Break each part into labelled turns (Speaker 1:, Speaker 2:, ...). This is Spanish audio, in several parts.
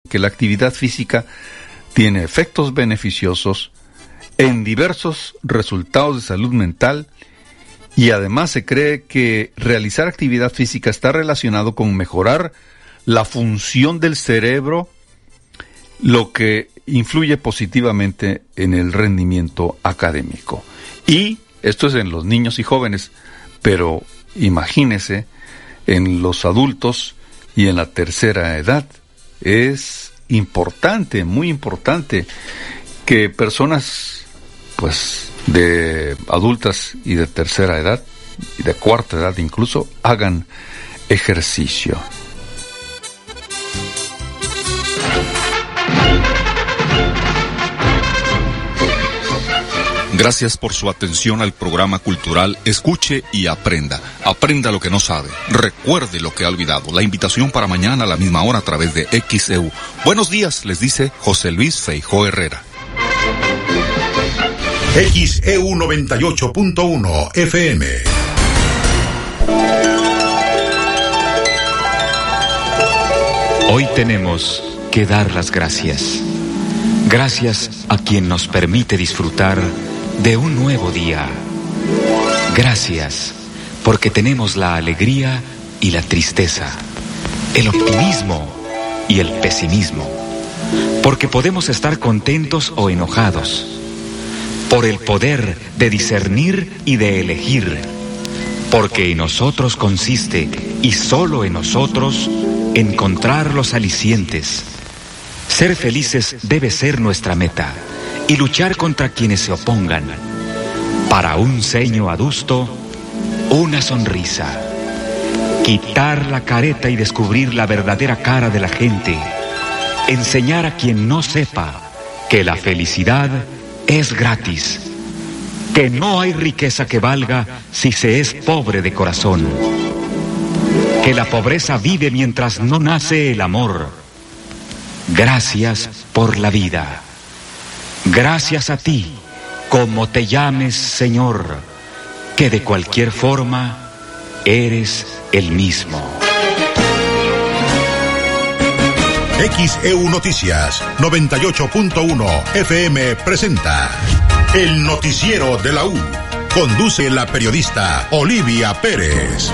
Speaker 1: que la actividad física tiene efectos beneficiosos en diversos resultados de salud mental, y además se cree que realizar actividad física está relacionado con mejorar la función del cerebro, lo que influye positivamente en el rendimiento académico. Y esto es en los niños y jóvenes, pero imagínese en los adultos y en la tercera edad. Es importante, muy importante, que personas pues de adultas y de tercera edad y de cuarta edad incluso hagan ejercicio.
Speaker 2: Gracias por su atención al programa cultural Escuche y Aprenda. Aprenda lo que no sabe. Recuerde lo que ha olvidado. La invitación para mañana a la misma hora a través de XEU. Buenos días, les dice José Luis Feijó Herrera.
Speaker 3: XEU 98.1 FM.
Speaker 4: Hoy tenemos que dar las gracias. Gracias a quien nos permite disfrutar de un nuevo día. Gracias porque tenemos la alegría y la tristeza, el optimismo y el pesimismo, porque podemos estar contentos o enojados, por el poder de discernir y de elegir, porque en nosotros consiste, y solo en nosotros, encontrar los alicientes. Ser felices debe ser nuestra meta, y luchar contra quienes se opongan. Para un ceño adusto, una sonrisa. Quitar la careta y descubrir la verdadera cara de la gente. Enseñar a quien no sepa que la felicidad es gratis. Que no hay riqueza que valga si se es pobre de corazón. Que la pobreza vive mientras no nace el amor. Gracias por la vida. Gracias a ti, como te llames, Señor, que de cualquier forma eres el mismo.
Speaker 3: XEU Noticias 98.1 FM presenta El Noticiero de la U. Conduce la periodista Olivia Pérez.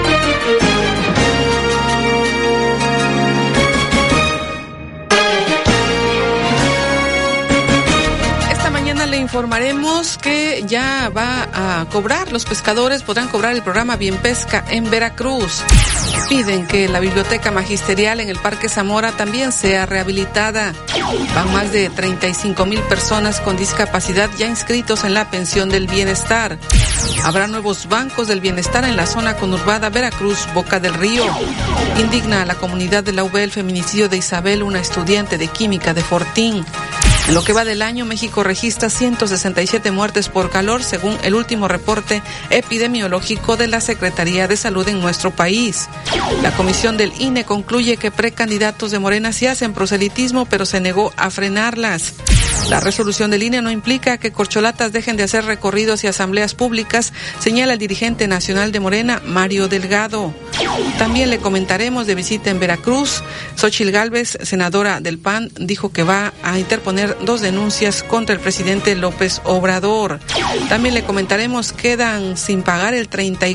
Speaker 5: Informaremos que ya va a cobrar, los pescadores podrán cobrar el programa Bien Pesca en Veracruz. Piden que la biblioteca magisterial en el Parque Zamora también sea rehabilitada. Van más de 35,000 personas con discapacidad ya inscritos en la pensión del bienestar. Habrá nuevos bancos del bienestar en la zona conurbada Veracruz, Boca del Río. Indigna a la comunidad de la UB el feminicidio de Isabel, una estudiante de química de Fortín. En lo que va del año, México registra 167 muertes por calor, según el último reporte epidemiológico de la Secretaría de Salud en nuestro país. La comisión del INE concluye que precandidatos de Morena sí hacen proselitismo, pero se negó a frenarlas. La resolución del INE no implica que corcholatas dejen de hacer recorridos y asambleas públicas, señala el dirigente nacional de Morena, Mario Delgado. También le comentaremos de visita en Veracruz. Xóchitl Gálvez, senadora del PAN, dijo que va a interponer 2 denuncias contra el presidente López Obrador. También le comentaremos que quedan sin pagar el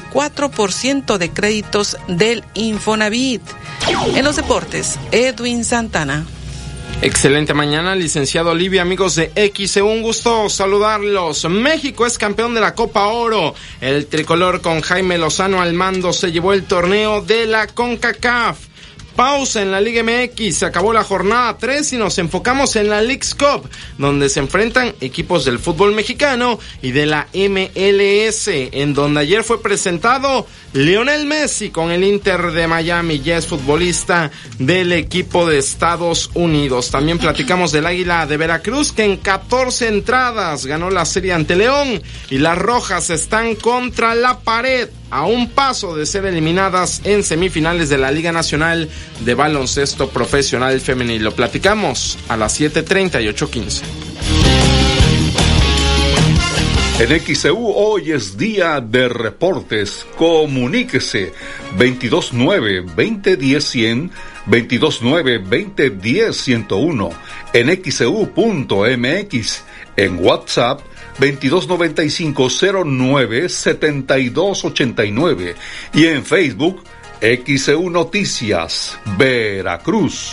Speaker 5: 34% de créditos del Infonavit. En los deportes, Edwin Santana.
Speaker 6: Excelente mañana, licenciado Olivia, amigos de XEU, un gusto saludarlos. México es campeón de la Copa Oro. El tricolor con Jaime Lozano al mando se llevó el torneo de la CONCACAF. Pausa en la Liga MX, se acabó la jornada 3 y nos enfocamos en la Leagues Cup, donde se enfrentan equipos del fútbol mexicano y de la MLS, en donde ayer fue presentado Lionel Messi con el Inter de Miami, ya es futbolista del equipo de Estados Unidos. También platicamos del Águila de Veracruz, que en 14 entradas ganó la serie ante León, y las Rojas están contra la pared, a un paso de ser eliminadas en semifinales de la Liga Nacional de Baloncesto Profesional Femenil. Lo platicamos a las 7:30 y 8:15.
Speaker 1: En XEU hoy es día de reportes. Comuníquese 229-2010-100 229-2010-101, en XEU.mx, en WhatsApp 2295-09-7289 y en Facebook XEU Noticias, Veracruz.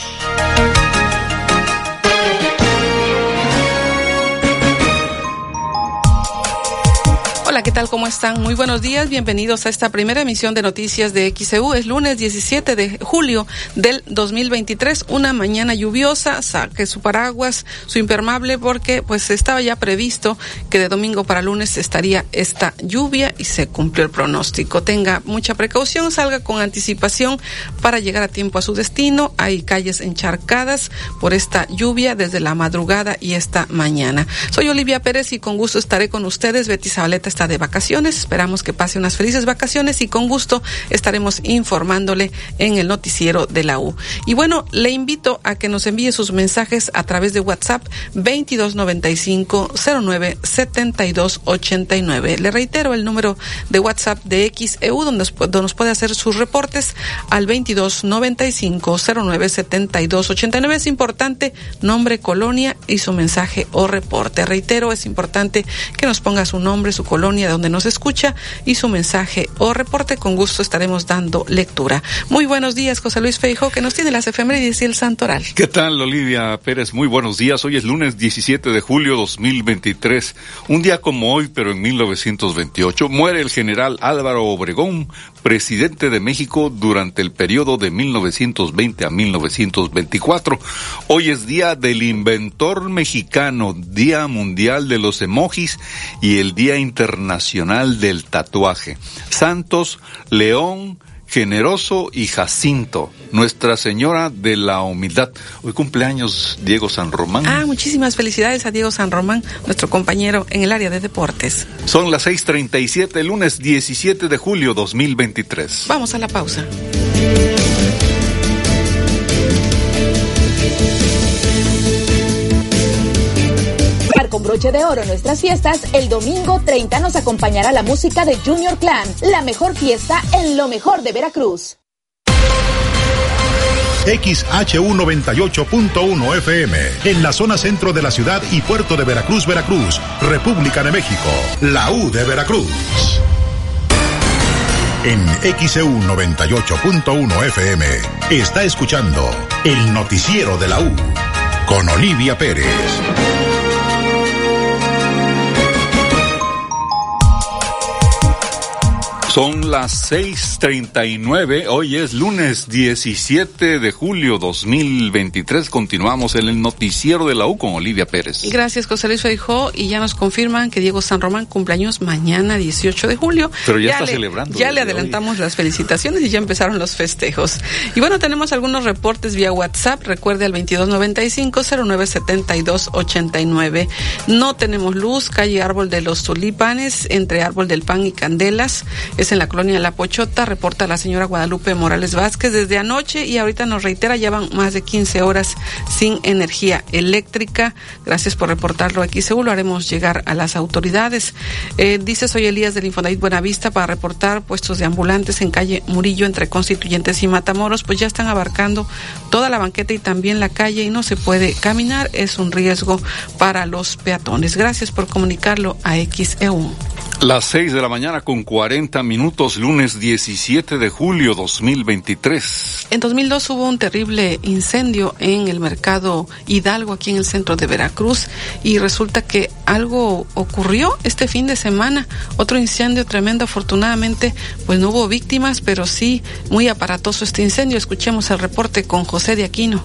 Speaker 5: Hola, ¿qué tal? ¿Cómo están? Muy buenos días, bienvenidos a esta primera emisión de noticias de XEU. Es lunes 17 de julio del 2023, una mañana lluviosa. Saque su paraguas, su impermeable, porque pues estaba ya previsto que de domingo para lunes estaría esta lluvia y se cumplió el pronóstico. Tenga mucha precaución, salga con anticipación para llegar a tiempo a su destino. Hay calles encharcadas por esta lluvia desde la madrugada y esta mañana. Soy Olivia Pérez y con gusto estaré con ustedes. Betty Zabaleta está de vacaciones, esperamos que pase unas felices vacaciones y con gusto estaremos informándole en el noticiero de la U. Y bueno, le invito a que nos envíe sus mensajes a través de WhatsApp 2295-09-7289. Le reitero el número de WhatsApp de XEU donde nos puede hacer sus reportes al 2295-09-7289. Es importante nombre, colonia y su mensaje o reporte. Reitero, es importante que nos ponga su nombre, su colonia de donde nos escucha y su mensaje o reporte. Con gusto estaremos dando lectura. Muy buenos días, José Luis Feijó, que nos tiene las efemérides y el santoral.
Speaker 1: ¿Qué tal, Olivia Pérez? Muy buenos días. Hoy es lunes 17 de julio 2023. Un día como hoy, pero en 1928, muere el general Álvaro Obregón, presidente de México durante el periodo de 1920 a 1924. Hoy es día del inventor mexicano, Día Mundial de los Emojis y el Día Internacional del Tatuaje. Santos, León, Generoso y Jacinto, Nuestra Señora de la Humildad. Hoy cumpleaños Diego San Román.
Speaker 5: Muchísimas felicidades a Diego San Román, nuestro compañero en el área de deportes.
Speaker 1: Son las 6:37, lunes 17 de julio 2023.
Speaker 5: Vamos a la pausa.
Speaker 7: Con broche de oro nuestras fiestas, el domingo 30 nos acompañará la música de Junior Clan, la mejor fiesta en lo mejor de Veracruz.
Speaker 3: XHU 98.1 FM, en la zona centro de la ciudad y puerto de Veracruz, Veracruz, República de México, la U de Veracruz. En XEU 98.1 FM, está escuchando el noticiero de la U, con Olivia Pérez.
Speaker 1: Son las 6:39, hoy es lunes 17 de julio 2023, continuamos en el noticiero de la U con Olivia Pérez.
Speaker 5: Gracias, José Luis Feijó, y ya nos confirman que Diego San Román cumpleaños mañana 18 de julio.
Speaker 1: Pero ya está celebrando.
Speaker 5: Ya le adelantamos las felicitaciones y ya empezaron los festejos. Y bueno, tenemos algunos reportes vía WhatsApp, recuerde al 2295-09-7289. No tenemos luz, calle Árbol de los Tulipanes, entre Árbol del Pan y Candelas. Es en la colonia La Pochota, reporta la señora Guadalupe Morales Vázquez desde anoche y ahorita nos reitera, ya van más de 15 horas sin energía eléctrica. Gracias por reportarlo aquí, seguro lo haremos llegar a las autoridades. Dice, soy Elías del Infonavit Buenavista para reportar puestos de ambulantes en calle Murillo entre Constituyentes y Matamoros, pues ya están abarcando toda la banqueta y también la calle y no se puede caminar, es un riesgo para los peatones. Gracias por comunicarlo a XEU.
Speaker 1: Las 6 de la mañana con 40 minutos, lunes 17 de julio 2023.
Speaker 5: En 2002 hubo un terrible incendio en el mercado Hidalgo, aquí en el centro de Veracruz, y resulta que algo ocurrió este fin de semana, otro incendio tremendo. Afortunadamente, pues no hubo víctimas, pero sí muy aparatoso este incendio. Escuchemos el reporte con José de Aquino.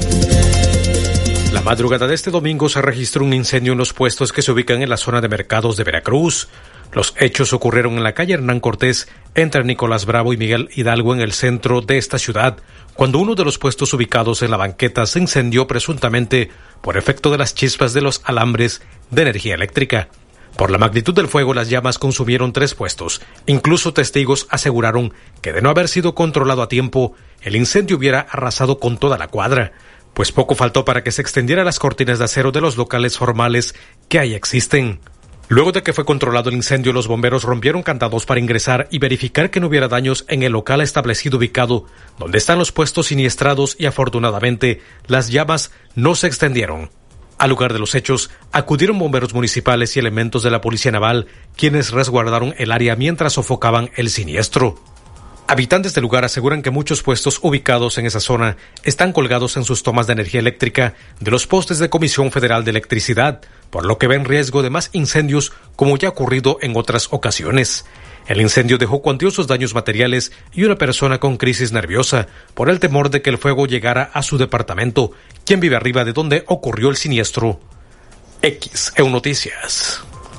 Speaker 8: La madrugada de este domingo se registró un incendio en los puestos que se ubican en la zona de mercados de Veracruz. Los hechos ocurrieron en la calle Hernán Cortés, entre Nicolás Bravo y Miguel Hidalgo, en el centro de esta ciudad, cuando uno de los puestos ubicados en la banqueta se incendió presuntamente por efecto de las chispas de los alambres de energía eléctrica. Por la magnitud del fuego, las llamas consumieron 3 puestos. Incluso testigos aseguraron que de no haber sido controlado a tiempo, el incendio hubiera arrasado con toda la cuadra, pues poco faltó para que se extendieran las cortinas de acero de los locales formales que ahí existen. Luego de que fue controlado el incendio, los bomberos rompieron candados para ingresar y verificar que no hubiera daños en el local establecido ubicado donde están los puestos siniestrados, y afortunadamente las llamas no se extendieron. Al lugar de los hechos acudieron bomberos municipales y elementos de la Policía Naval, quienes resguardaron el área mientras sofocaban el siniestro. Habitantes del lugar aseguran que muchos puestos ubicados en esa zona están colgados en sus tomas de energía eléctrica de los postes de Comisión Federal de Electricidad, por lo que ven riesgo de más incendios como ya ha ocurrido en otras ocasiones. El incendio dejó cuantiosos daños materiales y una persona con crisis nerviosa por el temor de que el fuego llegara a su departamento, quien vive arriba de donde ocurrió el siniestro. XEU Noticias.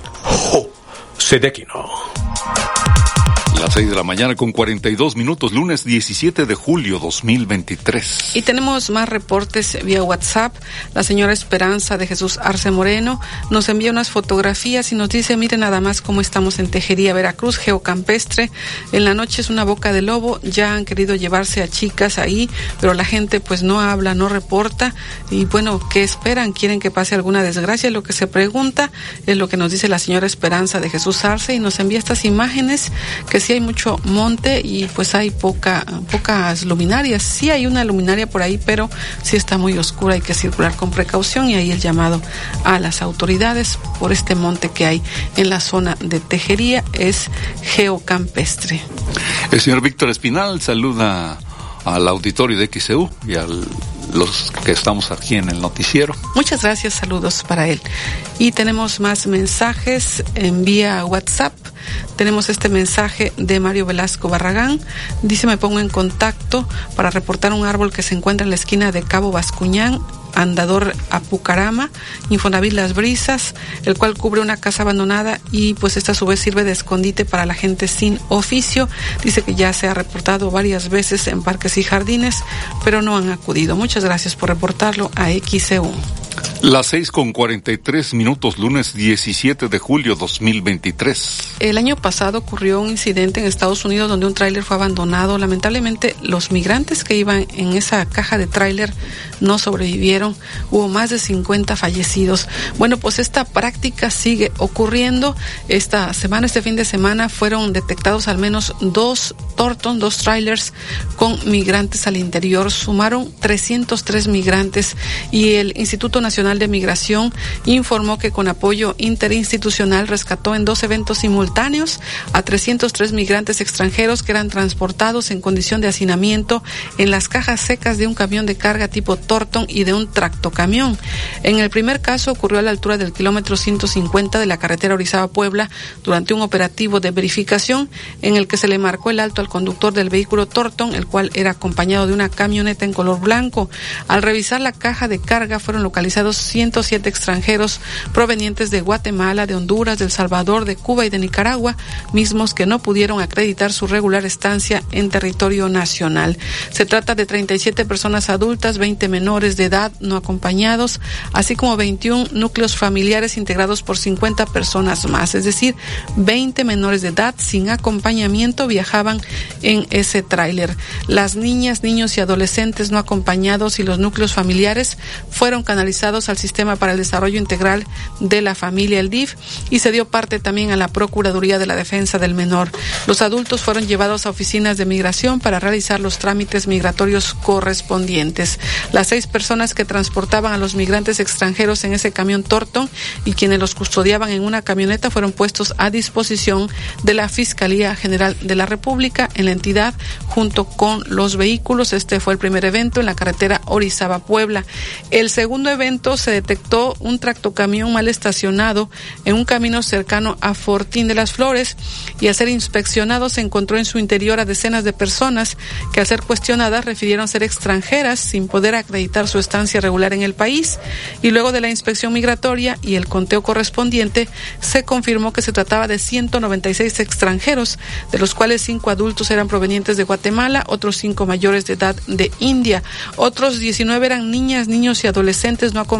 Speaker 8: Sedequino.
Speaker 2: Las 6 de la mañana con 42 minutos, lunes 17 de julio 2023.
Speaker 5: Y tenemos más reportes vía WhatsApp. La señora Esperanza de Jesús Arce Moreno nos envía unas fotografías y nos dice: miren nada más cómo estamos en Tejería, Veracruz, geocampestre. En la noche es una boca de lobo, ya han querido llevarse a chicas ahí, pero la gente pues no habla, no reporta. Y bueno, ¿qué esperan? ¿Quieren que pase alguna desgracia? Lo que se pregunta es lo que nos dice la señora Esperanza de Jesús Arce, y nos envía estas imágenes que sí hay mucho monte y pues hay pocas luminarias. Sí hay una luminaria por ahí, pero sí está muy oscura, hay que circular con precaución, y ahí el llamado a las autoridades por este monte que hay en la zona de Tejería es geocampestre.
Speaker 2: El señor Víctor Espinal saluda al auditorio de XEU y a los que estamos aquí en el noticiero.
Speaker 5: Muchas gracias, saludos para él. Y tenemos más mensajes en vía WhatsApp. Tenemos este mensaje de Mario Velasco Barragán. Dice: me pongo en contacto para reportar un árbol que se encuentra en la esquina de Cabo Bascuñán, Andador Apucarama, Infonavit Las Brisas, el cual cubre una casa abandonada y pues esta a su vez sirve de escondite para la gente sin oficio. Dice que ya se ha reportado varias veces en parques y jardines, pero no han acudido. Muchas gracias por reportarlo a XEU.
Speaker 2: Las 6 con 43 minutos, lunes 17 de julio 2023.
Speaker 5: El año pasado ocurrió un incidente en Estados Unidos donde un tráiler fue abandonado. Lamentablemente, los migrantes que iban en esa caja de tráiler no sobrevivieron. Hubo más de 50 fallecidos. Bueno, pues esta práctica sigue ocurriendo. Este fin de semana, fueron detectados al menos dos trailers con migrantes al interior. Sumaron 303 migrantes, y el Instituto Nacional de Migración informó que con apoyo interinstitucional rescató en 2 eventos simultáneos a 303 migrantes extranjeros que eran transportados en condición de hacinamiento en las cajas secas de un camión de carga tipo Thornton y de un tractocamión. En el primer caso ocurrió a la altura del kilómetro 150 de la carretera Orizaba-Puebla durante un operativo de verificación en el que se le marcó el alto al conductor del vehículo Thornton, el cual era acompañado de una camioneta en color blanco. Al revisar la caja de carga fueron localizados 107 extranjeros provenientes de Guatemala, de Honduras, de El Salvador, de Cuba y de Nicaragua, mismos que no pudieron acreditar su regular estancia en territorio nacional. Se trata de 37 personas adultas, 20 menores de edad no acompañados, así como 21 núcleos familiares integrados por 50 personas más, es decir, 20 menores de edad sin acompañamiento viajaban en ese tráiler. Las niñas, niños y adolescentes no acompañados y los núcleos familiares fueron canalizados al Sistema para el Desarrollo Integral de la Familia, el DIF, y se dio parte también a la Procuraduría de la Defensa del Menor. Los adultos fueron llevados a oficinas de migración para realizar los trámites migratorios correspondientes. Las 6 personas que transportaban a los migrantes extranjeros en ese camión Thornton y quienes los custodiaban en una camioneta fueron puestos a disposición de la Fiscalía General de la República en la entidad junto con los vehículos. Este fue el primer evento en la carretera Orizaba-Puebla. El segundo evento se detectó un tractocamión mal estacionado en un camino cercano a Fortín de las Flores, y al ser inspeccionado se encontró en su interior a decenas de personas que, al ser cuestionadas, refirieron ser extranjeras sin poder acreditar su estancia regular en el país, y luego de la inspección migratoria y el conteo correspondiente se confirmó que se trataba de 196 extranjeros, de los cuales 5 adultos eran provenientes de Guatemala, otros 5 mayores de edad de India, otros 19 eran niñas, niños y adolescentes no acompañados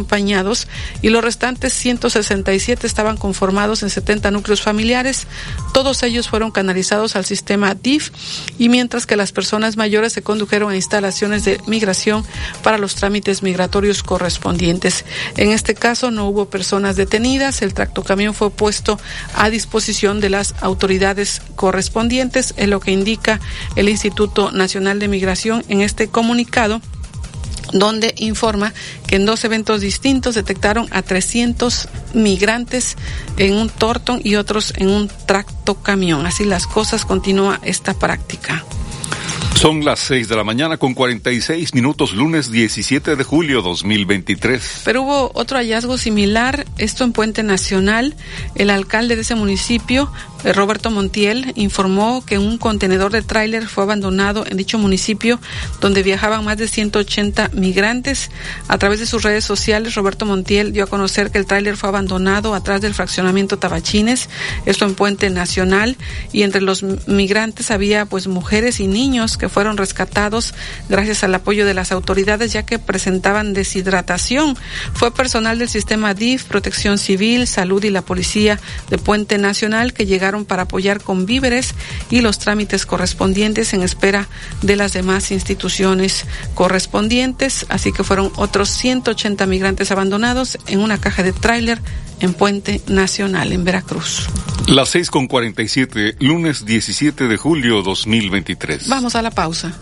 Speaker 5: acompañados y los restantes 167 estaban conformados en 70 núcleos familiares. Todos ellos fueron canalizados al sistema DIF, y mientras que las personas mayores se condujeron a instalaciones de migración para los trámites migratorios correspondientes. En este caso no hubo personas detenidas. El tractocamión fue puesto a disposición de las autoridades correspondientes, en lo que indica el Instituto Nacional de Migración en este comunicado, donde informa que en 2 eventos distintos detectaron a 300 migrantes en un Torton y otros en un tractocamión. Así las cosas, continúa esta práctica.
Speaker 2: Son las 6 de la mañana con 46 minutos, lunes 17 de julio 2023.
Speaker 5: Pero hubo otro hallazgo similar, esto en Puente Nacional. El alcalde de ese municipio, Roberto Montiel, informó que un contenedor de tráiler fue abandonado en dicho municipio, donde viajaban más de 180 migrantes. A través de sus redes sociales, Roberto Montiel dio a conocer que el tráiler fue abandonado atrás del fraccionamiento Tabachines, esto en Puente Nacional, y entre los migrantes había pues mujeres y niños que fueron rescatados gracias al apoyo de las autoridades, ya que presentaban deshidratación. Fue personal del sistema DIF, Protección Civil, Salud y la Policía de Puente Nacional que llegaron para apoyar con víveres y los trámites correspondientes en espera de las demás instituciones correspondientes. Así que fueron otros 180 migrantes abandonados en una caja de tráiler en Puente Nacional, en Veracruz.
Speaker 2: Las 6 con 47, lunes 17 de julio 2023.
Speaker 5: Vamos a la pausa.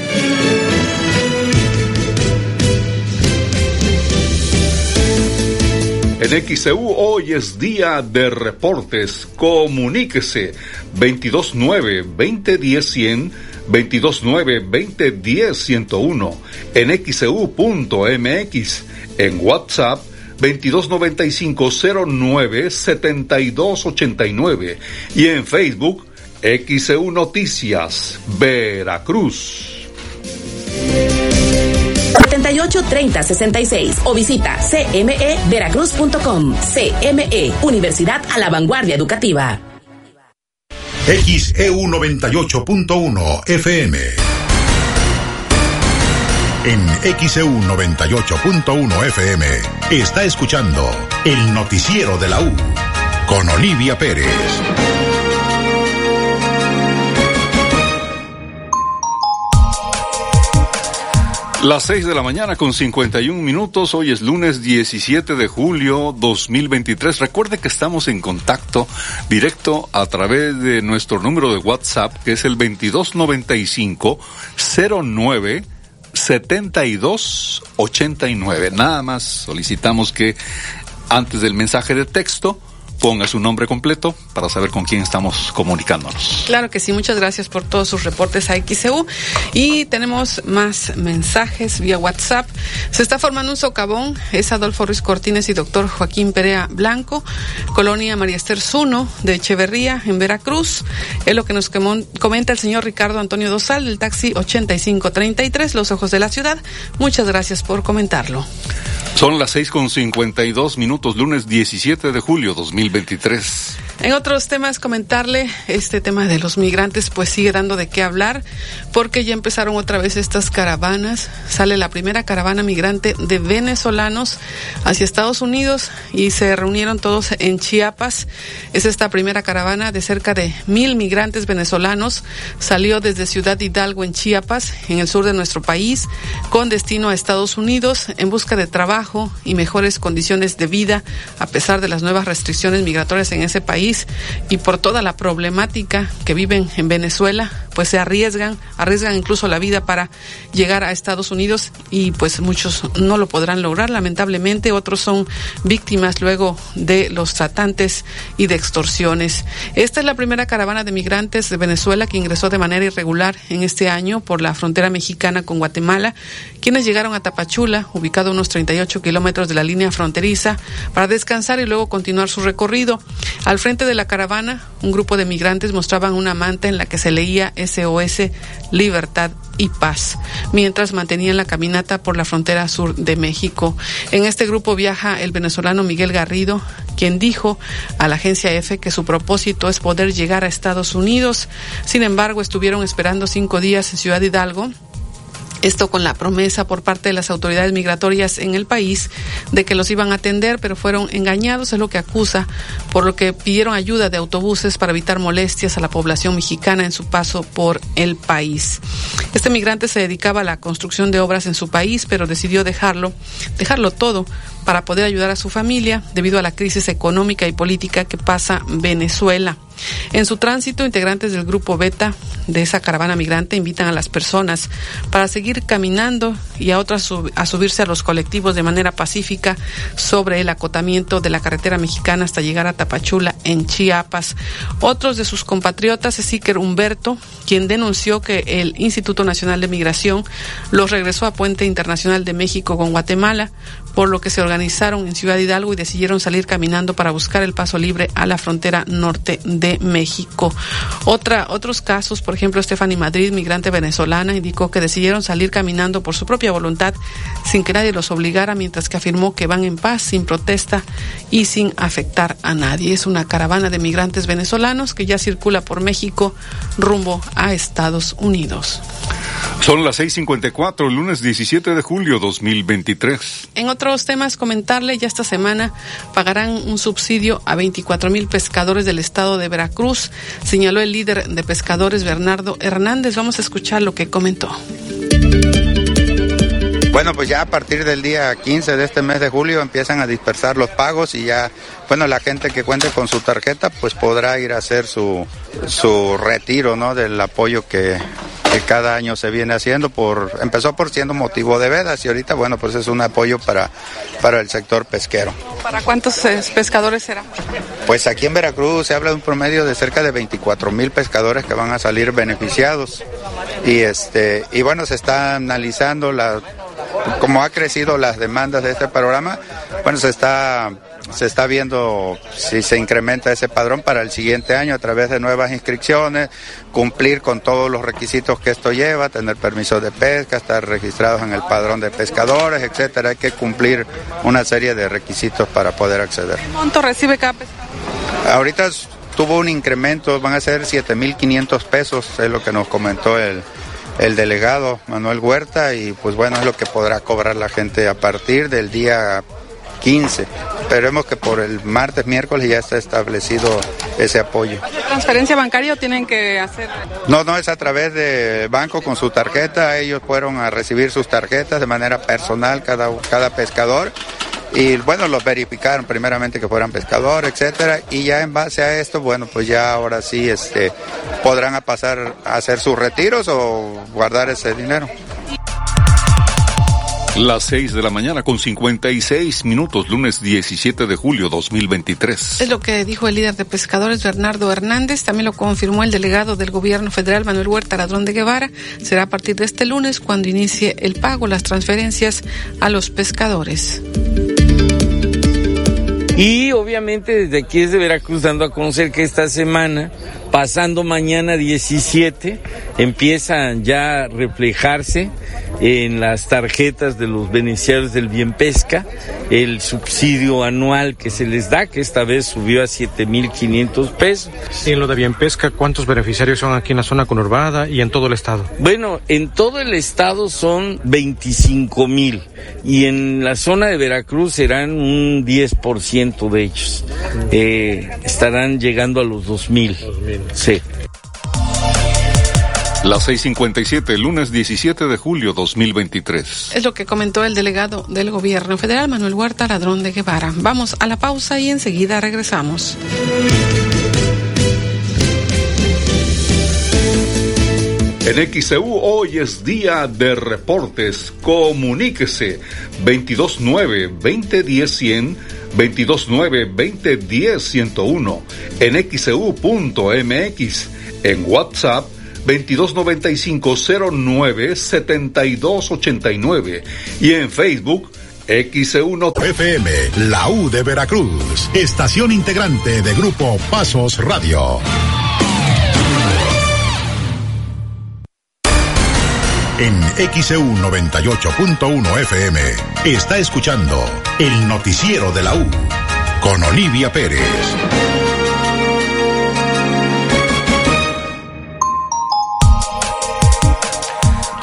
Speaker 2: En XEU hoy es día de reportes. Comuníquese 229-2010-100, 229-2010-101, en XEU.mx, en WhatsApp 2295-09-7289 y en Facebook XEU Noticias Veracruz.
Speaker 9: 783066 o visita cmeveracruz.com. CME, Universidad a la Vanguardia Educativa.
Speaker 3: XEU 98.1 FM. En XEU 98.1 FM está escuchando el noticiero de la U con Olivia Pérez.
Speaker 2: Las 6 de la mañana con 51 minutos, hoy es lunes 17 de julio 2023. Recuerde que estamos en contacto directo a través de nuestro número de WhatsApp, que es el 2295-09-7289. Nada más solicitamos que antes del mensaje de texto ponga su nombre completo para saber con quién estamos comunicándonos.
Speaker 5: Claro que sí, muchas gracias por todos sus reportes a XEU. Y tenemos más mensajes vía WhatsApp. Se está formando un socavón, es Adolfo Ruiz Cortines y doctor Joaquín Perea Blanco, Colonia María Esther Zuno de Echeverría, en Veracruz. Es lo que nos comenta el señor Ricardo Antonio Dosal, del taxi 8533, Los Ojos de la Ciudad. Muchas gracias por comentarlo.
Speaker 2: Son las 6 con 52 minutos, lunes 17 de julio 2023.
Speaker 5: En otros temas, comentarle, este tema de los migrantes pues sigue dando de qué hablar, porque ya empezaron otra vez estas caravanas. Sale la primera caravana migrante de venezolanos hacia Estados Unidos y se reunieron todos en Chiapas. Es esta primera caravana de cerca de 1,000 migrantes venezolanos. Salió desde Ciudad Hidalgo, en Chiapas, en el sur de nuestro país, con destino a Estados Unidos en busca de trabajo y mejores condiciones de vida, a pesar de las nuevas restricciones migratorias en ese país y por toda la problemática que viven en Venezuela. Pues se arriesgan incluso la vida para llegar a Estados Unidos, y pues muchos no lo podrán lograr, lamentablemente. Otros son víctimas luego de los tratantes y de extorsiones. Esta es la primera caravana de migrantes de Venezuela que ingresó de manera irregular en este año por la frontera mexicana con Guatemala, quienes llegaron a Tapachula, ubicado a unos 38 kilómetros de la línea fronteriza, para descansar y luego continuar su recorrido. Al frente de la caravana, un grupo de migrantes mostraban una manta en la que se leía SOS, Libertad y Paz, mientras mantenían la caminata por la frontera sur de México. En este grupo viaja el venezolano Miguel Garrido, quien dijo a la agencia EFE que su propósito es poder llegar a Estados Unidos. Sin embargo, estuvieron esperando 5 días en Ciudad Hidalgo Esto con la promesa por parte de las autoridades migratorias en el país de que los iban a atender, pero fueron engañados, es lo que acusa, por lo que pidieron ayuda de autobuses para evitar molestias a la población mexicana en su paso por el país. Este migrante se dedicaba a la construcción de obras en su país, pero decidió dejarlo todo para poder ayudar a su familia debido a la crisis económica y política que pasa Venezuela. En su tránsito, integrantes del grupo Beta de esa caravana migrante invitan a las personas para seguir caminando y a otras a subirse a los colectivos de manera pacífica sobre el acotamiento de la carretera mexicana hasta llegar a Tapachula, en Chiapas. Otros de sus compatriotas es Iker Humberto, quien denunció que el Instituto Nacional de Migración los regresó a Puente Internacional de México con Guatemala, por lo que se organizaron en Ciudad Hidalgo y decidieron salir caminando para buscar el paso libre a la frontera norte de México. Otros casos, por ejemplo, Stephanie Madrid, migrante venezolana, indicó que decidieron salir caminando por su propia voluntad sin que nadie los obligara, mientras que afirmó que van en paz, sin protesta y sin afectar a nadie. Es una caravana de migrantes venezolanos que ya circula por México rumbo a Estados Unidos.
Speaker 2: Son las 6:54, lunes 17 de julio 2023.
Speaker 5: En otros temas, comentarle, ya esta semana pagarán un subsidio a 24,000 pescadores del estado de Veracruz, señaló el líder de pescadores, Bernardo Hernández. Vamos a escuchar lo que comentó.
Speaker 10: Bueno, pues ya a partir del día 15 de este mes de julio empiezan a dispersar los pagos y ya, bueno, la gente que cuente con su tarjeta pues podrá ir a hacer su retiro, ¿no?, del apoyo que cada año se viene haciendo. Empezó por siendo motivo de vedas y ahorita, bueno, pues es un apoyo para el sector pesquero.
Speaker 5: ¿Para cuántos pescadores será?
Speaker 10: Pues aquí en Veracruz se habla de un promedio de cerca de 24,000 pescadores que van a salir beneficiados y bueno, se está analizando como ha crecido las demandas de este programa. Bueno, se está viendo si se incrementa ese padrón para el siguiente año a través de nuevas inscripciones, cumplir con todos los requisitos que esto lleva, tener permiso de pesca, estar registrados en el padrón de pescadores, etcétera. Hay que cumplir una serie de requisitos para poder acceder.
Speaker 5: ¿Qué monto recibe cada pescador?
Speaker 10: Ahorita tuvo un incremento, van a ser 7,500 pesos, es lo que nos comentó el delegado Manuel Huerta, y pues bueno, es lo que podrá cobrar la gente a partir del día 15. Esperemos que por el martes, miércoles ya está establecido ese apoyo.
Speaker 5: ¿Transferencia bancaria o tienen que hacer?
Speaker 10: No, es a través del banco con su tarjeta. Ellos fueron a recibir sus tarjetas de manera personal, cada pescador. Y bueno, los verificaron primeramente que fueran pescadores, etcétera, y ya en base a esto, bueno, pues ya ahora sí podrán pasar a hacer sus retiros o guardar ese dinero.
Speaker 2: Las 6 de la mañana con 56 minutos, lunes 17 de julio 2023.
Speaker 5: Es lo que dijo el líder de pescadores, Bernardo Hernández. También lo confirmó el delegado del gobierno federal, Manuel Huerta Ladrón de Guevara. Será a partir de este lunes cuando inicie el pago, las transferencias a los pescadores.
Speaker 11: Y obviamente desde aquí, desde Veracruz, dando a conocer que esta semana, pasando mañana 17, empiezan ya a reflejarse en las tarjetas de los beneficiarios del Bien Pesca el subsidio anual que se les da, que esta vez subió a 7,500 pesos.
Speaker 8: Y en lo de Bien Pesca, ¿cuántos beneficiarios son aquí en la zona conurbada y en todo el estado?
Speaker 11: Bueno, en todo el estado son 25,000 y en la zona de Veracruz serán un 10% de ellos. Estarán llegando a los 2,000. Sí.
Speaker 2: Las 6:57, lunes 17 de julio 2023.
Speaker 5: Es lo que comentó el delegado del gobierno federal, Manuel Huerta Ladrón de Guevara. Vamos a la pausa y enseguida regresamos.
Speaker 2: En XEU hoy es día de reportes. Comuníquese 229-2010-100, 229-2010-101, en XEU.mx, en WhatsApp 2295-09-7289 y en Facebook XEU
Speaker 3: FM, la U de Veracruz, estación integrante de Grupo Pasos Radio. En XEU 98.1 FM está escuchando el noticiero de la U con Olivia Pérez.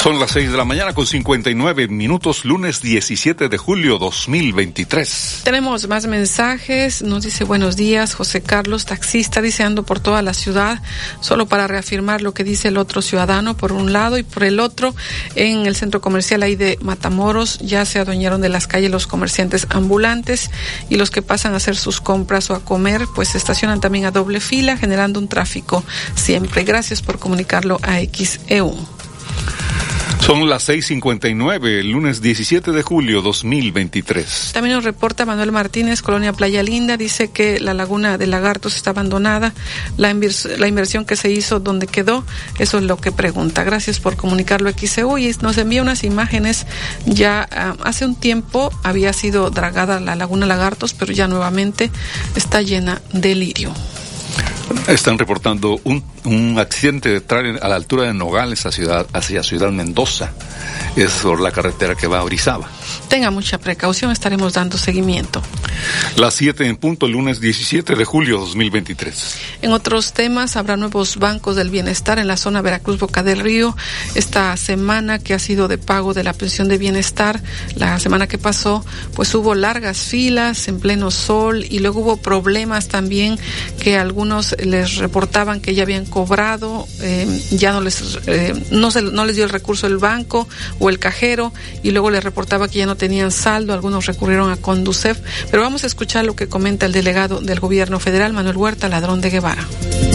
Speaker 2: Son las 6 de la mañana con 59 minutos, lunes 17 de julio 2023.
Speaker 5: Tenemos más mensajes. Nos dice buenos días, José Carlos, taxista, dice ando por toda la ciudad, solo para reafirmar lo que dice el otro ciudadano por un lado y por el otro, en el centro comercial ahí de Matamoros, ya se adueñaron de las calles los comerciantes ambulantes y los que pasan a hacer sus compras o a comer, pues se estacionan también a doble fila, generando un tráfico siempre. Gracias por comunicarlo a XEU.
Speaker 2: Son las 6:59, el lunes 17 de julio 2023.
Speaker 5: También nos reporta Manuel Martínez, Colonia Playa Linda, dice que la laguna de Lagartos está abandonada, la inversión que se hizo, ¿dónde quedó? Eso es lo que pregunta. Gracias por comunicarlo a XEU y nos envía unas imágenes. Ya hace un tiempo había sido dragada la laguna Lagartos, pero ya nuevamente está llena de lirio.
Speaker 2: Están reportando un accidente de tráiler a la altura de Nogales hacia Ciudad Mendoza. Es por la carretera que va a Orizaba.
Speaker 5: Tenga mucha precaución, estaremos dando seguimiento.
Speaker 2: Las 7 en punto, lunes 17 de julio 2023.
Speaker 5: En otros temas, habrá nuevos bancos del bienestar en la zona Veracruz-Boca del Río. Esta semana que ha sido de pago de la pensión de bienestar, la semana que pasó, pues hubo largas filas en pleno sol y luego hubo problemas también que algunos les reportaban que ya habían cobrado, ya no les dio el recurso el banco o el cajero y luego les reportaba que ya no tenían saldo. Algunos recurrieron a Conducef, pero vamos a escuchar lo que comenta el delegado del gobierno federal, Manuel Huerta Ladrón de Guevara.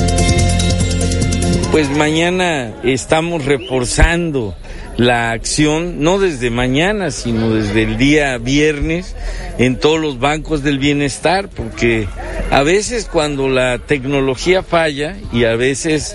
Speaker 11: Pues mañana estamos reforzando la acción, no desde mañana, sino desde el día viernes, en todos los bancos del bienestar, porque a veces cuando la tecnología falla, y a veces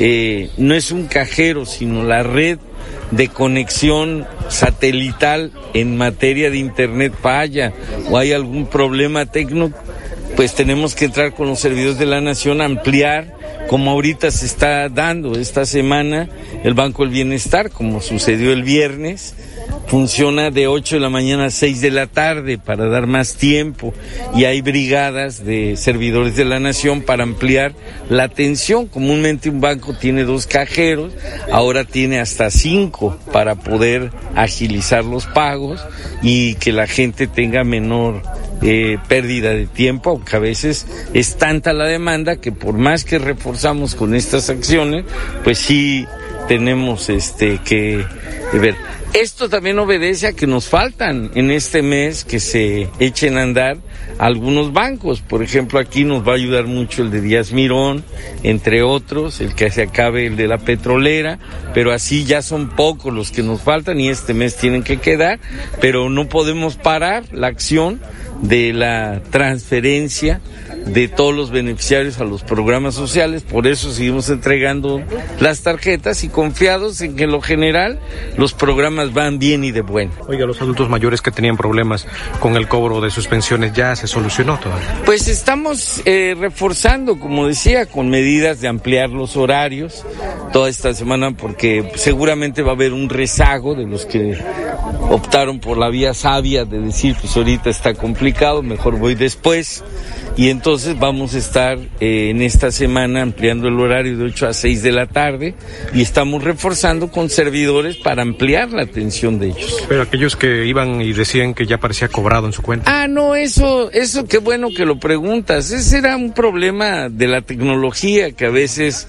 Speaker 11: no es un cajero, sino la red de conexión satelital en materia de internet falla, o hay algún problema técnico, pues tenemos que entrar con los servidores de la nación a ampliar, como ahorita se está dando esta semana, el Banco del Bienestar, como sucedió el viernes, funciona de 8 de la mañana a 6 de la tarde para dar más tiempo y hay brigadas de servidores de la nación para ampliar la atención. Comúnmente un banco tiene 2 cajeros, ahora tiene hasta 5 para poder agilizar los pagos y que la gente tenga menor pérdida de tiempo, aunque a veces es tanta la demanda que por más que reforzamos con estas acciones, pues sí tenemos que ver. Esto también obedece a que nos faltan en este mes que se echen a andar algunos bancos. Por ejemplo, aquí nos va a ayudar mucho el de Díaz Mirón, entre otros, el que se acabe el de la petrolera, pero así ya son pocos los que nos faltan y este mes tienen que quedar, pero no podemos parar la acción de la transferencia de todos los beneficiarios a los programas sociales. Por eso seguimos entregando las tarjetas y confiados en que en lo general los programas van bien y de bueno.
Speaker 8: Oiga, los adultos mayores que tenían problemas con el cobro de sus pensiones, ¿ya se solucionó todavía?
Speaker 11: Pues estamos reforzando, como decía, con medidas de ampliar los horarios toda esta semana, porque seguramente va a haber un rezago de los que optaron por la vía sabia de decir, pues ahorita está complicado, mejor voy después. Y entonces vamos a estar en esta semana ampliando el horario de 8 a 6 de la tarde y estamos reforzando con servidores para ampliar la atención de ellos.
Speaker 8: Pero aquellos que iban y decían que ya parecía cobrado en su cuenta.
Speaker 11: Ah, no, eso qué bueno que lo preguntas. Ese era un problema de la tecnología que a veces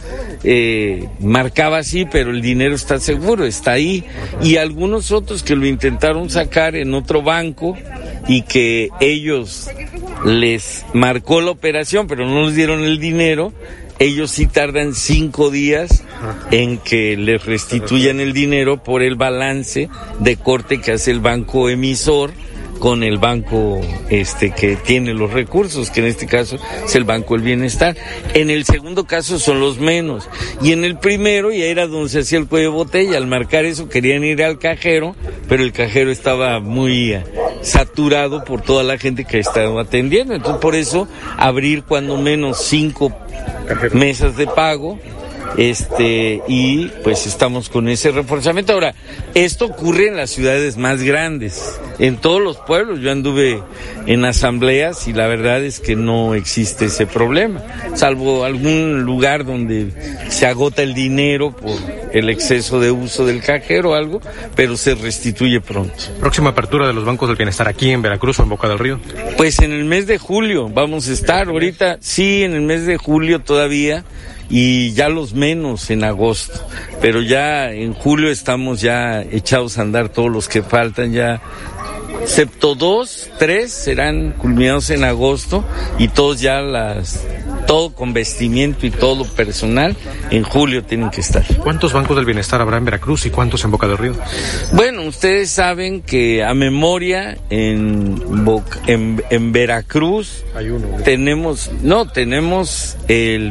Speaker 11: marcaba así, pero el dinero está seguro, está ahí. Y algunos otros que lo intentaron sacar en otro banco y que ellos les marcó la operación, pero no les dieron el dinero, ellos sí tardan 5 días en que les restituyan el dinero por el balance de corte que hace el banco emisor con el banco que tiene los recursos, que en este caso es el Banco del Bienestar. En el segundo caso son los menos, y en el primero ya era donde se hacía el cuello de botella. Al marcar eso querían ir al cajero, pero el cajero estaba muy saturado por toda la gente que estaba atendiendo. Entonces por eso abrir cuando menos 5 mesas de pago y pues estamos con ese reforzamiento. Ahora, esto ocurre en las ciudades más grandes, en todos los pueblos. Yo anduve en asambleas y la verdad es que no existe ese problema, salvo algún lugar donde se agota el dinero por el exceso de uso del cajero o algo, pero se restituye pronto.
Speaker 8: ¿Próxima apertura de los bancos del bienestar aquí en Veracruz o en Boca del Río?
Speaker 11: Pues en el mes de julio vamos a estar, ahorita sí, en el mes de julio todavía, y ya los menos en agosto, pero ya en julio estamos ya echados a andar todos los que faltan, ya excepto 2, 3 serán culminados en agosto y todos ya todo con vestimiento y todo personal en julio tienen que estar.
Speaker 8: ¿Cuántos bancos del bienestar habrá en Veracruz y cuántos en Boca del Río?
Speaker 11: Bueno, ustedes saben que a memoria en Veracruz hay uno. Tenemos el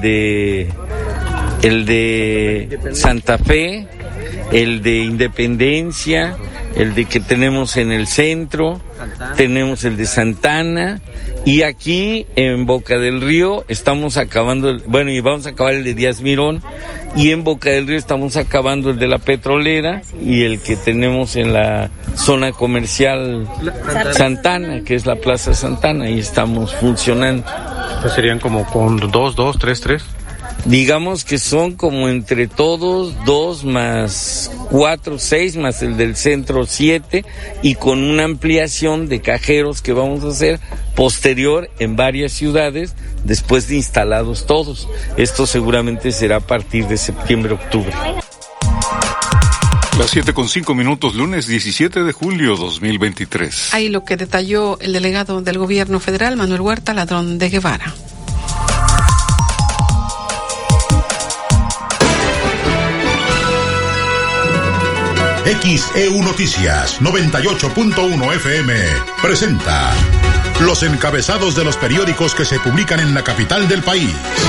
Speaker 11: de Santa Fe, el de Independencia, el de que tenemos en el centro, tenemos el de Santana, y aquí en Boca del Río estamos acabando, y vamos a acabar el de Díaz Mirón, y en Boca del Río estamos acabando el de la Petrolera y el que tenemos en la zona comercial Santana, que es la Plaza Santana, y estamos funcionando.
Speaker 8: Pues serían como con 2, 3.
Speaker 11: Digamos que son como entre todos 2 más 4, 6 más el del centro 7, y con una ampliación de cajeros que vamos a hacer posterior en varias ciudades después de instalados todos. Esto seguramente será a partir de septiembre, octubre.
Speaker 2: Las 7:05, lunes 17 de julio 2023.
Speaker 5: Ahí lo que detalló el delegado del gobierno federal, Manuel Huerta Ladrón de Guevara.
Speaker 3: XEU Noticias 98.1 FM presenta los encabezados de los periódicos que se publican en la capital del país.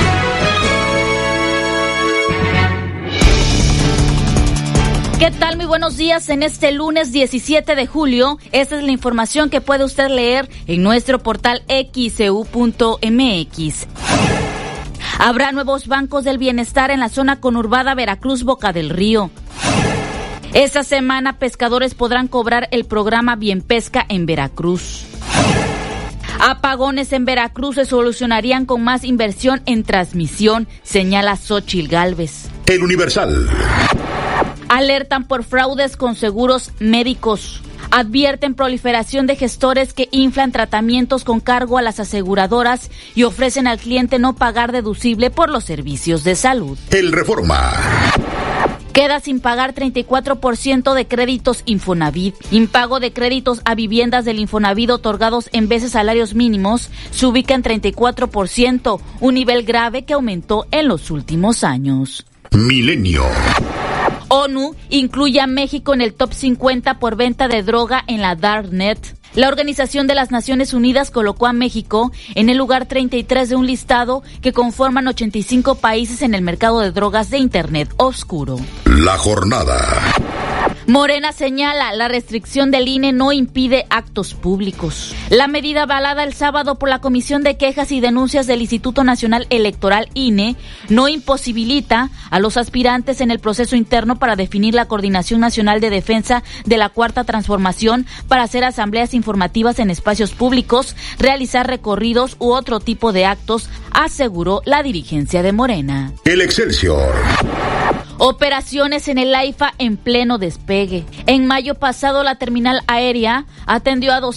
Speaker 12: ¿Qué tal? Muy buenos días en este lunes 17 de julio. Esta es la información que puede usted leer en nuestro portal XEU.mx. Habrá nuevos bancos del bienestar en la zona conurbada Veracruz-Boca del Río. Esta semana pescadores podrán cobrar el programa Bien Pesca en Veracruz. Apagones en Veracruz se solucionarían con más inversión en transmisión, señala Xóchitl Gálvez.
Speaker 3: El Universal.
Speaker 12: Alertan por fraudes con seguros médicos. Advierten proliferación de gestores que inflan tratamientos con cargo a las aseguradoras y ofrecen al cliente no pagar deducible por los servicios de salud.
Speaker 3: El Reforma.
Speaker 12: Queda sin pagar 34% de créditos Infonavit. Impago de créditos a viviendas del Infonavit otorgados en veces salarios mínimos se ubica en 34%, un nivel grave que aumentó en los últimos años.
Speaker 3: Milenio.
Speaker 12: ONU incluye a México en el top 50 por venta de droga en la Darknet. La Organización de las Naciones Unidas colocó a México en el lugar 33 de un listado que conforman 85 países en el mercado de drogas de Internet oscuro.
Speaker 3: La jornada.
Speaker 12: Morena señala, la restricción del INE no impide actos públicos. La medida avalada el sábado por la Comisión de Quejas y Denuncias del Instituto Nacional Electoral INE no imposibilita a los aspirantes en el proceso interno para definir la Coordinación Nacional de Defensa de la Cuarta Transformación para hacer asambleas informativas en espacios públicos, realizar recorridos u otro tipo de actos, aseguró la dirigencia de Morena.
Speaker 3: El Excelsior.
Speaker 12: Operaciones en el AIFA en pleno despegue. En mayo pasado, la terminal aérea atendió a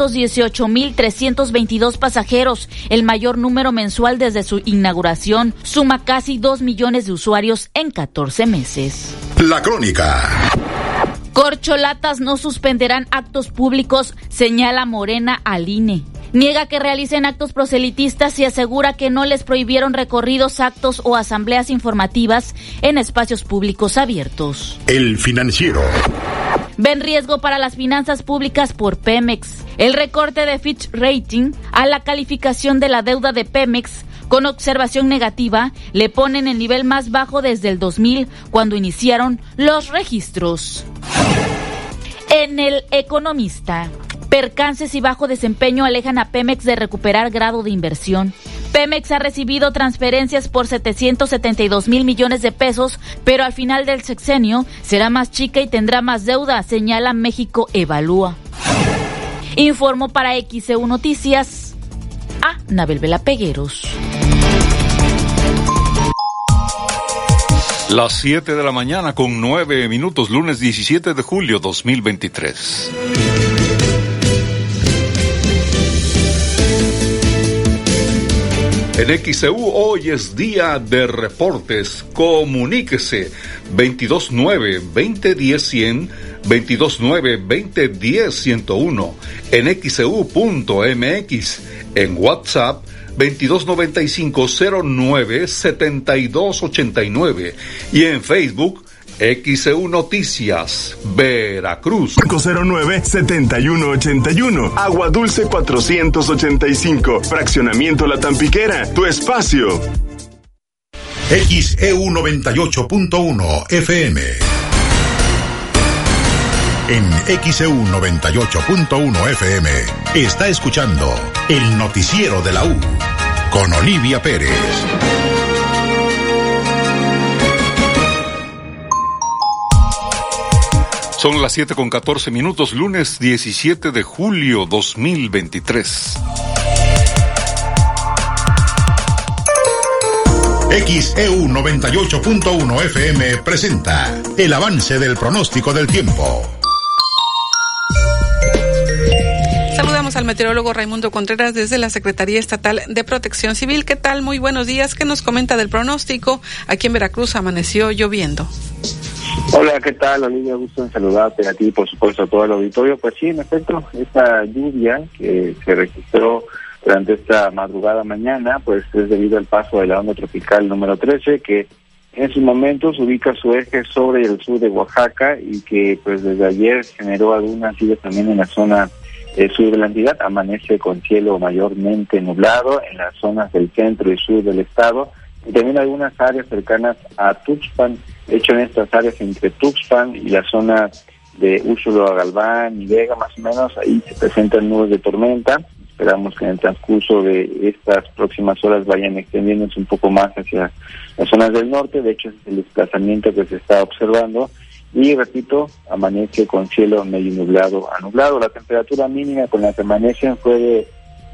Speaker 12: 218,322 pasajeros, el mayor número mensual desde su inauguración. Suma casi 2 millones de usuarios en 14 meses.
Speaker 3: La Crónica.
Speaker 12: Corcholatas no suspenderán actos públicos, señala Morena al INE. Niega que realicen actos proselitistas y asegura que no les prohibieron recorridos, actos o asambleas informativas en espacios públicos abiertos.
Speaker 3: El Financiero.
Speaker 12: Ven riesgo para las finanzas públicas por Pemex. El recorte de Fitch Rating a la calificación de la deuda de Pemex con observación negativa le pone en el nivel más bajo desde el 2000, cuando iniciaron los registros. En El Economista, percances y bajo desempeño alejan a Pemex de recuperar grado de inversión. Pemex ha recibido transferencias por 772,000 millones de pesos, pero al final del sexenio será más chica y tendrá más deuda, señala México Evalúa. Informó para XEU Noticias a Nabel Vela Pegueros.
Speaker 2: Las 7 de la mañana con 9 minutos, lunes 17 de julio 2023. En XEU hoy es día de reportes. Comuníquese 229-2010-100, 229-2010-101, en XEU.mx, en WhatsApp 2295-09-7289 y en Facebook XEU Noticias, Veracruz.
Speaker 13: 509-7181, Agua Dulce 485, Fraccionamiento La Tampiquera, tu espacio.
Speaker 3: XEU 98.1 FM. En XEU 98.1 FM está escuchando el noticiero de la U con Olivia Pérez.
Speaker 2: Son las 7 con 14 minutos, lunes 17 de julio 2023.
Speaker 3: XEU 98.1 FM presenta el avance del pronóstico del tiempo.
Speaker 5: Saludamos al meteorólogo Raimundo Contreras desde la Secretaría Estatal de Protección Civil. ¿Qué tal? Muy buenos días. ¿Qué nos comenta del pronóstico? Aquí en Veracruz amaneció lloviendo.
Speaker 14: Hola, ¿qué tal, Olivia? Gusto en saludarte a ti, por supuesto, a todo el auditorio. Pues sí, en efecto, esta lluvia que se registró durante esta madrugada mañana, pues es debido al paso de la onda tropical número 13, que en sus momentos ubica su eje sobre el sur de Oaxaca y que pues desde ayer generó algunas lluvias también en la zona sur de la entidad. Amanece con cielo mayormente nublado en las zonas del centro y sur del estado y también algunas áreas cercanas a Tuxpan. De hecho, en estas áreas entre Tuxpan y la zona de Úrsula Galván y Vega, más o menos, ahí se presentan nubes de tormenta. Esperamos que en el transcurso de estas próximas horas vayan extendiéndose un poco más hacia las zonas del norte. De hecho, ese es el desplazamiento que se está observando. Y, repito, amanece con cielo medio nublado a nublado. La temperatura mínima con la que amanecen fue de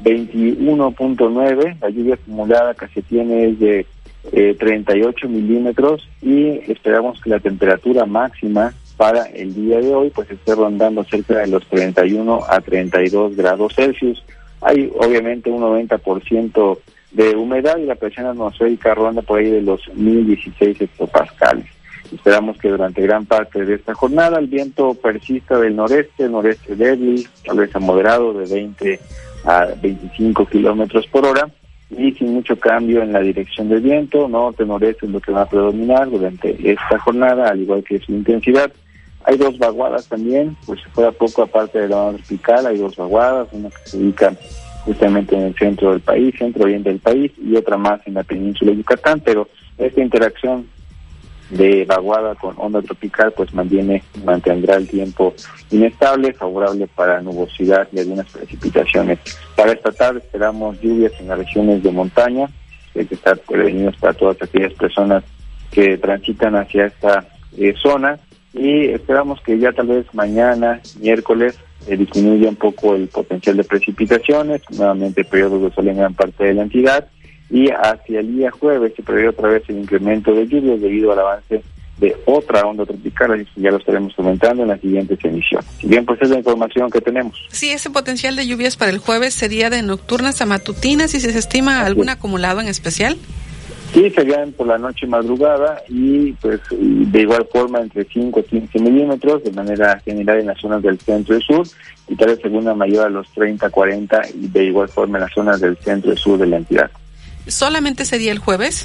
Speaker 14: 21.9. La lluvia acumulada que se tiene es de 38 milímetros y esperamos que la temperatura máxima para el día de hoy pues esté rondando cerca de los 31 a 32 grados Celsius. Hay obviamente un 90% de humedad y la presión atmosférica ronda por ahí de los 1016 hectopascales. Esperamos que durante gran parte de esta jornada el viento persista del noreste débil, tal vez a moderado de 20 a 25 kilómetros por hora y sin mucho cambio en la dirección del viento. Norte-noreste es lo que va a predominar durante esta jornada, al igual que su intensidad. Hay dos vaguadas también, pues si fuera poco aparte de la onda tropical, hay dos vaguadas, una que se ubica justamente en el centro del país, centro-oriente del país, y otra más en la península de Yucatán, pero esta interacción de vaguada con onda tropical pues mantendrá el tiempo inestable, favorable para nubosidad y algunas precipitaciones. Para esta tarde esperamos lluvias en las regiones de montaña, hay que estar prevenidos para todas aquellas personas que transitan hacia esta zona, y esperamos que ya tal vez mañana, miércoles, disminuya un poco el potencial de precipitaciones, nuevamente periodos de sol en gran parte de la entidad, y hacia el día jueves se prevé otra vez el incremento de lluvias debido al avance de otra onda tropical, así que ya lo estaremos comentando en las siguientes emisiones. Y bien, pues es la información que tenemos.
Speaker 5: Sí, ese potencial de lluvias para el jueves sería de nocturnas a matutinas, ¿y se estima algún acumulado en especial?
Speaker 14: Sí, serían por la noche y madrugada y pues de igual forma entre 5 a 15 milímetros de manera general en las zonas del centro y sur, y tal vez segunda mayor a los 30 a 40 y de igual forma en las zonas del centro y sur de la entidad.
Speaker 5: ¿Solamente sería el jueves?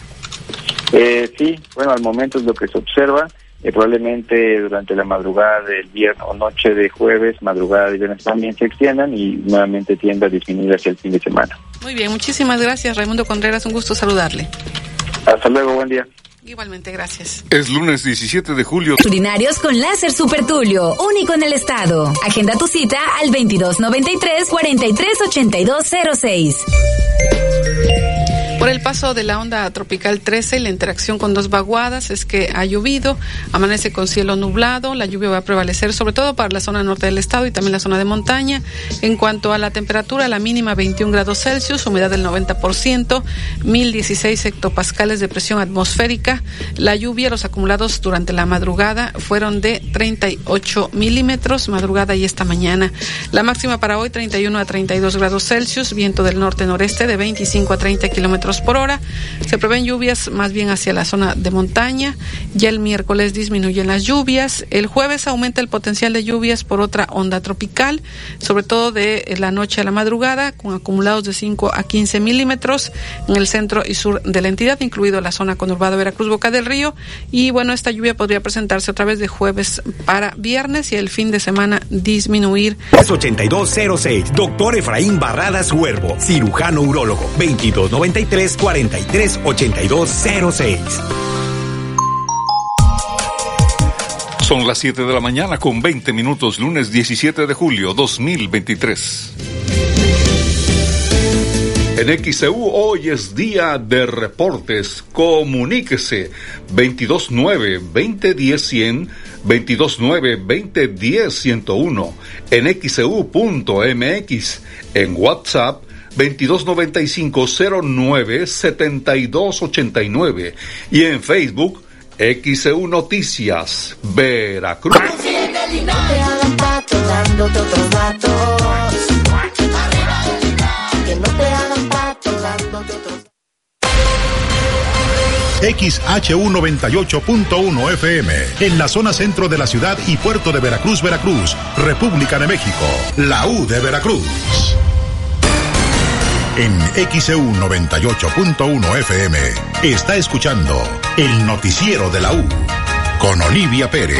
Speaker 14: Sí, bueno, al momento es lo que se observa. Probablemente durante la madrugada del viernes o noche de jueves, madrugada de viernes también se extiendan y nuevamente tiende a disminuir hacia el fin de semana.
Speaker 5: Muy bien, muchísimas gracias, Raimundo Contreras, un gusto saludarle.
Speaker 14: Hasta luego, buen día.
Speaker 5: Igualmente, gracias.
Speaker 2: Es lunes 17 de julio.
Speaker 15: Urinarios con láser Super Tulio, único en el estado. Agenda tu cita al 2293-438206.
Speaker 5: Por el paso de la onda tropical 13 y la interacción con dos vaguadas es que ha llovido, amanece con cielo nublado, la lluvia va a prevalecer sobre todo para la zona norte del estado y también la zona de montaña. En cuanto a la temperatura, la mínima 21 grados Celsius, humedad del 90%, 1016 hectopascales de presión atmosférica. La lluvia, los acumulados durante la madrugada fueron de 38 milímetros, madrugada y esta mañana. La máxima para hoy 31 a 32 grados Celsius, viento del norte-noreste de 25 a 30 kilómetros por hora. Se prevén lluvias más bien hacia la zona de montaña. Ya el miércoles disminuyen las lluvias. El jueves aumenta el potencial de lluvias por otra onda tropical, sobre todo de la noche a la madrugada, con acumulados de 5 a 15 milímetros en el centro y sur de la entidad, incluido la zona conurbada Veracruz, Boca del Río. Y bueno, esta lluvia podría presentarse otra vez de jueves para viernes y el fin de semana disminuir.
Speaker 16: Es 8206, doctor Efraín Barradas Huervo, cirujano urólogo, 2293-438206.
Speaker 2: Son las 7 de la mañana con 20 minutos, lunes 17 de julio 2023. En XEU hoy es día de reportes. Comuníquese 229-2010-100, 229-2010-101, en XEU.mx, en WhatsApp 2295-09-7289 y en Facebook XEU Noticias Veracruz.
Speaker 3: XHU 98.1 FM, en la zona centro de la ciudad y puerto de Veracruz, Veracruz, República de México, la U de Veracruz. En XEU 98.1 FM, está escuchando el noticiero de la U, con Olivia Pérez.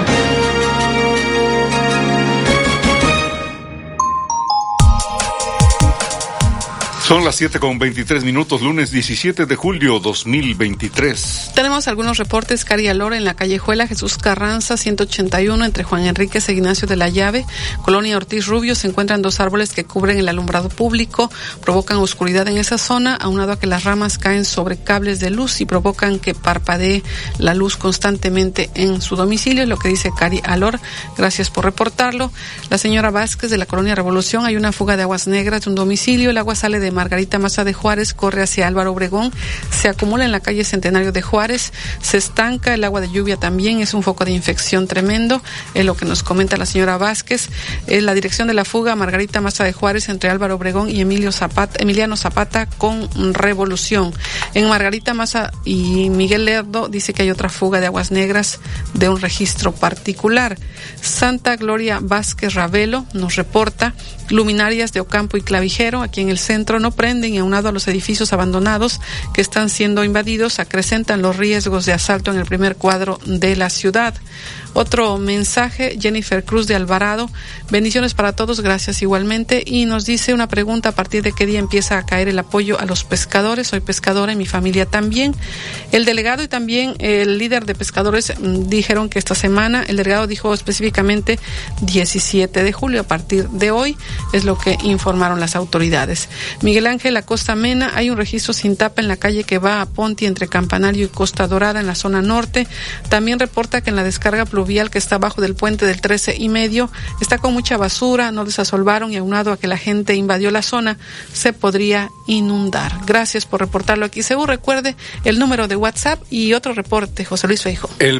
Speaker 2: Son las 7 con 23 minutos, lunes 17 de julio 2023.
Speaker 5: Tenemos algunos reportes. Cari Alor en la callejuela Jesús Carranza 181 entre Juan Enríquez e Ignacio de la Llave, Colonia Ortiz Rubio, se encuentran dos árboles que cubren el alumbrado público, provocan oscuridad en esa zona, aunado a que las ramas caen sobre cables de luz y provocan que parpadee la luz constantemente en su domicilio, es lo que dice Cari Alor. Gracias por reportarlo. La señora Vázquez de la Colonia Revolución, hay una fuga de aguas negras de un domicilio, el agua sale de Margarita Maza de Juárez, corre hacia Álvaro Obregón, se acumula en la calle Centenario de Juárez, se estanca, el agua de lluvia también es un foco de infección tremendo, es lo que nos comenta la señora Vázquez. La dirección de la fuga, Margarita Maza de Juárez, entre Álvaro Obregón y Emiliano Zapata con Revolución. En Margarita Maza y Miguel Lerdo dice que hay otra fuga de aguas negras de un registro particular. Santa Gloria Vázquez Ravelo nos reporta luminarias de Ocampo y Clavijero aquí en el centro no prenden y aunado a los edificios abandonados que están siendo invadidos acrecentan los riesgos de asalto en el primer cuadro de la ciudad. Otro mensaje, Jennifer Cruz de Alvarado, bendiciones para todos, gracias igualmente, y nos dice una pregunta: ¿a partir de qué día empieza a caer el apoyo a los pescadores? Soy pescadora y mi familia también. El delegado y también el líder de pescadores dijeron que esta semana, el delegado dijo específicamente 17 de julio, a partir de hoy, es lo que informaron las autoridades. Miguel Ángel Acosta Mena, hay un registro sin tapa en la calle que va a Ponti entre Campanario y Costa Dorada en la zona norte. También reporta que en la descarga pluvial que está abajo del puente del 13,5 está con mucha basura, no desasolvaron y aunado a que la gente invadió la zona, se podría inundar. Gracias por reportarlo aquí. XEU, recuerde el número de WhatsApp y otro reporte, José Luis Feijóo.
Speaker 2: El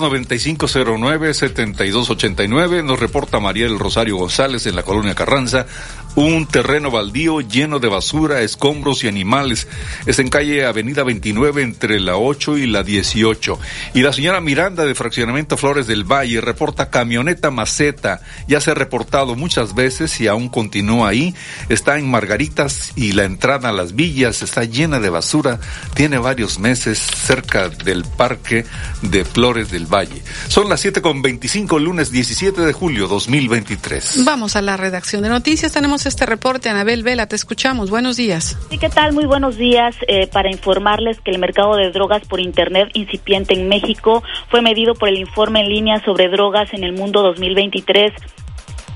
Speaker 2: 2295-09-7289 nos reporta María del Rosario González en la colonia Carranza. Un terreno baldío lleno de basura, escombros y animales. Es en calle Avenida 29 entre la 8 y la 18. Y la señora Miranda de Fraccionamiento Flores del Valle reporta camioneta maceta. Ya se ha reportado muchas veces y aún continúa ahí. Está en Margaritas y la entrada a las villas está llena de basura. Tiene varios meses cerca del parque de Flores del Valle. Son las 7:25, lunes 17 de julio 2023.
Speaker 5: Vamos a la redacción de noticias. Tenemos este reporte. Anabel Vela, te escuchamos. Buenos días.
Speaker 17: Sí, ¿qué tal? Muy buenos días. Para informarles que el mercado de drogas por Internet incipiente en México fue medido por el informe en línea sobre drogas en el mundo 2023.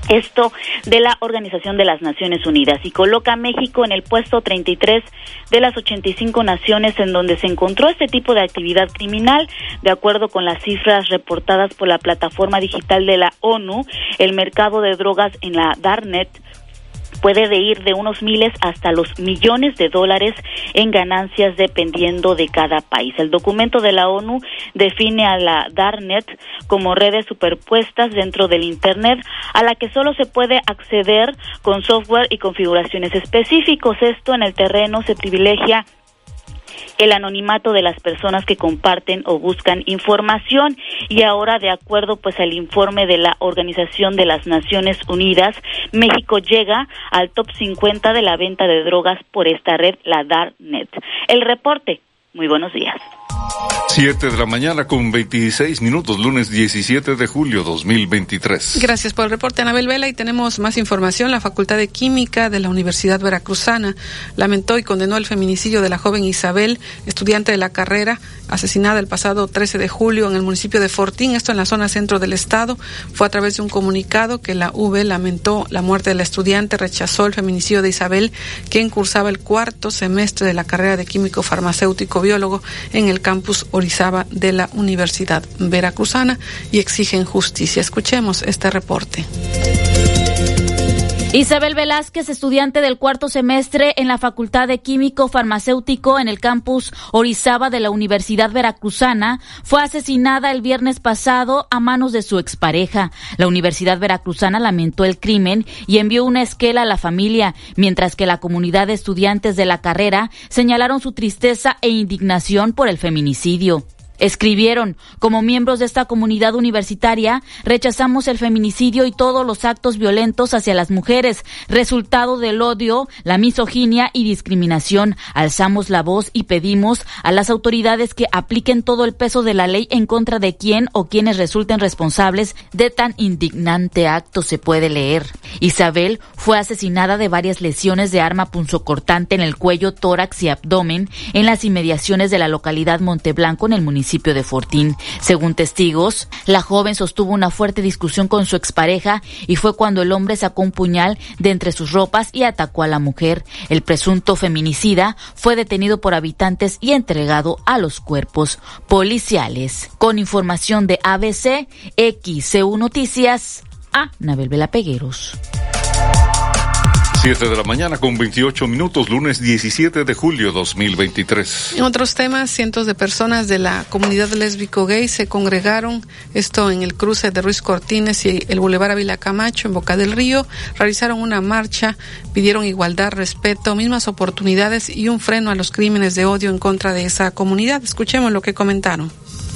Speaker 17: Esto de la Organización de las Naciones Unidas, y coloca a México en el puesto 33 de las 85 naciones en donde se encontró este tipo de actividad criminal. De acuerdo con las cifras reportadas por la plataforma digital de la ONU, el mercado de drogas en la Darknet puede ir de unos miles hasta los millones de dólares en ganancias dependiendo de cada país. El documento de la ONU define a la Darknet como redes superpuestas dentro del Internet a la que solo se puede acceder con software y configuraciones específicos. Esto en el terreno se privilegia el anonimato de las personas que comparten o buscan información. Y ahora, de acuerdo pues al informe de la Organización de las Naciones Unidas, México llega al top 50 de la venta de drogas por esta red, la Darknet. El reporte. Muy buenos días.
Speaker 2: 7 de la mañana con 26 minutos, lunes 17 de julio 2023.
Speaker 5: Gracias por el reporte, Anabel Vela, y tenemos más información. La Facultad de Química de la Universidad Veracruzana lamentó y condenó el feminicidio de la joven Isabel, estudiante de la carrera, asesinada el pasado 13 de julio en el municipio de Fortín, esto en la zona centro del estado. Fue a través de un comunicado que la UV lamentó la muerte de la estudiante, rechazó el feminicidio de Isabel, quien cursaba el 4º semestre de la carrera de químico farmacéutico biólogo en el campus Orizaba de la Universidad Veracruzana, y exigen justicia. Escuchemos este reporte.
Speaker 12: Isabel Velázquez, estudiante del 4º semestre en la Facultad de Químico Farmacéutico en el campus Orizaba de la Universidad Veracruzana, fue asesinada el viernes pasado a manos de su expareja. La Universidad Veracruzana lamentó el crimen y envió una esquela a la familia, mientras que la comunidad de estudiantes de la carrera señalaron su tristeza e indignación por el feminicidio. Escribieron: como miembros de esta comunidad universitaria, rechazamos el feminicidio y todos los actos violentos hacia las mujeres, resultado del odio, la misoginia y discriminación. Alzamos la voz y pedimos a las autoridades que apliquen todo el peso de la ley en contra de quien o quienes resulten responsables de tan indignante acto, se puede leer. Isabel fue asesinada de varias lesiones de arma punzocortante en el cuello, tórax y abdomen en las inmediaciones de la localidad Monteblanco, en el municipio de Fortín. Según testigos, la joven sostuvo una fuerte discusión con su expareja y fue cuando el hombre sacó un puñal de entre sus ropas y atacó a la mujer. El presunto feminicida fue detenido por habitantes y entregado a los cuerpos policiales. Con información de ABC, XCU Noticias, Anabel Vela Pegueros.
Speaker 2: 7 de la mañana con 28 minutos, lunes 17 de julio 2023.
Speaker 5: En otros temas, cientos de personas de la comunidad lésbico-gay se congregaron, esto en el cruce de Ruiz Cortines y el Boulevard Ávila Camacho, en Boca del Río. Realizaron una marcha, pidieron igualdad, respeto, mismas oportunidades y un freno a los crímenes de odio en contra de esa comunidad. Escuchemos lo que comentaron.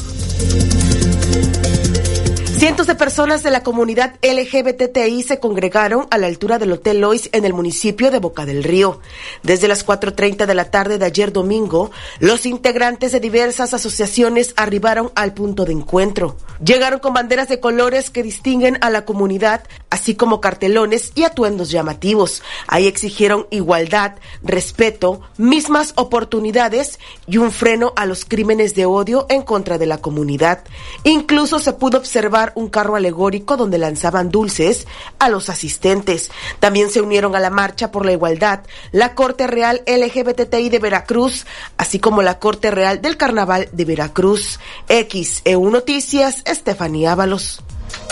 Speaker 18: Cientos de personas de la comunidad LGBTI se congregaron a la altura del Hotel Lois en el municipio de Boca del Río. Desde las 4:30 de la tarde de ayer domingo, los integrantes de diversas asociaciones arribaron al punto de encuentro. Llegaron con banderas de colores que distinguen a la comunidad, así como cartelones y atuendos llamativos. Ahí exigieron igualdad, respeto, mismas oportunidades y un freno a los crímenes de odio en contra de la comunidad. Incluso se pudo observar un carro alegórico donde lanzaban dulces a los asistentes. También se unieron a la marcha por la igualdad la Corte Real LGBTI de Veracruz, así como la Corte Real del Carnaval de Veracruz. XEU Noticias, Estefanía Ábalos.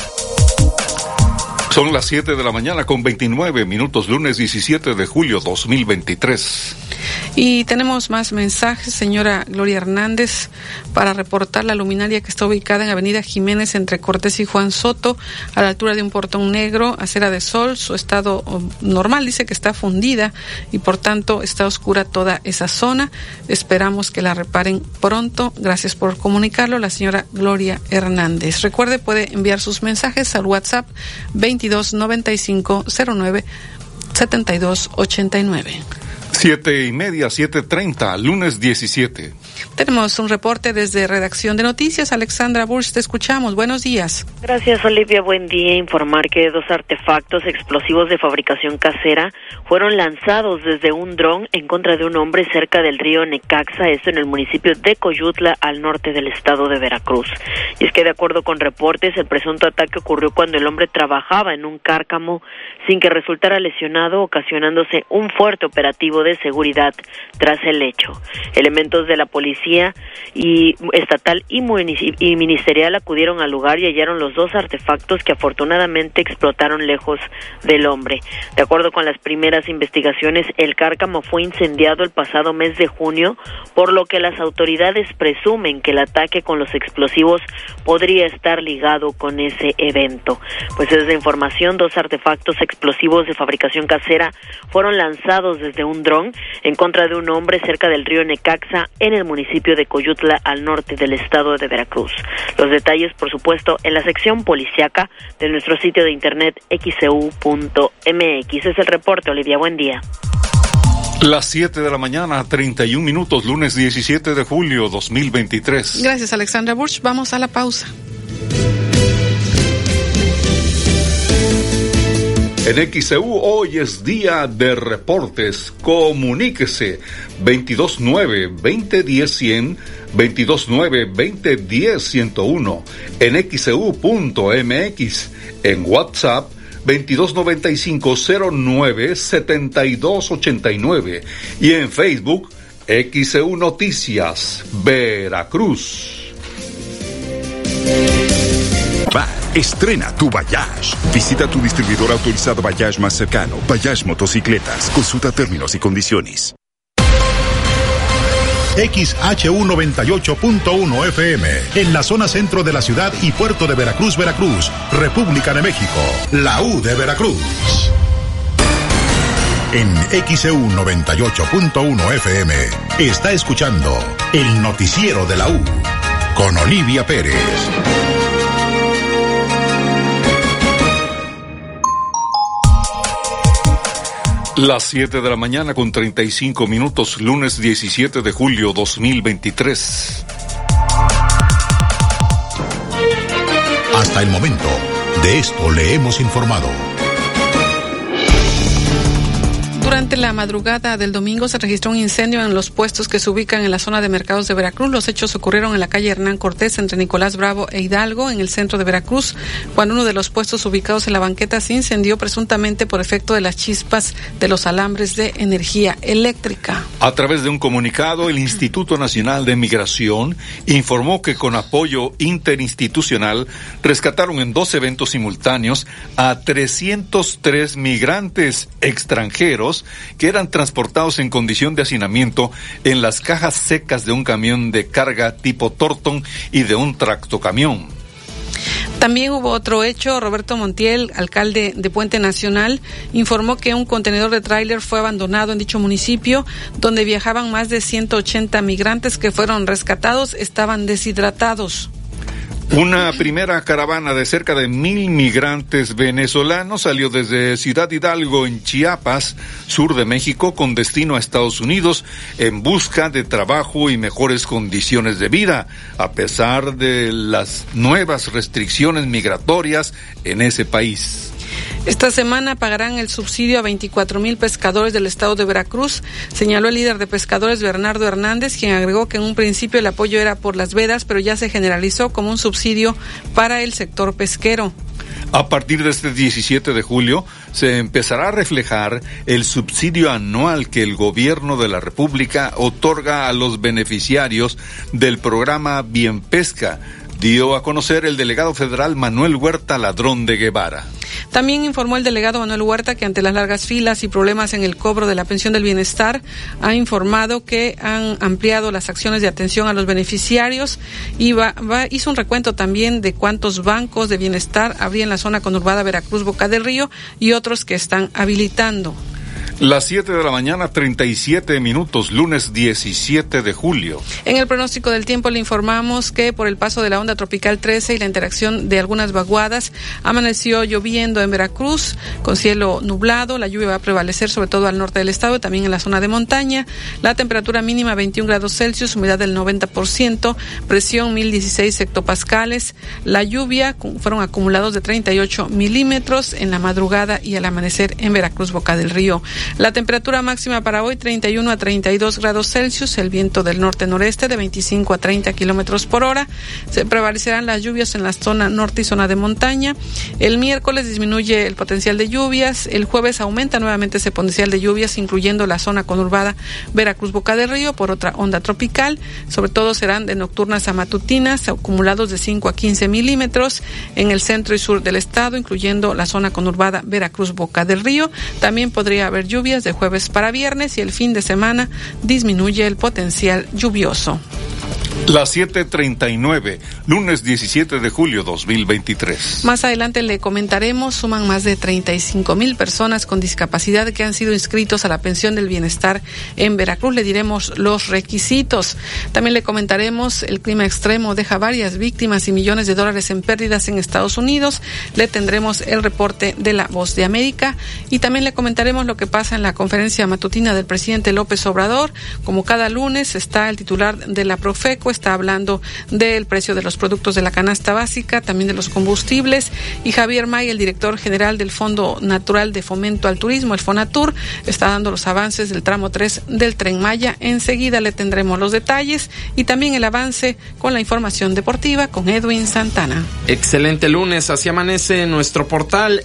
Speaker 2: Son las 7 de la mañana con 29 minutos, lunes 17 de julio 2023.
Speaker 5: Y tenemos más mensajes, señora Gloria Hernández, para reportar la luminaria que está ubicada en Avenida Jiménez entre Cortés y Juan Soto, a la altura de un portón negro, acera de sol. Su estado normal dice que está fundida y por tanto está oscura toda esa zona. Esperamos que la reparen pronto. Gracias por comunicarlo, la señora Gloria Hernández. Recuerde, puede enviar sus mensajes al WhatsApp 2295097289.
Speaker 2: 7:30, 7:30, lunes 17.
Speaker 5: Tenemos un reporte desde Redacción de Noticias. Alexandra Bursch, te escuchamos. Buenos días.
Speaker 19: Gracias, Olivia. Buen día. Informar que 2 artefactos explosivos de fabricación casera fueron lanzados desde un dron en contra de un hombre cerca del río Necaxa, esto en el municipio de Coyutla, al norte del estado de Veracruz. Y es que, de acuerdo con reportes, el presunto ataque ocurrió cuando el hombre trabajaba en un cárcamo sin que resultara lesionado, ocasionándose un fuerte operativo de seguridad tras el hecho. Elementos de la policía y estatal y ministerial acudieron al lugar y hallaron los 2 artefactos que afortunadamente explotaron lejos del hombre. De acuerdo con las primeras investigaciones, el cárcamo fue incendiado el pasado mes de junio, por lo que las autoridades presumen que el ataque con los explosivos podría estar ligado con ese evento. Pues desde información, 2 artefactos explosivos de fabricación casera fueron lanzados desde un dron en contra de un hombre cerca del río Necaxa en el municipio de Coyutla, al norte del estado de Veracruz. Los detalles, por supuesto, en la sección policiaca de nuestro sitio de internet xeu.mx. Es el reporte, Olivia. Buen día.
Speaker 2: Las 7 de la mañana, 31 minutos, lunes 17 de julio 2023.
Speaker 5: Gracias, Alexandra Bursch. Vamos a la pausa.
Speaker 2: En XEU hoy es día de reportes. Comuníquese 229-2010-100, 229-2010-101, en XEU.mx, en WhatsApp 2295-09-7289 y en Facebook XEU Noticias Veracruz.
Speaker 20: Estrena tu Bayash. Visita tu distribuidor autorizado Bayash más cercano. Bayash Motocicletas. Consulta términos y condiciones.
Speaker 3: XHU 98.1 FM, en la zona centro de la ciudad y puerto de Veracruz, Veracruz, República de México, la U de Veracruz. En XEU 98.1 FM, está escuchando el noticiero de la U, con Olivia Pérez.
Speaker 2: Las 7 de la mañana con 35 minutos, lunes 17 de julio 2023.
Speaker 3: Hasta el momento, de esto le hemos informado.
Speaker 5: Durante la madrugada del domingo se registró un incendio en los puestos que se ubican en la zona de mercados de Veracruz. Los hechos ocurrieron en la calle Hernán Cortés, entre Nicolás Bravo e Hidalgo, en el centro de Veracruz, cuando uno de los puestos ubicados en la banqueta se incendió presuntamente por efecto de las chispas de los alambres de energía eléctrica.
Speaker 2: A través de un comunicado, el Instituto Nacional de Migración informó que con apoyo interinstitucional rescataron en 2 eventos simultáneos a 303 migrantes extranjeros que eran transportados en condición de hacinamiento en las cajas secas de un camión de carga tipo Torton y de un tractocamión.
Speaker 5: También hubo otro hecho. Roberto Montiel, alcalde de Puente Nacional, informó que un contenedor de tráiler fue abandonado en dicho municipio, donde viajaban más de 180 migrantes que fueron rescatados, estaban deshidratados.
Speaker 2: Una primera caravana de cerca de 1,000 migrantes venezolanos salió desde Ciudad Hidalgo, en Chiapas, sur de México, con destino a Estados Unidos en busca de trabajo y mejores condiciones de vida, a pesar de las nuevas restricciones migratorias en ese país.
Speaker 5: Esta semana pagarán el subsidio a 24,000 pescadores del estado de Veracruz, señaló el líder de pescadores Bernardo Hernández, quien agregó que en un principio el apoyo era por las vedas, pero ya se generalizó como un subsidio para el sector pesquero.
Speaker 2: A partir de este 17 de julio se empezará a reflejar el subsidio anual que el gobierno de la República otorga a los beneficiarios del programa Bien Pesca, dio a conocer el delegado federal Manuel Huerta Ladrón de Guevara.
Speaker 5: También informó el delegado Manuel Huerta que ante las largas filas y problemas en el cobro de la pensión del bienestar, ha informado que han ampliado las acciones de atención a los beneficiarios y hizo un recuento también de cuántos bancos de bienestar habría en la zona conurbada Veracruz, Boca del Río y otros que están habilitando.
Speaker 2: Las 7 de la mañana, 37 minutos, lunes 17 de julio.
Speaker 5: En el pronóstico del tiempo le informamos que por el paso de la onda tropical 13 y la interacción de algunas vaguadas, amaneció lloviendo en Veracruz con cielo nublado. La lluvia va a prevalecer sobre todo al norte del estado y también en la zona de montaña. La temperatura mínima 21 grados Celsius, humedad del 90%, presión 1016 hectopascales. La lluvia fueron acumulados de 38 milímetros en la madrugada y al amanecer en Veracruz, Boca del Río. La temperatura máxima para hoy 31 a 32 grados Celsius, el viento del norte-noreste de 25 a 30 kilómetros por hora. Se prevalecerán las lluvias en la zona norte y zona de montaña. El miércoles disminuye el potencial de lluvias. El jueves aumenta nuevamente ese potencial de lluvias, incluyendo la zona conurbada Veracruz, Boca del Río, por otra onda tropical. Sobre todo serán de nocturnas a matutinas, acumulados de 5 a 15 milímetros en el centro y sur del estado, incluyendo la zona conurbada Veracruz, Boca del Río. También podría haber lluvias de jueves para viernes y el fin de semana disminuye el potencial lluvioso.
Speaker 2: Las 7:39, lunes 17 de julio 2023.
Speaker 5: Más adelante le comentaremos, suman más de 35,000 personas con discapacidad que han sido inscritos a la pensión del bienestar en Veracruz. Le diremos los requisitos. También le comentaremos, el clima extremo deja varias víctimas y millones de dólares en pérdidas en Estados Unidos. Le tendremos el reporte de La Voz de América y también le comentaremos lo que pasa en la conferencia matutina del presidente López Obrador. Como cada lunes está el titular de la Profeco, está hablando del precio de los productos de la canasta básica, también de los combustibles, y Javier May, el director general del Fondo Natural de Fomento al Turismo, el FONATUR, está dando los avances del tramo 3 del Tren Maya. Enseguida le tendremos los detalles y también el avance con la información deportiva con Edwin Santana.
Speaker 6: Excelente lunes, así amanece nuestro portal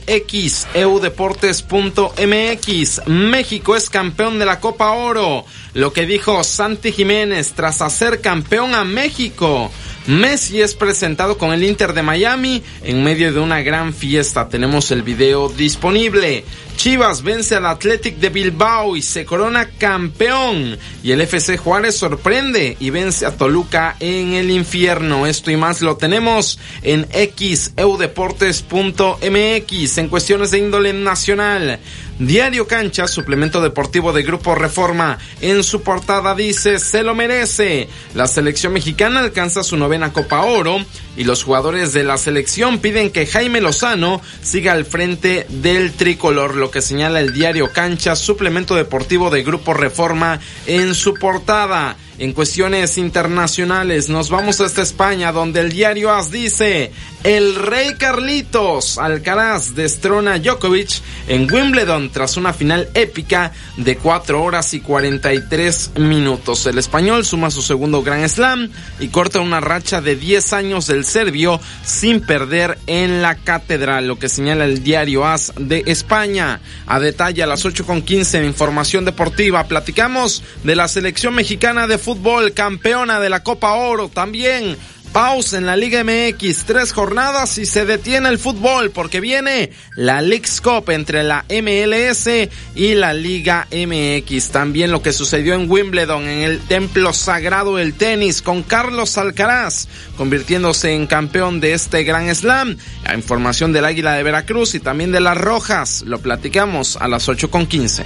Speaker 6: xeudeportes.mx. México es campeón de la Copa Oro. Lo que dijo Santi Jiménez tras hacer campeón a México. Messi es presentado con el Inter de Miami en medio de una gran fiesta. Tenemos el video disponible. Chivas vence al Athletic de Bilbao y se corona campeón. Y el FC Juárez sorprende y vence a Toluca en el infierno. Esto y más lo tenemos en xeudeportes.mx. En cuestiones de índole nacional, Diario Cancha, suplemento deportivo de Grupo Reforma, en su portada dice: se lo merece. La selección mexicana alcanza su 9ª Copa Oro y los jugadores de la selección piden que Jaime Lozano siga al frente del tricolor, lo que señala el Diario Cancha, suplemento deportivo de Grupo Reforma, en su portada. En cuestiones internacionales nos vamos hasta España, donde el diario AS dice: el rey Carlitos Alcaraz destrona a Djokovic en Wimbledon tras una final épica de 4 horas y 43 minutos. El español suma su segundo Grand Slam y corta una racha de 10 años del serbio sin perder en la catedral, lo que señala el diario AS de España. A detalle, a las 8:15 en información deportiva platicamos de la selección mexicana de fútbol, campeona de la Copa Oro. También pausa en la Liga MX, 3 jornadas y se detiene el fútbol porque viene la Leagues Cup entre la MLS y la Liga MX. También lo que sucedió en Wimbledon, en el templo sagrado del tenis, con Carlos Alcaraz convirtiéndose en campeón de este Grand Slam. La información del Águila de Veracruz y también de las Rojas lo platicamos a las 8:15.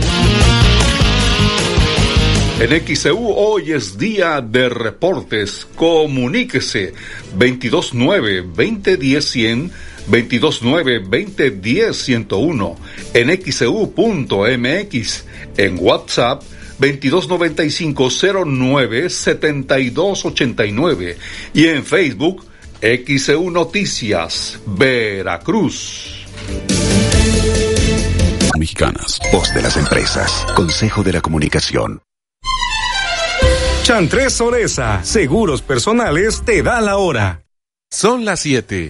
Speaker 2: En XEU hoy es día de reportes. Comuníquese 229-2010-100, 229-2010-101, en XEU.mx, en WhatsApp 2295-09-7289 y en Facebook XEU Noticias Veracruz.
Speaker 20: Mexicanas, voz de las empresas, Consejo de la Comunicación.
Speaker 16: Chantres Soresa, seguros personales, te da la hora.
Speaker 21: Son las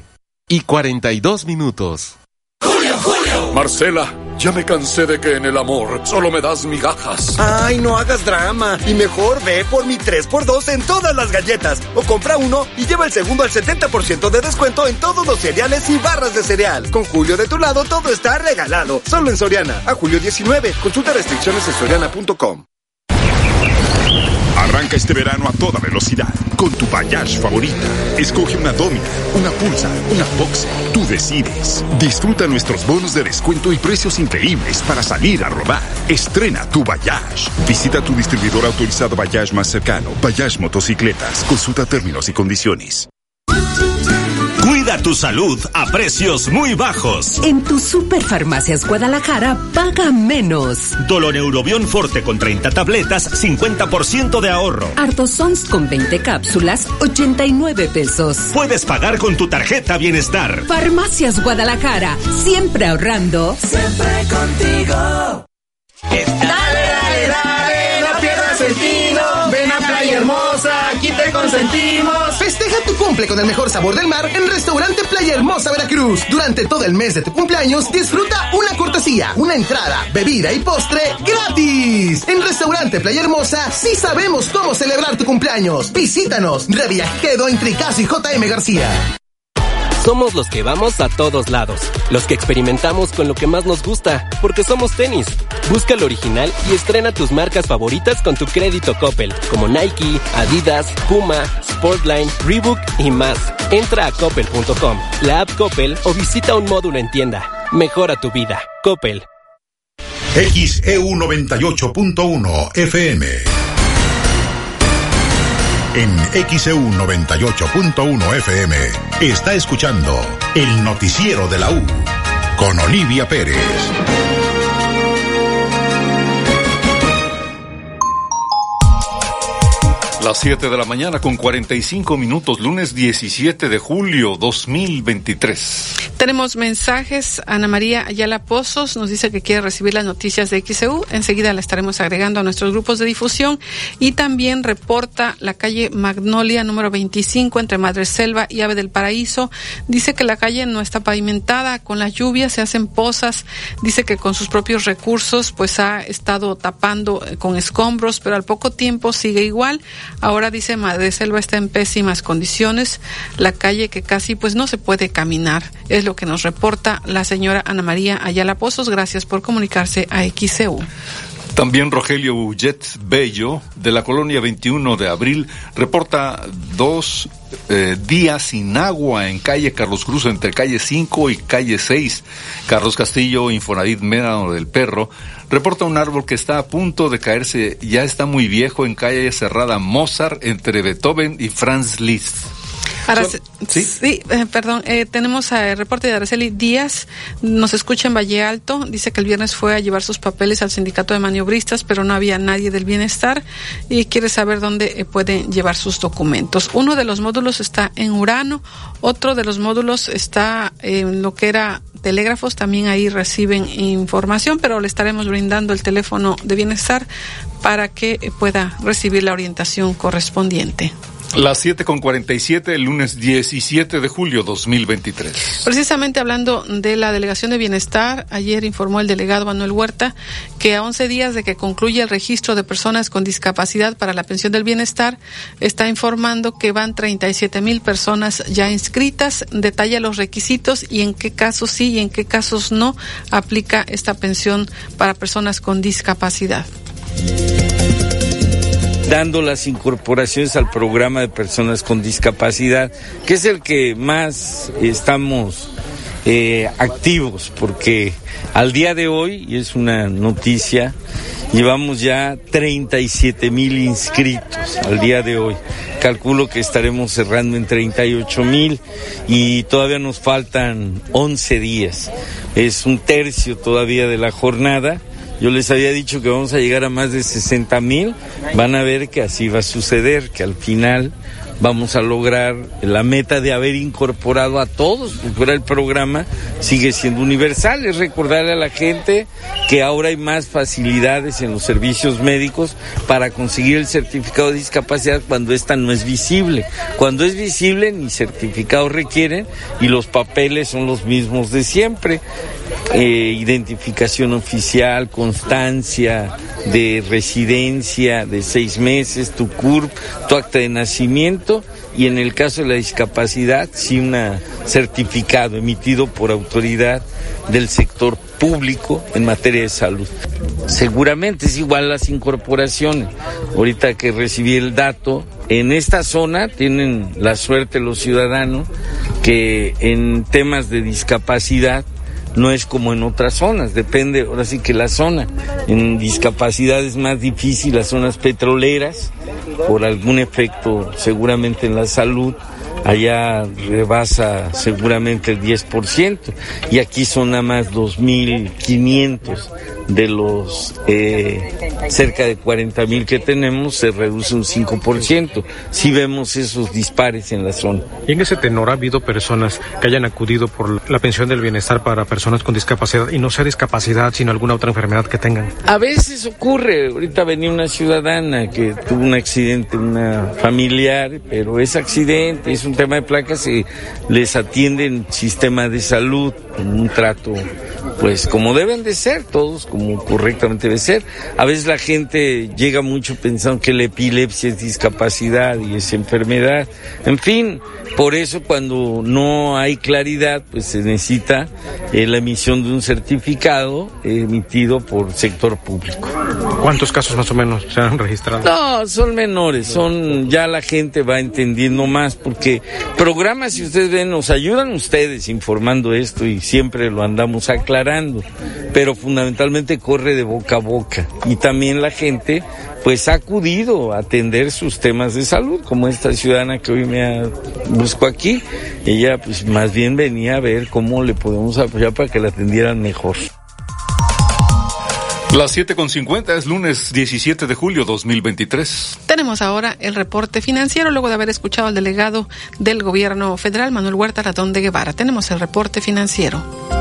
Speaker 21: 7:42.
Speaker 22: Julio. Marcela, ya me cansé de que en el amor solo me das migajas.
Speaker 23: Ay, no hagas drama y mejor ve por mi 3x2 en todas las galletas. O compra uno y lleva el segundo al 70% de descuento en todos los cereales y barras de cereal. Con Julio de tu lado todo está regalado. Solo en Soriana. A julio 19. Consulta restricciones en soriana.com.
Speaker 20: Arranca este verano a toda velocidad con tu Bayash favorita. Escoge una Dominar, una Pulsar, una Boxer. Tú decides. Disfruta nuestros bonos de descuento y precios increíbles para salir a rodar. Estrena tu Bayash. Visita tu distribuidor autorizado Bayash más cercano. Bayash Motocicletas. Consulta términos y condiciones.
Speaker 4: Cuida tu salud a precios muy bajos.
Speaker 7: En tu Superfarmacias Guadalajara, paga menos.
Speaker 4: Doloneurobion Forte con 30 tabletas, 50% de ahorro.
Speaker 7: Artosons con 20 cápsulas, 89 pesos.
Speaker 4: Puedes pagar con tu tarjeta Bienestar.
Speaker 7: Farmacias Guadalajara, siempre ahorrando.
Speaker 21: Siempre contigo.
Speaker 24: Dale, no pierdas el tino. Ven a Playa Hermosa, aquí te consentimos.
Speaker 25: Festeja tu cumple con el mejor sabor del mar en Restaurante Playa Hermosa Veracruz. Durante todo el mes de tu cumpleaños, disfruta una cortesía, una entrada, bebida y postre gratis. En Restaurante Playa Hermosa, sí sabemos cómo celebrar tu cumpleaños. Visítanos, Reviajedo, entre Caso y J.M. García.
Speaker 26: Somos los que vamos a todos lados, los que experimentamos con lo que más nos gusta, porque somos tenis. Busca lo original y estrena tus marcas favoritas con tu crédito Coppel, como Nike, Adidas, Puma, Sportline, Reebok y más. Entra a coppel.com, la app Coppel o visita un módulo en tienda. Mejora tu vida. Coppel.
Speaker 3: XEU 98.1 FM. En XEU 98.1 FM está escuchando el noticiero de la U con Olivia Pérez.
Speaker 2: Las 7 de la mañana con 45 minutos, lunes 17 de julio 2023.
Speaker 5: Tenemos mensajes. Ana María Ayala Pozos nos dice que quiere recibir las noticias de XEU. Enseguida la estaremos agregando a nuestros grupos de difusión. Y también reporta la calle Magnolia número 25 entre Madreselva y Ave del Paraíso. Dice que la calle no está pavimentada. Con las lluvias se hacen pozas. Dice que con sus propios recursos pues ha estado tapando con escombros, pero al poco tiempo sigue igual. Ahora dice Madreselva está en pésimas condiciones. La calle que casi pues no se puede caminar. Es lo que nos reporta la señora Ana María Ayala Pozos. Gracias por comunicarse a XEU.
Speaker 2: También Rogelio Ullet Bello, de la colonia 21 de Abril, reporta 2 días sin agua en calle Carlos Cruz, entre calle 5 y calle 6. Carlos Castillo, Infonavit Médano del Perro, reporta un árbol que está a punto de caerse, ya está muy viejo, en calle Cerrada Mozart, entre Beethoven y Franz Liszt.
Speaker 5: Tenemos el reporte de Araceli Díaz, nos escucha en Valle Alto, dice que el viernes fue a llevar sus papeles al sindicato de maniobristas, pero no había nadie del bienestar y quiere saber dónde pueden llevar sus documentos. Uno de los módulos está en Urano, otro de los módulos está en lo que era telégrafos, también ahí reciben información, pero le estaremos brindando el teléfono de bienestar para que pueda recibir la orientación correspondiente.
Speaker 2: Las 7:47, el lunes 17 de julio 2023.
Speaker 5: Precisamente hablando de la Delegación de Bienestar, ayer informó el delegado Manuel Huerta que a 11 días de que concluya el registro de personas con discapacidad para la pensión del bienestar, está informando que van 37,000 personas ya inscritas. Detalla los requisitos y en qué casos sí y en qué casos no aplica esta pensión para personas con discapacidad.
Speaker 11: Dando las incorporaciones al programa de personas con discapacidad, que es el que más estamos activos, porque al día de hoy, y es una noticia, llevamos ya 37,000 inscritos al día de hoy. Calculo que estaremos cerrando en 38,000 y todavía nos faltan 11 días. Es un tercio todavía de la jornada. Yo les había dicho que vamos a llegar a más de 60,000. Van a ver que así va a suceder, que al final vamos a lograr la meta de haber incorporado a todos, porque el programa sigue siendo universal. Es recordarle a la gente que ahora hay más facilidades en los servicios médicos para conseguir el certificado de discapacidad cuando esta no es visible. Cuando es visible, ni certificado requieren y los papeles son los mismos de siempre. Identificación oficial, constancia de residencia de 6 meses, tu CURP, tu acta de nacimiento y en el caso de la discapacidad, sí un certificado emitido por autoridad del sector público en materia de salud. seguramente es igual las incorporaciones. Ahorita que recibí el dato, en esta zona tienen la suerte los ciudadanos que en temas de discapacidad no es como en otras zonas, depende, ahora sí que la zona. En discapacidad es más difícil las zonas petroleras, por algún efecto seguramente en la salud, allá rebasa seguramente el 10%, y aquí son nada más 2.500 de los cerca de 40,000 que tenemos, se reduce un 5%. Sí vemos esos dispares en la zona.
Speaker 1: Y en ese tenor ha habido personas que hayan acudido por la pensión del bienestar para personas con discapacidad, y no sea discapacidad, sino alguna otra enfermedad que tengan.
Speaker 11: A veces ocurre, ahorita venía una ciudadana que tuvo un accidente, una familiar, pero es accidente, es un tema de placas, y les atienden sistema de salud, un trato pues como deben de ser todos, como correctamente debe ser. A veces la gente llega mucho pensando que la epilepsia es discapacidad y es enfermedad. En fin, por eso cuando no hay claridad, pues se necesita la emisión de un certificado emitido por sector público.
Speaker 1: ¿Cuántos casos más o menos se han registrado?
Speaker 11: No, son menores, ya la gente va entendiendo más, porque programas, si ustedes ven, nos ayudan ustedes informando esto y siempre lo andamos aclarando, pero fundamentalmente corre de boca a boca, y también la gente pues ha acudido a atender sus temas de salud, como esta ciudadana que hoy busco aquí. Ella pues más bien venía a ver cómo le podemos apoyar para que la atendieran mejor.
Speaker 2: Las 7:50 es lunes 17 de julio 2023.
Speaker 5: Tenemos ahora el reporte financiero, luego de haber escuchado al delegado del gobierno federal, Manuel Huerta Latón de Guevara. Tenemos el reporte financiero.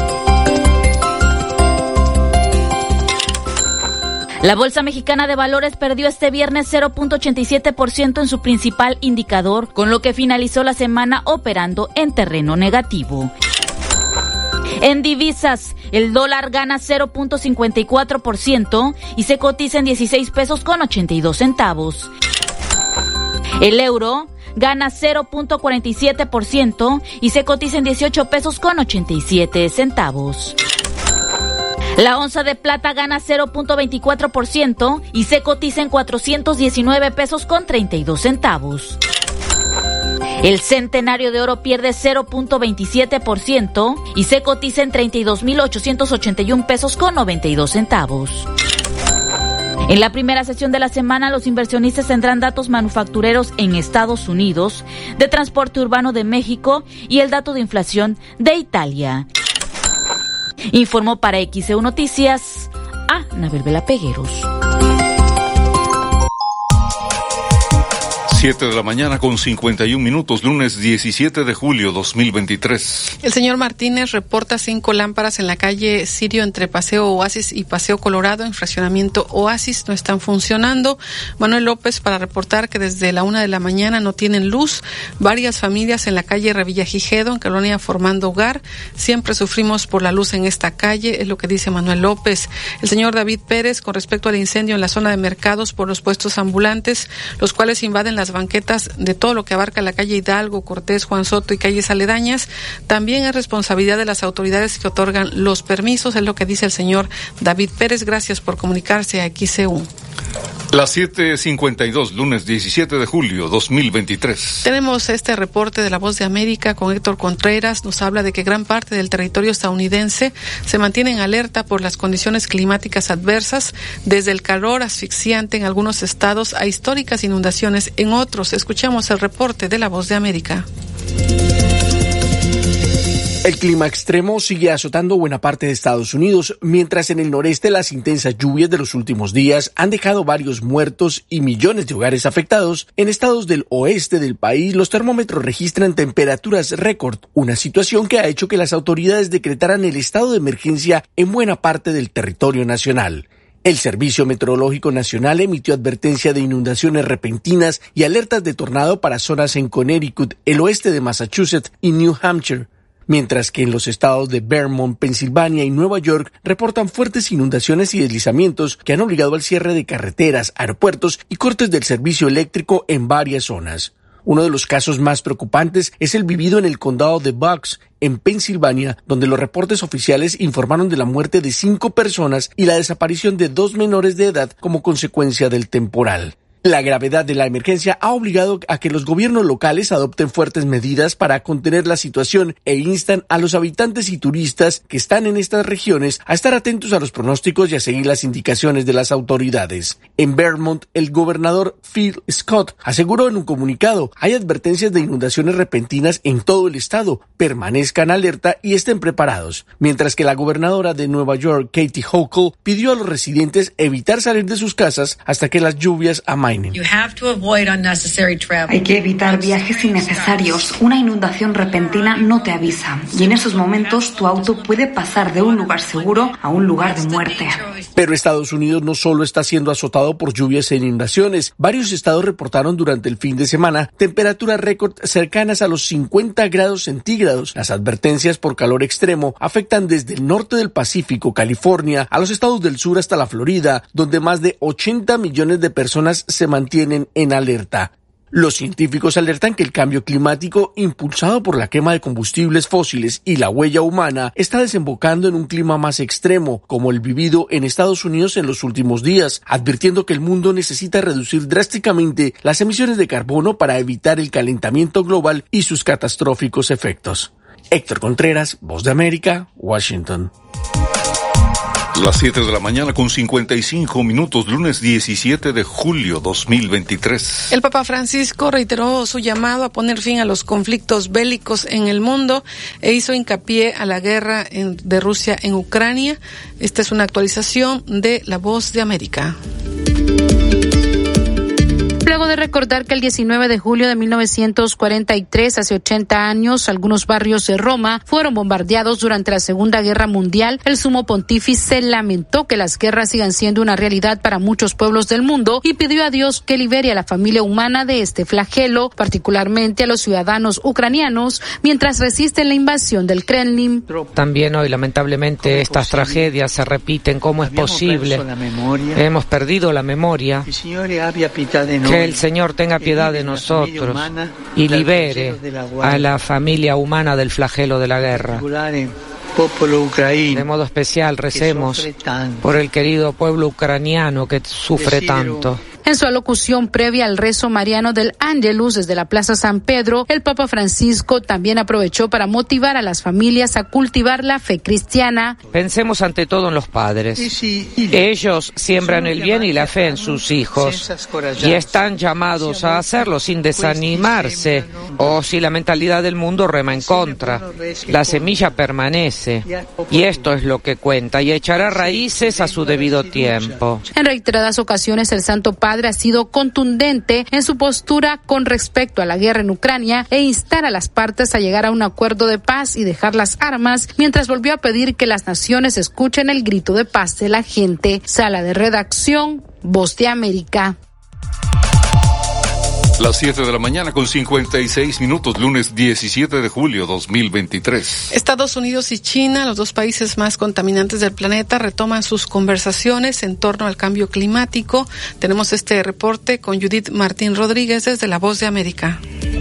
Speaker 12: La Bolsa Mexicana de Valores perdió este viernes 0.87% en su principal indicador, con lo que finalizó la semana operando en terreno negativo. En divisas, el dólar gana 0.54% y se cotiza en 16 pesos con 82 centavos. El euro gana 0.47% y se cotiza en 18 pesos con 87 centavos. La onza de plata gana 0.24% y se cotiza en 419 pesos con 32 centavos. El centenario de oro pierde 0.27% y se cotiza en 32.881 pesos con 92 centavos. En la primera sesión de la semana, los inversionistas tendrán datos manufactureros en Estados Unidos, de transporte urbano de México y el dato de inflación de Italia. Informó para XEU Noticias Anabel Vela Pegueros.
Speaker 2: 7 de la mañana con 51 minutos, lunes 17 de julio 2023.
Speaker 5: El señor Martínez reporta 5 lámparas en la calle Sirio entre Paseo Oasis y Paseo Colorado en fraccionamiento Oasis no están funcionando. Manuel López para reportar que desde la 1 de la mañana no tienen luz. Varias familias en la calle Revillagigedo, en Colonia Formando Hogar. Siempre sufrimos por la luz en esta calle, es lo que dice Manuel López. El señor David Pérez con respecto al incendio en la zona de mercados por los puestos ambulantes, los cuales invaden las banquetas de todo lo que abarca la calle Hidalgo, Cortés, Juan Soto y calles aledañas. También es responsabilidad de las autoridades que otorgan los permisos, es lo que dice el señor David Pérez. Gracias por comunicarse a XEU.
Speaker 2: Las 7:52, lunes 17 de julio 2023.
Speaker 5: Tenemos este reporte de La Voz de América con Héctor Contreras. Nos habla de que gran parte del territorio estadounidense se mantiene en alerta por las condiciones climáticas adversas, desde el calor asfixiante en algunos estados a históricas inundaciones en otros. Escuchamos el reporte de La Voz de América.
Speaker 8: El clima extremo sigue azotando buena parte de Estados Unidos, mientras en el noreste las intensas lluvias de los últimos días han dejado varios muertos y millones de hogares afectados. En estados del oeste del país, los termómetros registran temperaturas récord, una situación que ha hecho que las autoridades decretaran el estado de emergencia en buena parte del territorio nacional. El Servicio Meteorológico Nacional emitió advertencia de inundaciones repentinas y alertas de tornado para zonas en Connecticut, el oeste de Massachusetts y New Hampshire, mientras que en los estados de Vermont, Pensilvania y Nueva York reportan fuertes inundaciones y deslizamientos que han obligado al cierre de carreteras, aeropuertos y cortes del servicio eléctrico en varias zonas. Uno de los casos más preocupantes es el vivido en el condado de Bucks, en Pensilvania, donde los reportes oficiales informaron de la muerte de 5 personas y la desaparición de 2 menores de edad como consecuencia del temporal. La gravedad de la emergencia ha obligado a que los gobiernos locales adopten fuertes medidas para contener la situación e instan a los habitantes y turistas que están en estas regiones a estar atentos a los pronósticos y a seguir las indicaciones de las autoridades. En Vermont, el gobernador Phil Scott aseguró en un comunicado: hay advertencias de inundaciones repentinas en todo el estado, permanezcan alerta y estén preparados. Mientras que la gobernadora de Nueva York, Kathy Hochul, pidió a los residentes evitar salir de sus casas hasta que las lluvias amainen.
Speaker 9: Hay que evitar viajes innecesarios. Una inundación repentina no te avisa y en esos momentos tu auto puede pasar de un lugar seguro a un lugar de muerte.
Speaker 8: Pero Estados Unidos no solo está siendo azotado por lluvias e inundaciones. Varios estados reportaron durante el fin de semana temperaturas récord cercanas a los 50 grados centígrados. Las advertencias por calor extremo afectan desde el norte del Pacífico, California, a los estados del sur hasta la Florida, donde más de 80 millones de personas se mantienen en alerta. Los científicos alertan que el cambio climático, impulsado por la quema de combustibles fósiles y la huella humana, está desembocando en un clima más extremo, como el vivido en Estados Unidos en los últimos días, advirtiendo que el mundo necesita reducir drásticamente las emisiones de carbono para evitar el calentamiento global y sus catastróficos efectos. Héctor Contreras, Voz de América, Washington.
Speaker 2: Las 7 de la mañana con 55 minutos, lunes 17 de julio 2023.
Speaker 5: El Papa Francisco reiteró su llamado a poner fin a los conflictos bélicos en el mundo e hizo hincapié a la guerra de Rusia en Ucrania. Esta es una actualización de La Voz de América.
Speaker 10: Luego de recordar que el 19 de julio de 1943, hace 80 años, algunos barrios de Roma fueron bombardeados durante la Segunda Guerra Mundial, el sumo pontífice lamentó que las guerras sigan siendo una realidad para muchos pueblos del mundo y pidió a Dios que libere a la familia humana de este flagelo, particularmente a los ciudadanos ucranianos, mientras resisten la invasión del Kremlin.
Speaker 13: También hoy, lamentablemente, estas tragedias se repiten. ¿Cómo es posible? Hemos perdido la memoria. Que el Señor tenga piedad de nosotros y libere a la familia humana del flagelo de la guerra. De modo especial, recemos por el querido pueblo ucraniano que sufre tanto.
Speaker 10: En su alocución previa al rezo mariano del Ángelus desde la Plaza San Pedro, el Papa Francisco también aprovechó para motivar a las familias a cultivar la fe cristiana.
Speaker 13: Pensemos ante todo en los padres. Ellos siembran el bien y la fe en sus hijos y están llamados a hacerlo sin desanimarse o si la mentalidad del mundo rema en contra. La semilla permanece y esto es lo que cuenta y echará raíces a su debido tiempo.
Speaker 10: En reiteradas ocasiones el Santo Padre ha sido contundente en su postura con respecto a la guerra en Ucrania e instar a las partes a llegar a un acuerdo de paz y dejar las armas, mientras volvió a pedir que las naciones escuchen el grito de paz de la gente. Sala de redacción, Voz de América.
Speaker 2: Las 7 de la mañana con 56 minutos, lunes 17 de julio 2023.
Speaker 5: Estados Unidos y China, los dos países más contaminantes del planeta, retoman sus conversaciones en torno al cambio climático. Tenemos este reporte con Judith Martín Rodríguez desde La Voz de América.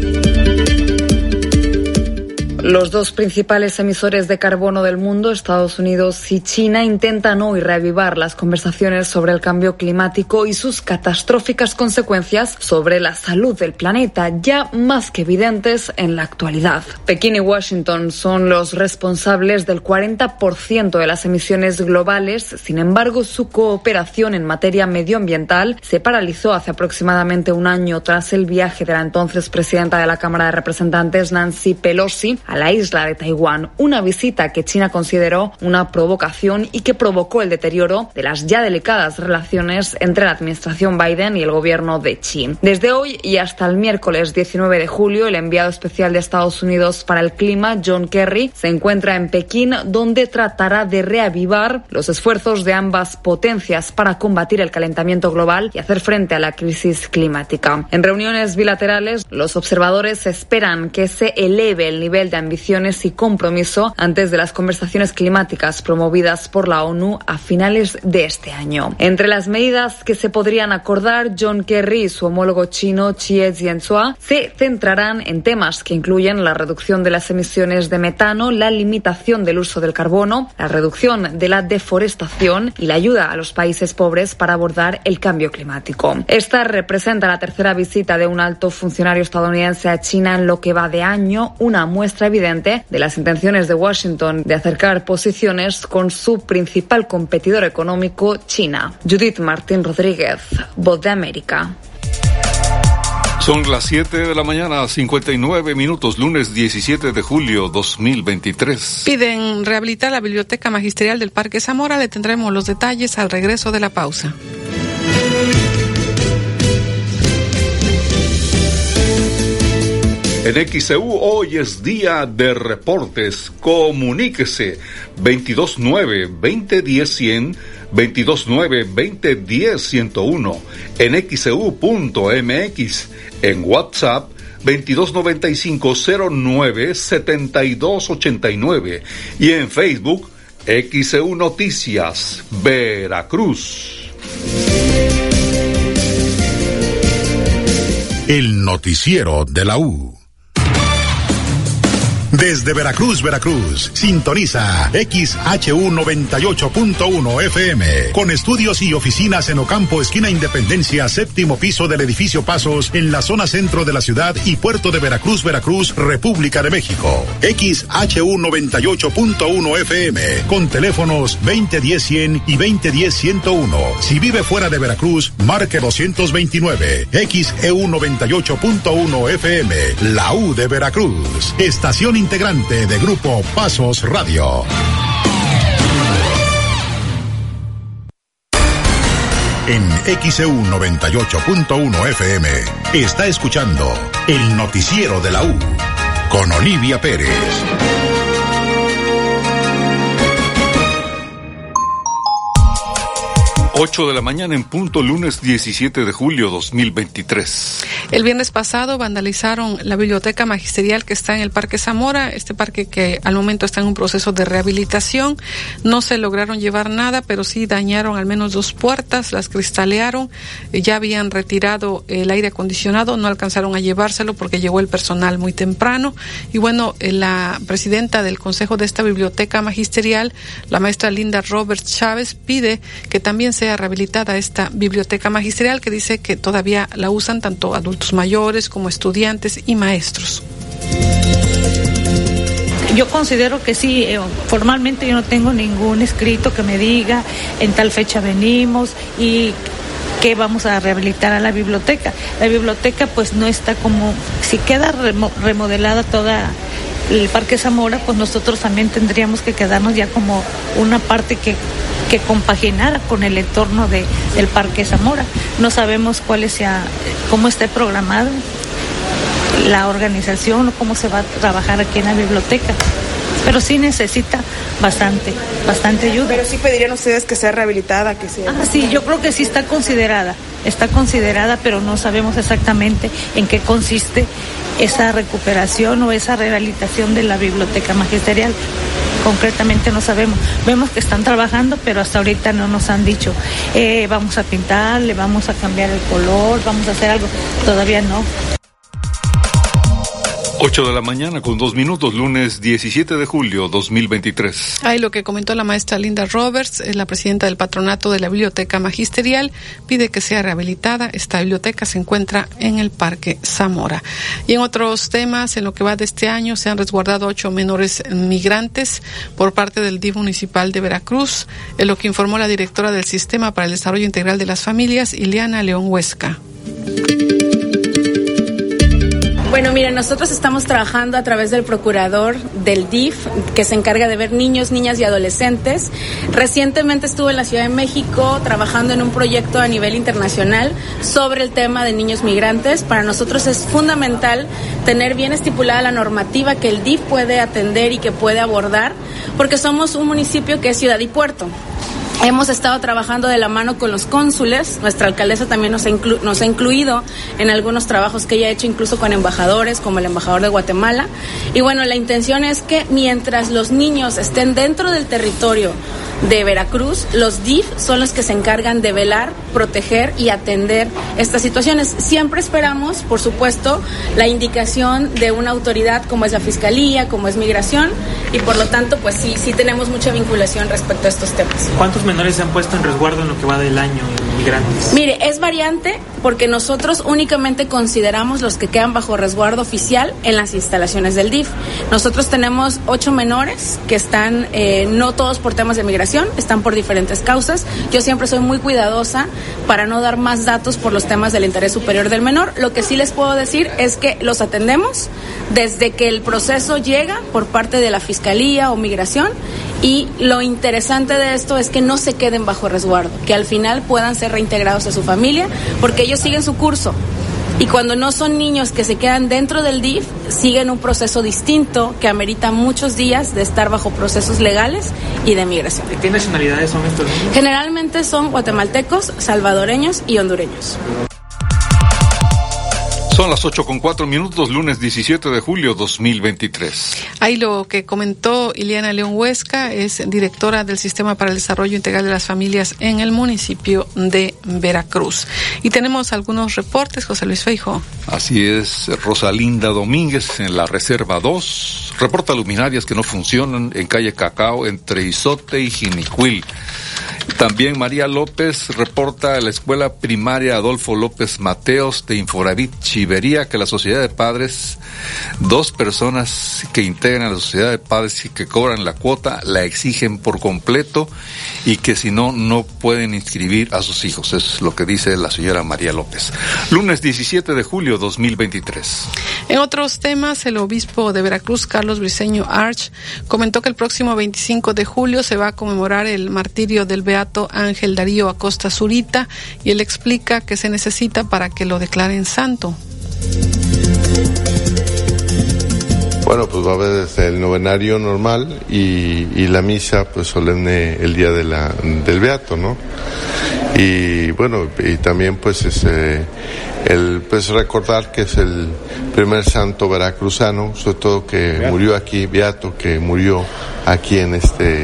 Speaker 9: Los dos principales emisores de carbono del mundo, Estados Unidos y China, intentan hoy reavivar las conversaciones sobre el cambio climático y sus catastróficas consecuencias sobre la salud del planeta, ya más que evidentes en la actualidad. Pekín y Washington son los responsables del 40% de las emisiones globales. Sin embargo, su cooperación en materia medioambiental se paralizó hace aproximadamente un año tras el viaje de la entonces presidenta de la Cámara de Representantes, Nancy Pelosi, a la isla de Taiwán, una visita que China consideró una provocación y que provocó el deterioro de las ya delicadas relaciones entre la administración Biden y el gobierno de Xi. Desde hoy y hasta el miércoles 19 de julio, el enviado especial de Estados Unidos para el clima, John Kerry, se encuentra en Pekín, donde tratará de reavivar los esfuerzos de ambas potencias para combatir el calentamiento global y hacer frente a la crisis climática. En reuniones bilaterales, los observadores esperan que se eleve el nivel de ambiciones y compromiso antes de las conversaciones climáticas promovidas por la ONU a finales de este año. Entre las medidas que se podrían acordar, John Kerry y su homólogo chino Xie Jianzhua se centrarán en temas que incluyen la reducción de las emisiones de metano, la limitación del uso del carbono, la reducción de la deforestación y la ayuda a los países pobres para abordar el cambio climático. Esta representa la tercera visita de un alto funcionario estadounidense a China en lo que va de año, una muestra evidente de las intenciones de Washington de acercar posiciones con su principal competidor económico, China. Judith Martín Rodríguez, Voz de América.
Speaker 2: Son las 7 de la mañana, 59 minutos, lunes 17 de julio 2023.
Speaker 5: Piden rehabilitar la biblioteca magisterial del Parque Zamora. Le tendremos los detalles al regreso de la pausa.
Speaker 2: En XEU hoy es día de reportes. Comuníquese 229-2010-100, 229-2010-101, en XEU.mx, en WhatsApp 2295-09-7289 y en Facebook XEU Noticias, Veracruz.
Speaker 3: El noticiero de la U. Desde Veracruz, Veracruz, sintoniza XHU 98.1 FM, con estudios y oficinas en Ocampo, esquina Independencia, séptimo piso del edificio Pasos, en la zona centro de la ciudad y puerto de Veracruz, Veracruz, República de México. XHU 98.1 FM, con teléfonos 2010-100 y 2010-101. Si vive fuera de Veracruz, marque 229. XEU 98.1 FM, la U de Veracruz, estación integrante de Grupo Pasos Radio. En XEU 98.1 FM está escuchando el noticiero de la U con Olivia Pérez.
Speaker 2: 8 de la mañana en punto, lunes 17 de julio 2023.
Speaker 5: El viernes pasado vandalizaron la biblioteca magisterial que está en el Parque Zamora, este parque que al momento está en un proceso de rehabilitación. No se lograron llevar nada, pero sí dañaron al menos 2 puertas, las cristalearon, ya habían retirado el aire acondicionado, no alcanzaron a llevárselo porque llegó el personal muy temprano. Y bueno, la presidenta del consejo de esta biblioteca magisterial, la maestra Linda Roberts Chávez, pide que también sea rehabilitada esta biblioteca magisterial, que dice que todavía la usan tanto adultos mayores como estudiantes y maestros.
Speaker 6: Yo considero que sí, formalmente yo no tengo ningún escrito que me diga en tal fecha venimos y que vamos a rehabilitar a la biblioteca. La biblioteca pues no está como, si queda remodelada toda el Parque Zamora, pues nosotros también tendríamos que quedarnos ya como una parte que compaginara con el entorno del Parque Zamora. No sabemos cómo esté programado la organización o cómo se va a trabajar aquí en la biblioteca, pero sí necesita bastante ayuda.
Speaker 14: Pero sí pedirían ustedes que sea rehabilitada, que sea...
Speaker 6: Sí, yo creo que sí está considerada, pero no sabemos exactamente en qué consiste esa recuperación o esa rehabilitación de la biblioteca magisterial. Concretamente no sabemos. Vemos que están trabajando, pero hasta ahorita no nos han dicho, vamos a pintar, le vamos a cambiar el color, vamos a hacer algo. Todavía no.
Speaker 2: 8 de la mañana con 2 minutos, lunes 17 de julio 2023.
Speaker 5: Ahí lo que comentó la maestra Linda Roberts, la presidenta del patronato de la biblioteca magisterial, pide que sea rehabilitada. Esta biblioteca se encuentra en el Parque Zamora. Y en otros temas, en lo que va de este año, se han resguardado 8 menores migrantes por parte del DIF municipal de Veracruz, en lo que informó la directora del Sistema para el Desarrollo Integral de las Familias, Ileana León Huesca.
Speaker 15: Bueno, miren, nosotros estamos trabajando a través del procurador del DIF, que se encarga de ver niños, niñas y adolescentes. Recientemente estuve en la Ciudad de México trabajando en un proyecto a nivel internacional sobre el tema de niños migrantes. Para nosotros es fundamental tener bien estipulada la normativa que el DIF puede atender y que puede abordar, porque somos un municipio que es ciudad y puerto. Hemos estado trabajando de la mano con los cónsules. Nuestra alcaldesa también nos ha incluido en algunos trabajos que ella ha hecho, incluso con embajadores, como el embajador de Guatemala. Y bueno, la intención es que mientras los niños estén dentro del territorio de Veracruz, los DIF son los que se encargan de velar, proteger y atender estas situaciones. Siempre esperamos, por supuesto, la indicación de una autoridad como es la Fiscalía, como es Migración, y por lo tanto, pues sí tenemos mucha vinculación respecto a estos temas.
Speaker 16: ¿Cuántos menores se han puesto en resguardo en lo que va del año, migrantes?
Speaker 15: Mire, es variante porque nosotros únicamente consideramos los que quedan bajo resguardo oficial en las instalaciones del DIF. Nosotros tenemos 8 menores que están, no todos por temas de migración, están por diferentes causas. Yo siempre soy muy cuidadosa para no dar más datos por los temas del interés superior del menor. Lo que sí les puedo decir es que los atendemos desde que el proceso llega por parte de la Fiscalía o Migración, y lo interesante de esto es que no se queden bajo resguardo, que al final puedan ser reintegrados a su familia, porque ellos siguen su curso. Y cuando no son niños que se quedan dentro del DIF, siguen un proceso distinto que amerita muchos días de estar bajo procesos legales y de migración.
Speaker 16: ¿De qué nacionalidades son estos niños?
Speaker 15: Generalmente son guatemaltecos, salvadoreños y hondureños.
Speaker 2: Son las 8:04, lunes 17 de julio 2023.
Speaker 5: Ahí lo que comentó Ileana León Huesca, es directora del Sistema para el Desarrollo Integral de las Familias en el municipio de Veracruz. Y tenemos algunos reportes, José Luis Feijóo.
Speaker 2: Así es, Rosalinda Domínguez en la Reserva 2 reporta luminarias que no funcionan en calle Cacao entre Izote y Jinicuil. También María López reporta a la escuela primaria Adolfo López Mateos de Infonavit Chivería que la sociedad de padres, 2 personas que integran la sociedad de padres y que cobran la cuota, la exigen por completo y que si no, no pueden inscribir a sus hijos. Es lo que dice la señora María López. Lunes 17 de julio 2023.
Speaker 5: En otros temas, el obispo de Veracruz, Carlos Briceño Arch, comentó que el próximo 25 de julio se va a conmemorar el martirio del beato Ángel Darío Acosta Zurita, y él explica que se necesita para que lo declaren santo.
Speaker 17: Bueno, pues va a haber el novenario normal y la misa pues solemne el día del beato, ¿no? Y bueno, y también pues pues recordar que es el primer santo veracruzano, sobre todo que murió aquí, beato, que murió aquí en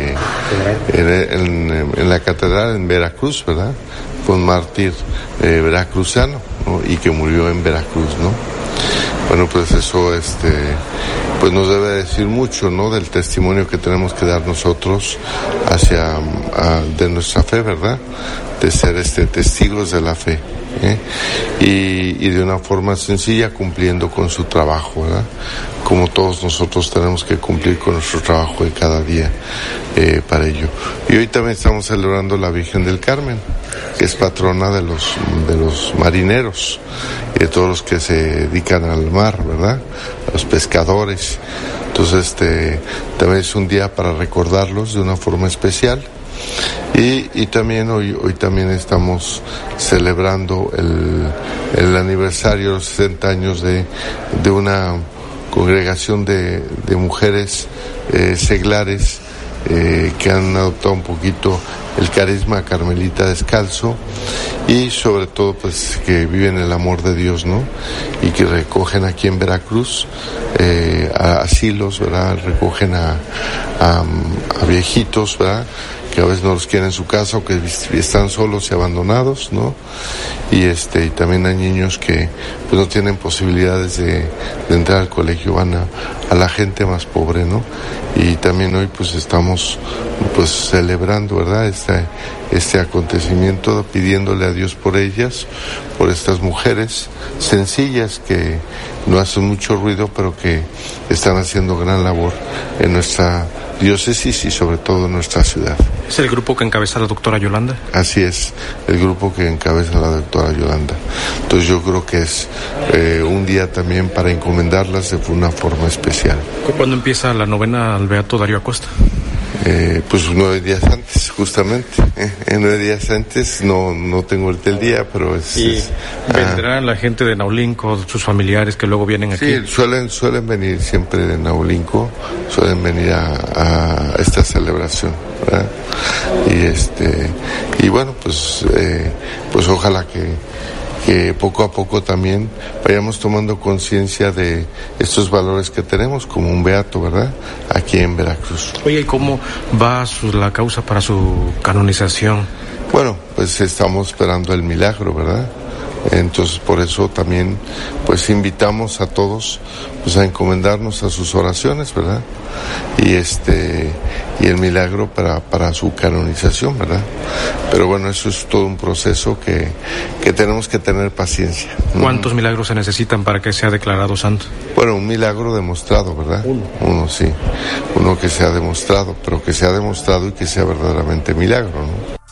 Speaker 17: la catedral en Veracruz, ¿verdad? Fue un mártir veracruzano, ¿no? Y que murió en Veracruz, ¿no? Bueno, pues eso pues nos debe decir mucho, ¿no? Del testimonio que tenemos que dar nosotros de nuestra fe, ¿verdad? De ser testigos de la fe, y de una forma sencilla, cumpliendo con su trabajo, ¿verdad? Como todos nosotros tenemos que cumplir con nuestro trabajo de cada día para ello. Y hoy también estamos celebrando la Virgen del Carmen, que es patrona de los marineros y de todos los que se dedican al mar, ¿verdad? A los pescadores. Entonces, también es un día para recordarlos de una forma especial. Y también hoy también estamos celebrando el aniversario de los 60 años de una congregación de mujeres seglares que han adoptado un poquito el carisma carmelita descalzo, y sobre todo pues que viven el amor de Dios, ¿no? Y que recogen aquí en Veracruz a asilos, ¿verdad? Recogen a viejitos, ¿verdad? Que a veces no los quieren en su casa o que están solos y abandonados, ¿no? Y también hay niños que pues no tienen posibilidades de entrar al colegio, van a la gente más pobre, ¿no? Y también hoy pues estamos pues celebrando, ¿verdad? Este acontecimiento, pidiéndole a Dios por ellas, por estas mujeres sencillas que no hacen mucho ruido, pero que están haciendo gran labor en nuestra diócesis y sobre todo en nuestra ciudad.
Speaker 1: ¿Es el grupo que encabeza la doctora Yolanda?
Speaker 17: Así es, el grupo que encabeza la doctora Yolanda. Entonces yo creo que es un día también para encomendarlas de una forma especial.
Speaker 1: ¿Cuándo empieza la novena al beato Darío Acosta?
Speaker 17: Pues 9 días antes, justamente. 9 días antes, no tengo el día, pero
Speaker 1: ¿Vendrá la gente de Naulinco, sus familiares que luego vienen aquí?
Speaker 17: Sí, suelen venir siempre de Naulinco, suelen venir a esta celebración, ¿verdad? Y bueno, pues ojalá que poco a poco también vayamos tomando conciencia de estos valores que tenemos como un beato, ¿verdad? Aquí en Veracruz.
Speaker 1: Oye, ¿y cómo va la causa para su canonización?
Speaker 17: Bueno, pues estamos esperando el milagro, ¿verdad? Entonces por eso también pues invitamos a todos pues a encomendarnos a sus oraciones, ¿verdad? Y el milagro para su canonización, ¿verdad? Pero bueno, eso es todo un proceso que tenemos que tener paciencia.
Speaker 1: ¿Cuántos milagros se necesitan para que sea declarado santo?
Speaker 17: Bueno, un milagro demostrado, ¿verdad? Uno sí, uno que sea demostrado, pero que sea demostrado y que sea verdaderamente milagro, ¿no?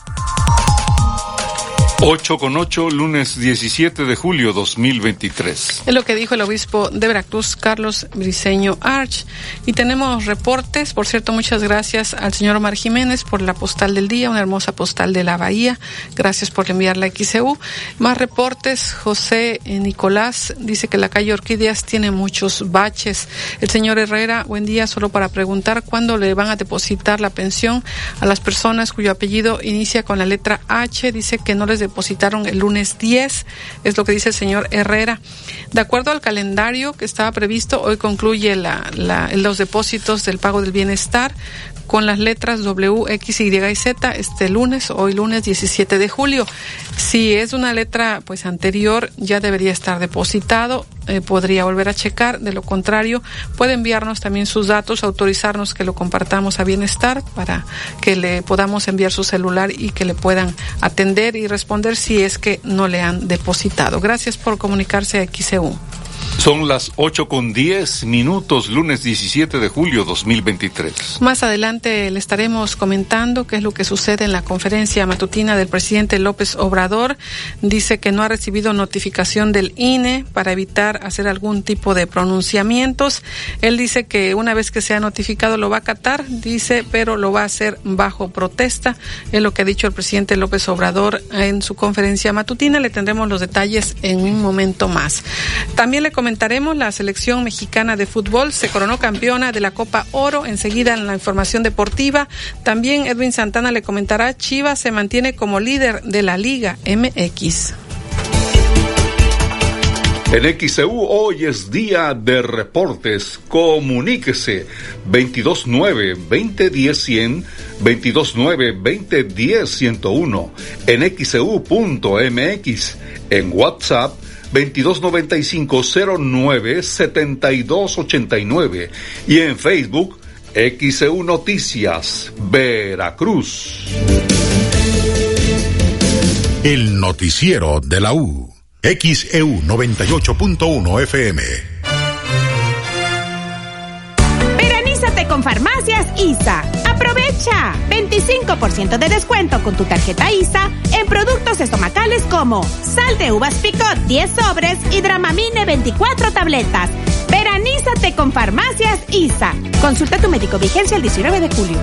Speaker 2: 8:08, lunes 17 de julio 2023.
Speaker 5: Es lo que dijo el obispo de Veracruz, Carlos Briceño Arch. Y tenemos reportes. Por cierto, muchas gracias al señor Omar Jiménez por la postal del día, una hermosa postal de la Bahía. Gracias por enviarla a XEU. Más reportes. José Nicolás dice que la calle Orquídeas tiene muchos baches. El señor Herrera, buen día, solo para preguntar cuándo le van a depositar la pensión a las personas cuyo apellido inicia con la letra H. Dice que no les depositaron el lunes 10, es lo que dice el señor Herrera. De acuerdo al calendario que estaba previsto, hoy concluye los depósitos del pago del bienestar con las letras W, X, Y y Z hoy lunes 17 de julio. Si es una letra pues anterior, ya debería estar depositado, podría volver a checar, de lo contrario puede enviarnos también sus datos, autorizarnos que lo compartamos a Bienestar para que le podamos enviar su celular y que le puedan atender y responder si es que no le han depositado. Gracias por comunicarse a XEU.
Speaker 2: Son las 8:10, lunes 17 de julio 2023.
Speaker 5: Más adelante le estaremos comentando qué es lo que sucede en la conferencia matutina del presidente López Obrador. Dice que no ha recibido notificación del INE para evitar hacer algún tipo de pronunciamientos. Él dice que una vez que sea notificado lo va a acatar, dice, pero lo va a hacer bajo protesta. Es lo que ha dicho el presidente López Obrador en su conferencia matutina. Le tendremos los detalles en un momento más. También le comentaremos la selección mexicana de fútbol se coronó campeona de la Copa Oro. Enseguida en la información deportiva también Edwin Santana le comentará, Chivas se mantiene como líder de la Liga MX.
Speaker 2: En XEU hoy es día de reportes. Comuníquese 229-2010-100, 229-2010-101, en XEU.mx, en WhatsApp 2295-09-7289 y en Facebook XEU Noticias Veracruz.
Speaker 3: El noticiero de la U. XEU 98.1 FM.
Speaker 4: Veranízate con Farmacias ISA. ¡Aprovecha! 25% de descuento con tu tarjeta ISA en productos estomacales como sal de uvas Picot 10 sobres y Dramamine 24 tabletas. Veranízate con Farmacias ISA. Consulta a tu médico, vigencia el 19 de julio.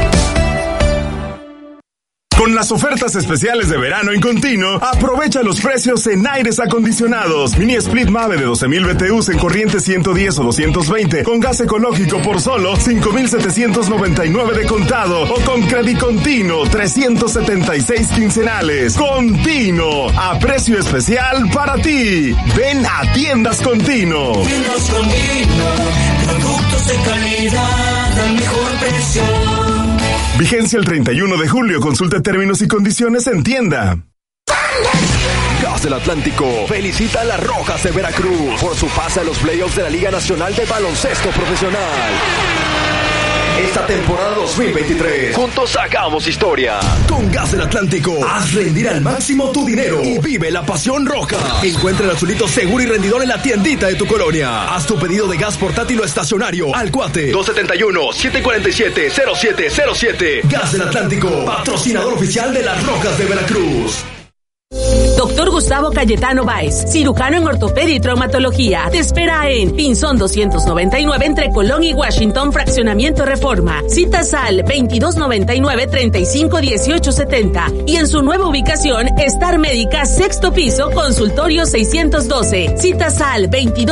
Speaker 18: Con las ofertas especiales de verano en Continuo, aprovecha los precios en aires acondicionados. Mini Split Mave de 12,000 BTUs en corriente 110 o 220, con gas ecológico por solo 5,799 de contado, o con Credit Continuo 376 quincenales. Continuo, a precio especial para ti. Ven a Tiendas Continuo.
Speaker 21: Tiendas Continuo, productos de calidad al mejor precio.
Speaker 18: Vigencia el 31 de julio. Consulte términos y condiciones en tienda.
Speaker 19: Gas del Atlántico felicita a las Rojas de Veracruz por su pase a los playoffs de la Liga Nacional de Baloncesto Profesional. Esta temporada 2023, juntos hagamos historia. Con Gas del Atlántico, haz rendir al máximo tu dinero y vive la pasión roja. Encuentra el azulito seguro y rendidor en la tiendita de tu colonia. Haz tu pedido de gas portátil o estacionario al cuate 271-747-0707. Gas del Atlántico, patrocinador oficial de las Rojas de Veracruz.
Speaker 7: Dr. Gustavo Cayetano Báez, cirujano en ortopedia y traumatología. Te espera en Pinzón 299 entre Colón y Washington, Fraccionamiento Reforma. Citas al 2299-351870 y en su nueva ubicación, Star Médica, sexto piso, consultorio 612. Citas al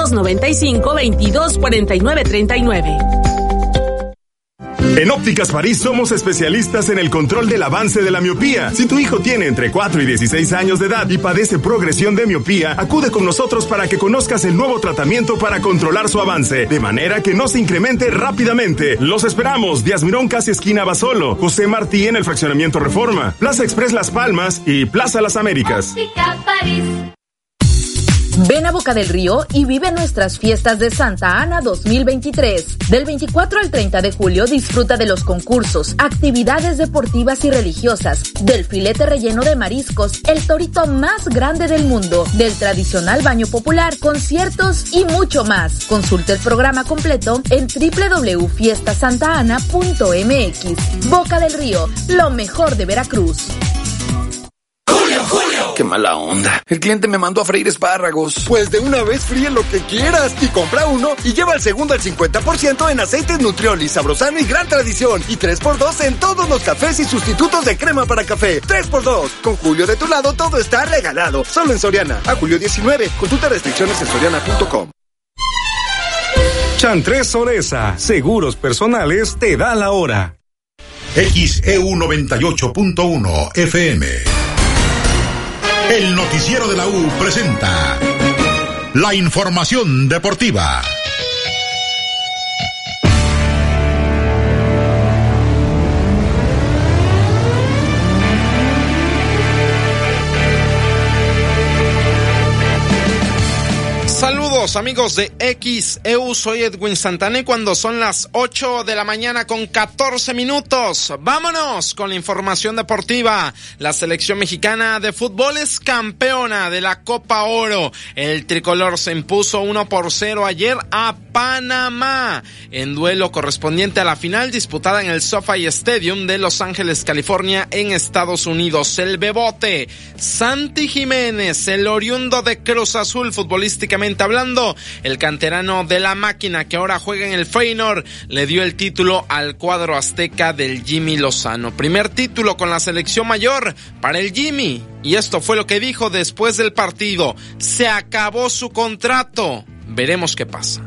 Speaker 7: 2295-224939.
Speaker 18: En Ópticas París somos especialistas en el control del avance de la miopía. Si tu hijo tiene entre 4 y 16 años de edad y padece progresión de miopía, acude con nosotros para que conozcas el nuevo tratamiento para controlar su avance, de manera que no se incremente rápidamente. Los esperamos, Díaz Mirón, casi esquina Basolo, José Martí en el Fraccionamiento Reforma, Plaza Express Las Palmas y Plaza Las Américas.
Speaker 20: Óptica París. Ven a Boca del Río y vive nuestras fiestas de Santa Ana 2023. Del 24 al 30 de julio disfruta de los concursos, actividades deportivas y religiosas, del filete relleno de mariscos, el torito más grande del mundo, del tradicional baño popular, conciertos y mucho más. Consulta el programa completo en www.fiestasantana.mx. Boca del Río, lo mejor de Veracruz.
Speaker 22: ¡Julio! ¡Qué mala onda! El cliente me mandó a freír espárragos.
Speaker 23: Pues de una vez fríe lo que quieras y compra uno y lleva el segundo al 50% en aceites Nutrioli, Sabrosano y Gran Tradición. Y 3x2 en todos los cafés y sustitutos de crema para café. 3x2. Con Julio de tu lado todo está regalado. Solo en Soriana. A julio 19. Consulta restricciones en soriana.com.
Speaker 18: Chantres Soresa. Seguros personales te da la hora.
Speaker 3: XEU 98.1 FM. El noticiero de la U presenta la información deportiva.
Speaker 24: Saludos amigos de XEU, soy Edwin Santané cuando son las 8 de la mañana con 14 minutos. Vámonos con la información deportiva. La selección mexicana de fútbol es campeona de la Copa Oro. El tricolor se impuso 1-0 ayer a Panamá en duelo correspondiente a la final disputada en el SoFi Stadium de Los Ángeles, California, en Estados Unidos. El bebote Santi Jiménez, el oriundo de Cruz Azul futbolísticamente hablando, el canterano de la máquina que ahora juega en el Feyenoord, le dio el título al cuadro azteca del Jimmy Lozano. Primer título con la selección mayor para el Jimmy, y esto fue lo que dijo después del partido: se acabó su contrato, veremos qué pasa.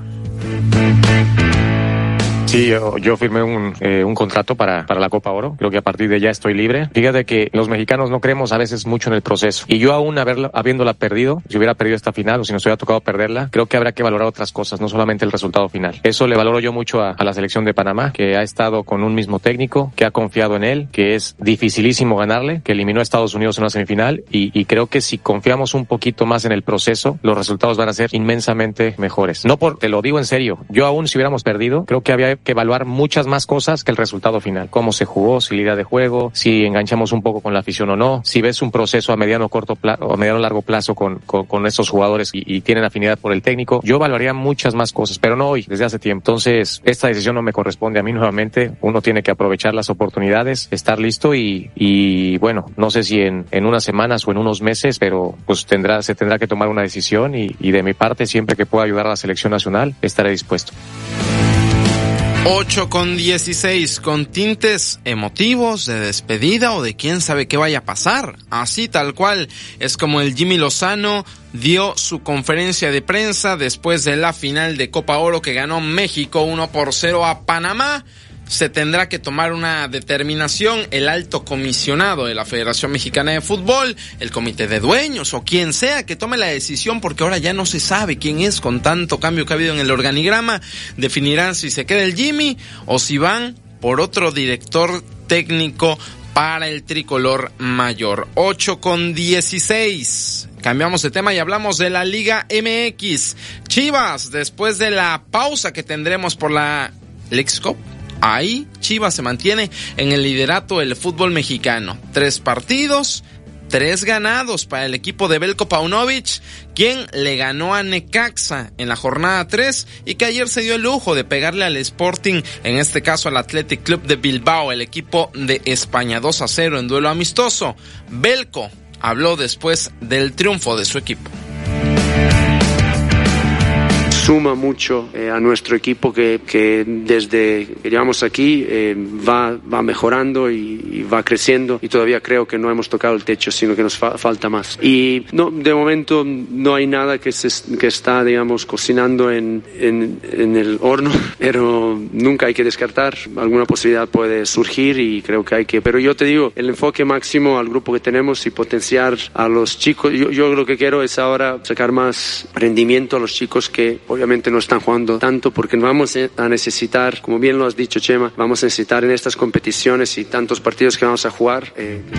Speaker 25: Sí, yo firmé un contrato para la Copa Oro. Creo que a partir de ya estoy libre. Fíjate que los mexicanos no creemos a veces mucho en el proceso. Y yo aún habiéndola perdido, si hubiera perdido esta final o si nos hubiera tocado perderla, creo que habrá que valorar otras cosas, no solamente el resultado final. Eso le valoro yo mucho a la selección de Panamá, que ha estado con un mismo técnico, que ha confiado en él, que es dificilísimo ganarle, que eliminó a Estados Unidos en una semifinal y creo que si confiamos un poquito más en el proceso, los resultados van a ser inmensamente mejores. Te lo digo en serio, yo aún si hubiéramos perdido, creo que había que evaluar muchas más cosas que el resultado final. Cómo se jugó, si la idea de juego, si enganchamos un poco con la afición o no, si ves un proceso a mediano corto plazo o mediano largo plazo con estos jugadores y tienen afinidad por el técnico. Yo valoraría muchas más cosas, pero no hoy, desde hace tiempo. Entonces, esta decisión no me corresponde a mí nuevamente. Uno tiene que aprovechar las oportunidades, estar listo y bueno, no sé si en unas semanas o en unos meses, pero pues se tendrá que tomar una decisión y de mi parte, siempre que pueda ayudar a la selección nacional, estaré dispuesto.
Speaker 24: 8:16, con tintes emotivos de despedida o de quién sabe qué vaya a pasar. Así tal cual es como el Jimmy Lozano dio su conferencia de prensa después de la final de Copa Oro que ganó México 1-0 a Panamá. Se tendrá que tomar una determinación el alto comisionado de la Federación Mexicana de Fútbol, el comité de dueños o quien sea que tome la decisión, porque ahora ya no se sabe quién es con tanto cambio que ha habido en el organigrama. Definirán si se queda el Jimmy o si van por otro director técnico para el tricolor mayor. 8:16. Cambiamos de tema y hablamos de la Liga MX. Chivas, después de la pausa que tendremos por la Leagues Cup, ahí Chivas se mantiene en el liderato del fútbol mexicano. 3 partidos, 3 ganados para el equipo de Belko Paunovic, quien le ganó a Necaxa en la jornada 3 y que ayer se dio el lujo de pegarle al Sporting, en este caso al Athletic Club de Bilbao, el equipo de España, 2-0 en duelo amistoso. Belko habló después del triunfo de su equipo.
Speaker 8: Suma mucho a nuestro equipo que desde que llegamos aquí va mejorando y va creciendo, y todavía creo que no hemos tocado el techo, sino que nos falta más. Y no, de momento no hay nada que está, digamos, cocinando en el horno, pero nunca hay que descartar. Alguna posibilidad puede surgir y creo que hay que... Pero yo te digo, el enfoque máximo al grupo que tenemos y potenciar a los chicos. Yo lo que quiero es ahora sacar más rendimiento a los chicos que obviamente no están jugando tanto, porque vamos a necesitar, como bien lo has dicho, Chema, vamos a necesitar en estas competiciones y tantos partidos que vamos a jugar.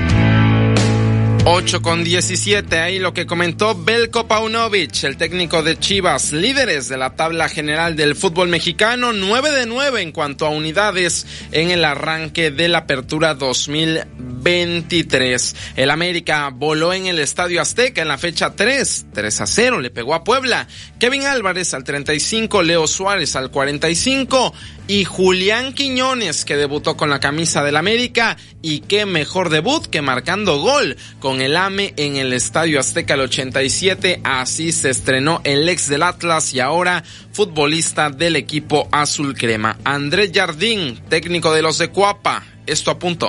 Speaker 24: 8:17, ahí lo que comentó Belko Paunovic, el técnico de Chivas, líderes de la tabla general del fútbol mexicano, 9 de 9 en cuanto a unidades en el arranque de la apertura 2023. El América voló en el Estadio Azteca en la fecha 3-0, le pegó a Puebla. Kevin Álvarez al 35, Leo Suárez al 45 y Julián Quiñones, que debutó con la camisa del América, y qué mejor debut que marcando gol con el AME en el Estadio Azteca al 87, así se estrenó el ex del Atlas y ahora futbolista del equipo azul crema. Andrés Jardín, técnico de los de Cuapa, esto apuntó.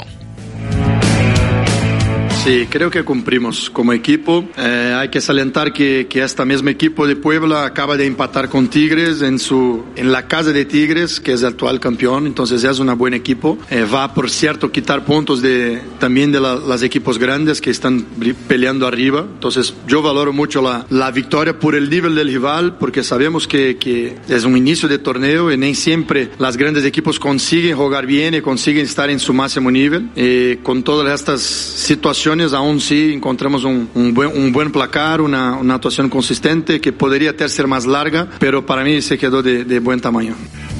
Speaker 10: Sí, creo que cumplimos como equipo. Hay que salientar que este mismo equipo de Puebla acaba de empatar con Tigres en la casa de Tigres, que es el actual campeón, entonces es un buen equipo. Va, por cierto, quitar puntos también de los equipos grandes que están peleando arriba. Entonces yo valoro mucho la victoria por el nivel del rival, porque sabemos que es un inicio de torneo y no siempre los grandes equipos consiguen jugar bien y consiguen estar en su máximo nivel. Con todas estas situaciones, aún sí encontramos un buen placar, una actuación consistente que podría ser más larga, pero para mí se quedó de buen tamaño.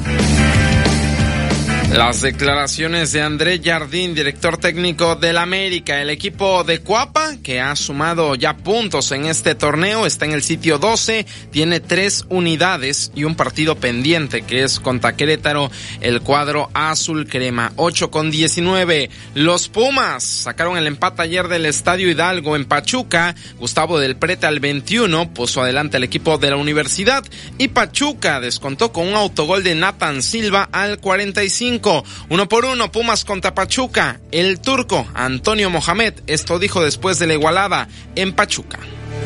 Speaker 24: Las declaraciones de Andrés Jardín, director técnico del América. El equipo de Cuapa, que ha sumado ya puntos en este torneo, está en el sitio 12, tiene 3 unidades y un partido pendiente, que es contra Querétaro, el cuadro azul crema. 8:19. Los Pumas sacaron el empate ayer del Estadio Hidalgo en Pachuca. Gustavo del Prete al 21 puso adelante al equipo de la Universidad y Pachuca descontó con un autogol de Nathan Silva al 45. 1-1, Pumas contra Pachuca. El turco Antonio Mohamed, esto dijo después de la igualada en Pachuca.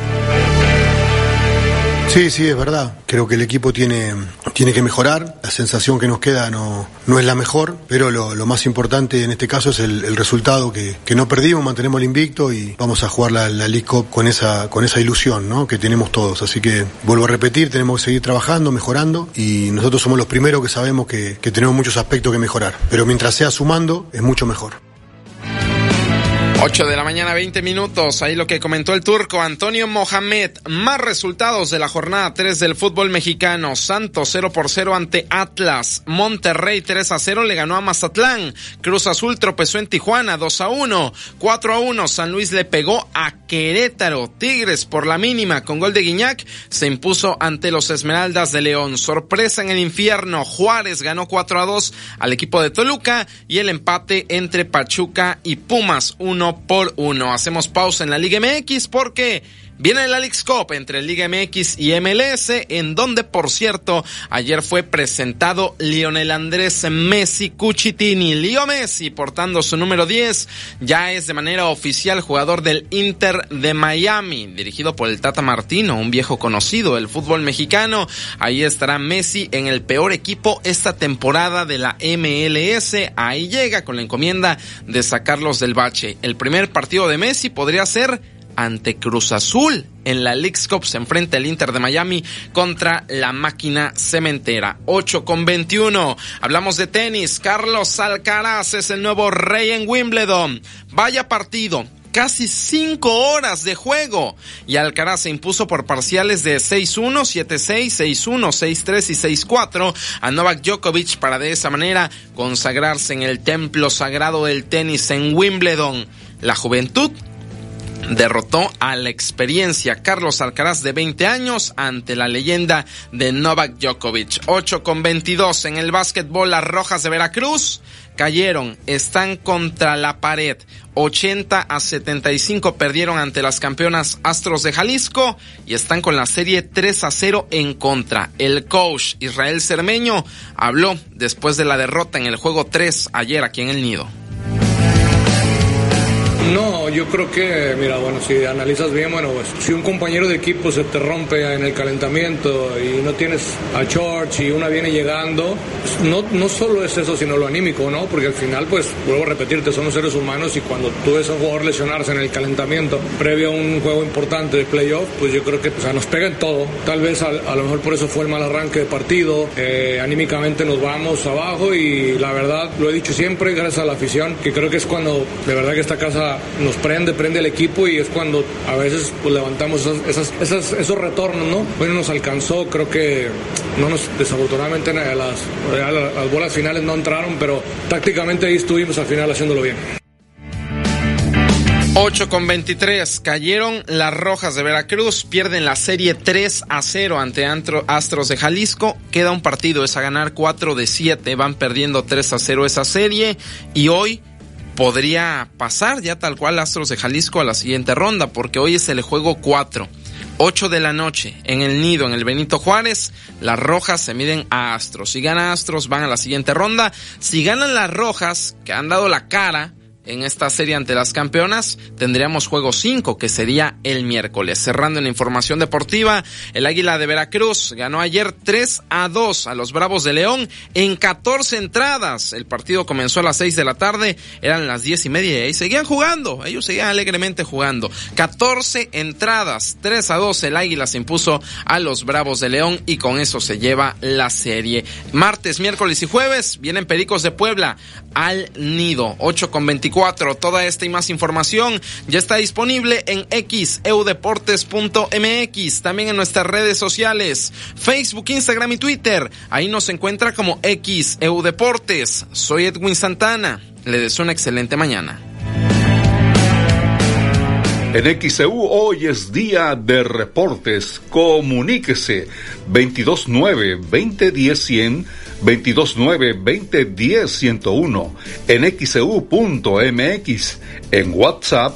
Speaker 11: Sí, es verdad. Creo que el equipo tiene que mejorar. La sensación que nos queda no es la mejor, pero lo más importante en este caso es el resultado, que no perdimos, mantenemos el invicto y vamos a jugar la League Cup con esa ilusión, ¿no?, que tenemos todos. Así que vuelvo a repetir, tenemos que seguir trabajando, mejorando, y nosotros somos los primeros que sabemos que tenemos muchos aspectos que mejorar. Pero mientras sea sumando, es mucho mejor.
Speaker 24: 8:20 a.m, ahí lo que comentó el turco Antonio Mohamed. Más resultados de la jornada 3 del fútbol mexicano. Santos 0-0 ante Atlas. Monterrey 3-0 le ganó a Mazatlán. Cruz Azul tropezó en Tijuana 2-1. 4-1 San Luis le pegó a Querétaro. Tigres por la mínima con gol de Guiñac se impuso ante los Esmeraldas de León. Sorpresa en el infierno. Juárez ganó 4-2 al equipo de Toluca y el empate entre Pachuca y Pumas 1-1. Hacemos pausa en la Liga MX porque viene la Leagues Cup entre Liga MX y MLS, en donde, por cierto, ayer fue presentado Lionel Andrés Messi Cucitini. Leo Messi, portando su número 10, ya es de manera oficial jugador del Inter de Miami, dirigido por el Tata Martino, un viejo conocido del fútbol mexicano. Ahí estará Messi en el peor equipo esta temporada de la MLS. Ahí llega con la encomienda de sacarlos del bache. El primer partido de Messi podría ser ante Cruz Azul. En la Leagues Cup se enfrenta el Inter de Miami contra la máquina cementera. 8:21. Hablamos de tenis. Carlos Alcaraz es el nuevo rey en Wimbledon. Vaya partido. Casi 5 horas de juego. Y Alcaraz se impuso por parciales de 6-1, 7-6, 6-1, 6-3 y 6-4 a Novak Djokovic para de esa manera consagrarse en el templo sagrado del tenis en Wimbledon. La juventud derrotó a la experiencia. Carlos Alcaraz, de 20 años, ante la leyenda de Novak Djokovic. 8:22 en el básquetbol. Las Rojas de Veracruz cayeron, están contra la pared. 80-75 perdieron ante las campeonas Astros de Jalisco y están con la serie 3-0 en contra. El coach Israel Cermeño habló después de la derrota en el juego 3 ayer aquí en el Nido.
Speaker 6: No, yo creo que, mira, bueno, si analizas bien, bueno, pues si un compañero de equipo se te rompe en el calentamiento y no tienes a George y una viene llegando, pues no solo es eso, sino lo anímico, ¿no? Porque al final, pues, vuelvo a repetirte, somos seres humanos y cuando tú ves a un jugador lesionarse en el calentamiento previo a un juego importante de playoff, pues yo creo que, o sea, nos pega en todo. Tal vez a lo mejor por eso fue el mal arranque de partido, anímicamente nos vamos abajo y la verdad, lo he dicho siempre, gracias a la afición, que creo que es cuando de verdad que esta casa nos prende el equipo y es cuando a veces pues levantamos esos retornos, ¿no? Bueno, nos alcanzó, creo que desafortunadamente las bolas finales no entraron, pero tácticamente ahí estuvimos al final haciéndolo bien.
Speaker 24: 8-23, cayeron las Rojas de Veracruz, pierden la serie 3-0 ante Astros de Jalisco, queda un partido, es a ganar 4 de 7, van perdiendo 3-0 esa serie y hoy podría pasar ya tal cual Astros de Jalisco a la siguiente ronda, porque hoy es el juego 4, 8 de la noche, en el Nido, en el Benito Juárez. Las Rojas se miden a Astros. Si gana Astros, van a la siguiente ronda. Si ganan las Rojas, que han dado la cara en esta serie ante las campeonas, tendríamos juego 5, que sería el miércoles. Cerrando en la información deportiva, el Águila de Veracruz ganó ayer 3-2 a los Bravos de León en 14 entradas. El partido comenzó a las 6 de la tarde, eran las 10:30 y seguían jugando, ellos seguían alegremente jugando. 14 entradas, 3-2, el Águila se impuso a los Bravos de León y con eso se lleva la serie. Martes, miércoles y jueves vienen Pericos de Puebla al Nido. 8:24. Toda esta y más información ya está disponible en xeudeportes.mx, también en nuestras redes sociales, Facebook, Instagram y Twitter. Ahí nos encuentra como xeudeportes. Soy Edwin Santana. Le deseo una excelente mañana.
Speaker 2: En XEU hoy es día de reportes. Comuníquese 229-2010-100, 229-2010-101, en XEU.mx, en WhatsApp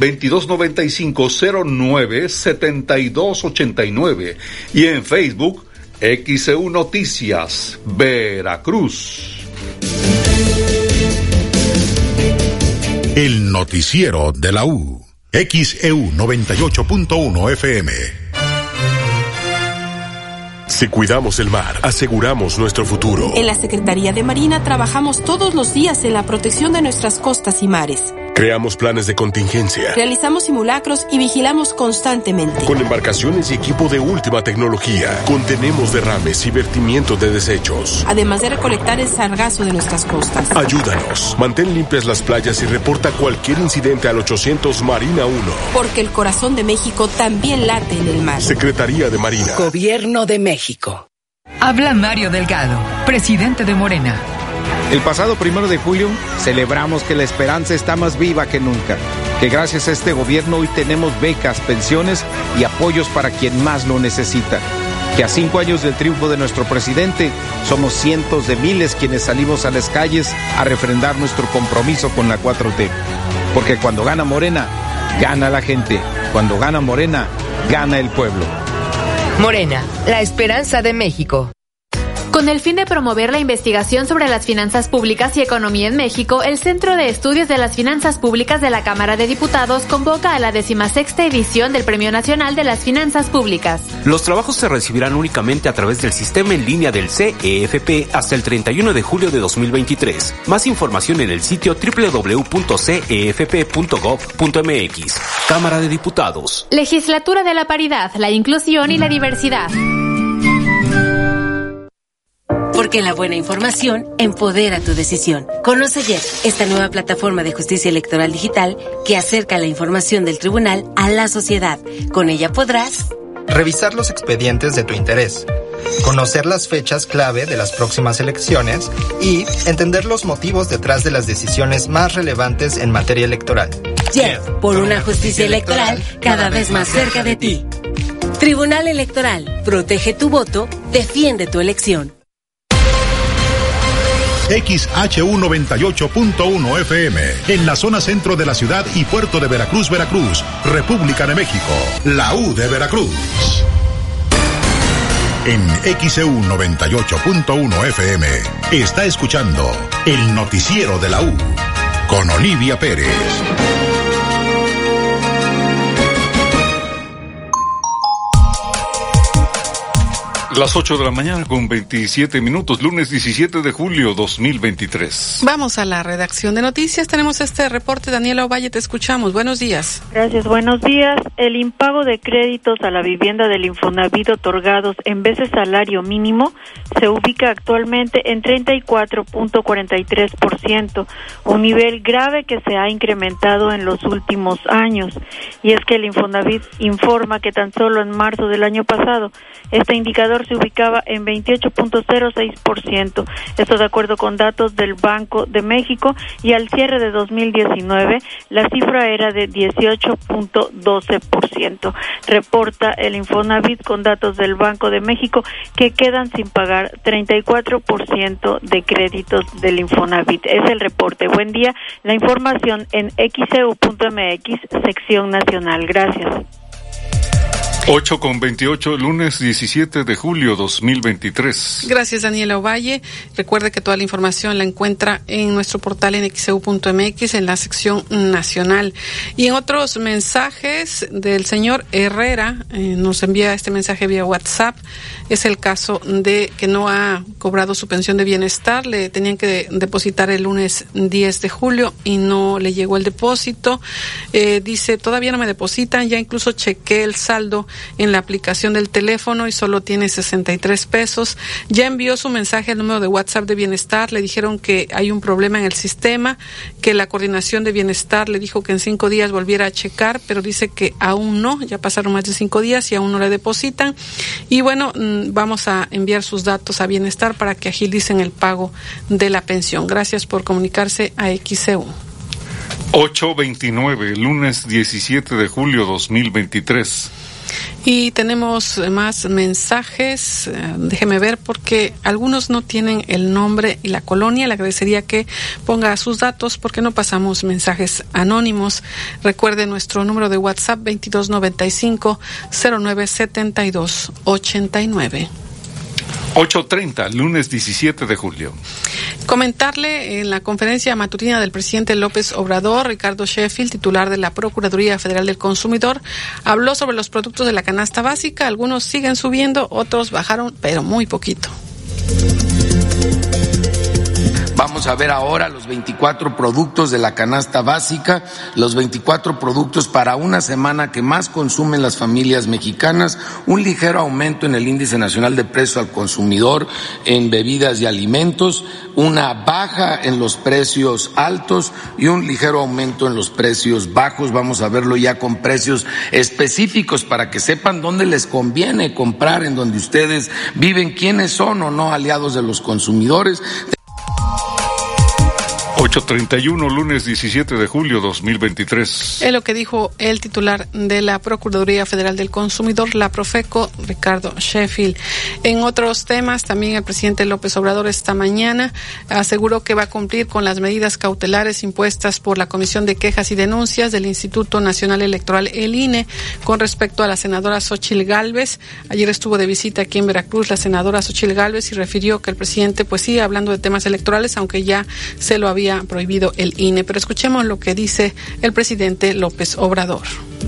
Speaker 2: 2295-09-7289 y en Facebook XEU Noticias, Veracruz.
Speaker 3: El noticiero de la U. XEU 98.1 FM.
Speaker 9: Si cuidamos el mar, aseguramos nuestro futuro.
Speaker 12: En la Secretaría de Marina trabajamos todos los días en la protección de nuestras costas y mares.
Speaker 9: Creamos planes de contingencia.
Speaker 12: Realizamos simulacros y vigilamos constantemente.
Speaker 9: Con embarcaciones y equipo de última tecnología, contenemos derrames y vertimientos de desechos.
Speaker 12: Además de recolectar el sargazo de nuestras costas.
Speaker 9: Ayúdanos, mantén limpias las playas y reporta cualquier incidente al 800 Marina 1.
Speaker 12: Porque el corazón de México también late en el mar.
Speaker 9: Secretaría de Marina.
Speaker 13: Gobierno de México.
Speaker 14: Habla Mario Delgado, presidente de Morena.
Speaker 26: El pasado 1 de julio celebramos que la esperanza está más viva que nunca, que gracias a este gobierno hoy tenemos becas, pensiones y apoyos para quien más lo necesita, que a 5 años del triunfo de nuestro presidente somos cientos de miles quienes salimos a las calles a refrendar nuestro compromiso con la 4T, porque cuando gana Morena, gana la gente, cuando gana Morena, gana el pueblo.
Speaker 14: Morena, la esperanza de México.
Speaker 27: Con el fin de promover la investigación sobre las finanzas públicas y economía en México, el Centro de Estudios de las Finanzas Públicas de la Cámara de Diputados convoca a la 16ª edición del Premio Nacional de las Finanzas Públicas.
Speaker 28: Los trabajos se recibirán únicamente a través del sistema en línea del CEFP hasta el 31 de julio de 2023. Más información en el sitio www.cefp.gov.mx. Cámara de Diputados.
Speaker 27: Legislatura de la Paridad, la Inclusión y la Diversidad.
Speaker 29: Porque la buena información empodera tu decisión. Conoce ayer esta nueva plataforma de justicia electoral digital que acerca la información del tribunal a la sociedad. Con ella podrás
Speaker 30: revisar los expedientes de tu interés, conocer las fechas clave de las próximas elecciones y entender los motivos detrás de las decisiones más relevantes en materia electoral.
Speaker 29: Yeah, por una justicia electoral cada vez más cerca de ti. Tribunal Electoral, protege tu voto, defiende tu elección.
Speaker 3: XHU98.1 FM, en la zona centro de la ciudad y puerto de Veracruz, Veracruz, República de México. La U de Veracruz. En XEU 98.1 FM está escuchando el noticiero de la U con Olivia Pérez.
Speaker 2: Las 8 de la mañana con 27 minutos, lunes 17 de julio 2023.
Speaker 12: Vamos a la redacción de noticias. Tenemos este reporte. Daniela Ovalle, te escuchamos. Buenos días.
Speaker 1: Gracias, buenos días. El impago de créditos a la vivienda del Infonavit otorgados en vez de salario mínimo se ubica actualmente en 34.43%, un nivel grave que se ha incrementado en los últimos años. Y es que el Infonavit informa que tan solo en marzo del año pasado este indicador se ubicaba en 28.06%, esto de acuerdo con datos del Banco de México, y al cierre de 2019 la cifra era de 18.12%. Reporta el Infonavit con datos del Banco de México que quedan sin pagar 34% de créditos del Infonavit. Es el reporte. Buen día. La información en xeu.mx, sección nacional. Gracias.
Speaker 2: 8 con 28, lunes 17 de julio 2023.
Speaker 12: Gracias, Daniela Ovalle. Recuerde que toda la información la encuentra en nuestro portal en xeu.mx, en la sección nacional. Y en otros mensajes del señor Herrera, nos envía este mensaje vía WhatsApp. Es el caso de que no ha cobrado su pensión de bienestar. Le tenían que depositar el lunes 10 de julio y no le llegó el depósito. Dice, todavía no me depositan, ya incluso chequé el saldo en la aplicación del teléfono y solo tiene 63 pesos. Ya envió su mensaje al número de WhatsApp de Bienestar, le dijeron que hay un problema en el sistema, que la coordinación de Bienestar le dijo que en 5 días volviera a checar, pero dice que aún no, ya pasaron más de 5 días y aún no le depositan. Y bueno, vamos a enviar sus datos a Bienestar para que agilicen el pago de la pensión. Gracias por comunicarse a XEU.
Speaker 2: 8:29, lunes 17 de julio 2023.
Speaker 12: Y tenemos más mensajes, déjeme ver porque algunos no tienen el nombre y la colonia. Le agradecería que ponga sus datos porque no pasamos mensajes anónimos. Recuerde nuestro número de WhatsApp 2295-097289.
Speaker 2: 8:30, lunes 17 de julio.
Speaker 12: Comentarle en la conferencia matutina del presidente López Obrador, Ricardo Sheffield, titular de la Procuraduría Federal del Consumidor, habló sobre los productos de la canasta básica. Algunos siguen subiendo, otros bajaron, pero muy poquito.
Speaker 4: Vamos a ver ahora los 24 productos de la canasta básica, los 24 productos para una semana que más consumen las familias mexicanas, un ligero aumento en el índice nacional de precios al consumidor en bebidas y alimentos, una baja en los precios altos y un ligero aumento en los precios bajos. Vamos a verlo ya con precios específicos para que sepan dónde les conviene comprar, en donde ustedes viven, quiénes son o no aliados de los consumidores.
Speaker 2: 8:31, lunes 17 de julio 2023.
Speaker 12: Es lo que dijo el titular de la Procuraduría Federal del Consumidor, la Profeco, Ricardo Sheffield. En otros temas, también el presidente López Obrador esta mañana aseguró que va a cumplir con las medidas cautelares impuestas por la Comisión de Quejas y Denuncias del Instituto Nacional Electoral, el INE, con respecto a la senadora Xóchitl Gálvez. Ayer estuvo de visita aquí en Veracruz la senadora Xóchitl Gálvez y refirió que el presidente pues sigue hablando de temas electorales, aunque ya se lo había prohibido el INE. Pero escuchemos lo que dice el presidente López Obrador.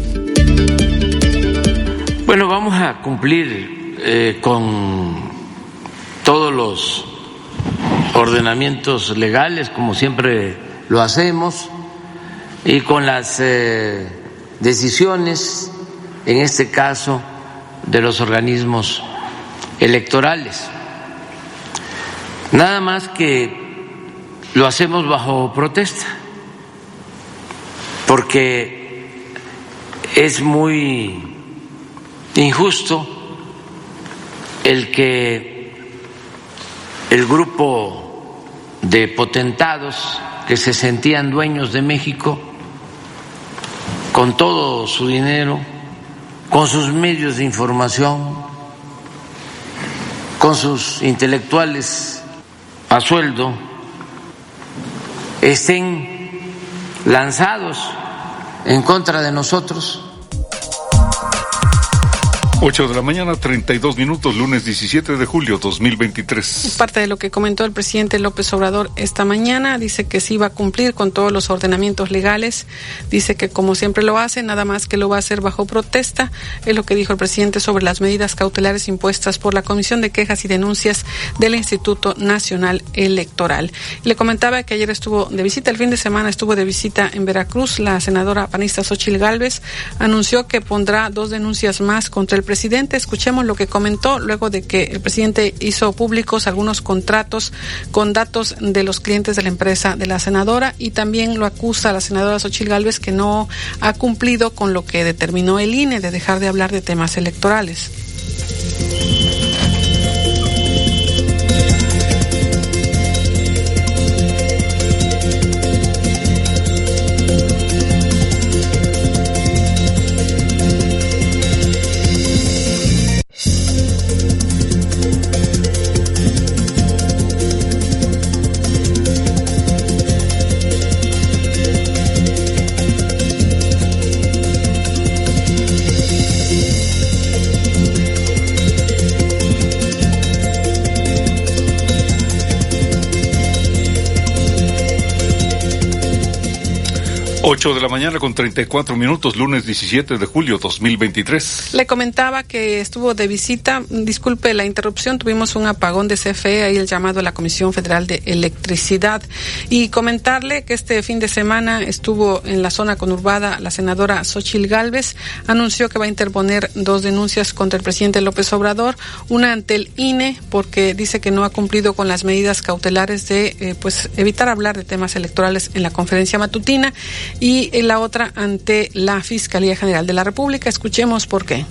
Speaker 5: Bueno, vamos a cumplir con todos los ordenamientos legales, como siempre lo hacemos, y con las decisiones, en este caso, de los organismos electorales. Nada más que lo hacemos bajo protesta, porque es muy injusto el que el grupo de potentados que se sentían dueños de México, con todo su dinero, con sus medios de información, con sus intelectuales a sueldo,
Speaker 4: estén lanzados en contra de nosotros.
Speaker 2: 8 de la mañana, 32 minutos, lunes 17 de julio 2023.
Speaker 12: Parte de lo que comentó el presidente López Obrador esta mañana, dice que sí va a cumplir con todos los ordenamientos legales, dice que como siempre lo hace, nada más que lo va a hacer bajo protesta, es lo que dijo el presidente sobre las medidas cautelares impuestas por la Comisión de Quejas y Denuncias del Instituto Nacional Electoral. Le comentaba que ayer estuvo de visita, el fin de semana estuvo de visita en Veracruz, la senadora panista Xóchitl Gálvez anunció que pondrá 2 denuncias más contra el presidente. Escuchemos lo que comentó luego de que el presidente hizo públicos algunos contratos con datos de los clientes de la empresa de la senadora, y también lo acusa a la senadora Xóchitl Gálvez que no ha cumplido con lo que determinó el INE de dejar de hablar de temas electorales.
Speaker 2: 8 de la mañana con 34 minutos, lunes 17 de julio 2023.
Speaker 12: Le comentaba que estuvo de visita, disculpe la interrupción, tuvimos un apagón de CFE, ahí el llamado a la Comisión Federal de Electricidad, y comentarle que este fin de semana estuvo en la zona conurbada la senadora Xóchitl Gálvez, anunció que va a interponer 2 denuncias contra el presidente López Obrador, una ante el INE porque dice que no ha cumplido con las medidas cautelares de evitar hablar de temas electorales en la conferencia matutina, y la otra ante la Fiscalía General de la República. Escuchemos por qué.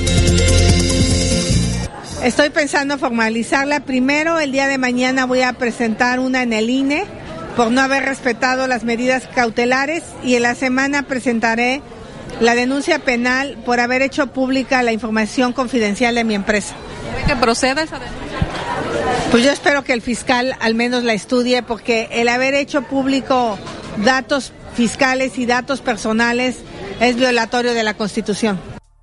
Speaker 7: Estoy pensando formalizarla. Primero, el día de mañana voy a presentar una en el INE por no haber respetado las medidas cautelares, y en la semana presentaré la denuncia penal por haber hecho pública la información confidencial de mi empresa.
Speaker 12: ¿Cree que proceda esa denuncia?
Speaker 7: Pues yo espero que el fiscal al menos la estudie, porque el haber hecho público datos fiscales y datos personales es violatorio de la Constitución.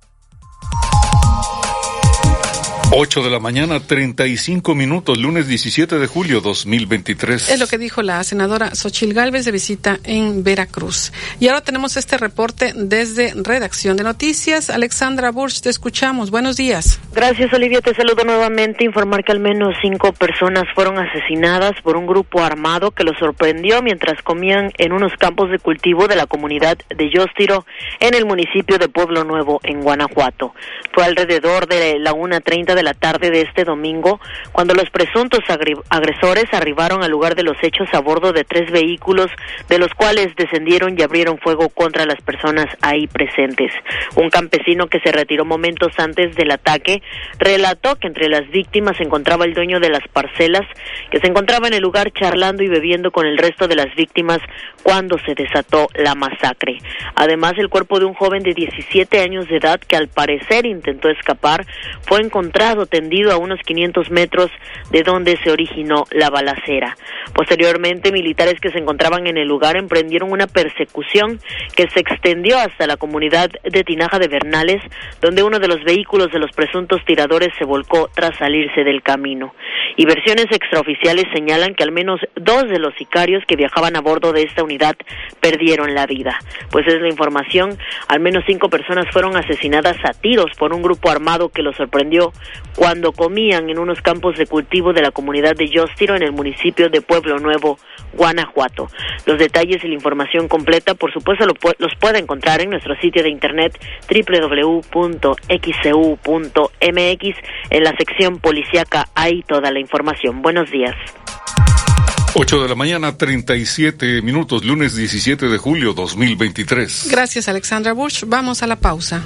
Speaker 2: 8 de la mañana, 35 minutos, lunes 17 de julio 2023.
Speaker 12: Es lo que dijo la senadora Xóchitl Gálvez de visita en Veracruz. Y ahora tenemos este reporte desde Redacción de Noticias. Alexandra Burch, te escuchamos. Buenos días.
Speaker 15: Gracias, Olivia. Te saludo nuevamente. Informar que al menos 5 personas fueron asesinadas por un grupo armado que los sorprendió mientras comían en unos campos de cultivo de la comunidad de Yostiro, en el municipio de Pueblo Nuevo, en Guanajuato. Fue alrededor de la 1:30 de la tarde de este domingo cuando los presuntos agresores arribaron al lugar de los hechos a bordo de 3 vehículos, de los cuales descendieron y abrieron fuego contra las personas ahí presentes. Un campesino que se retiró momentos antes del ataque relató que entre las víctimas se encontraba el dueño de las parcelas, que se encontraba en el lugar charlando y bebiendo con el resto de las víctimas cuando se desató la masacre. Además, el cuerpo de un joven de 17 años de edad que al parecer intentó escapar fue encontrado tendido a unos 500 metros de donde se originó la balacera. Posteriormente, militares que se encontraban en el lugar emprendieron una persecución que se extendió hasta la comunidad de Tinaja de Bernales, donde uno de los vehículos de los presuntos tiradores se volcó tras salirse del camino. Y versiones extraoficiales señalan que al menos 2 de los sicarios que viajaban a bordo de esta unidad perdieron la vida. Pues es la información, al menos 5 personas fueron asesinadas a tiros por un grupo armado que los sorprendió cuando comían en unos campos de cultivo de la comunidad de Yostiro, en el municipio de Pueblo Nuevo, Guanajuato. Los detalles y la información completa, por supuesto, los puede encontrar en nuestro sitio de internet www.xcu.mx, en la sección policíaca hay toda la información. Buenos días.
Speaker 2: 8 de la mañana, 37 minutos, lunes 17 de julio 2023.
Speaker 12: Gracias, Alexandra Bush. Vamos a la pausa.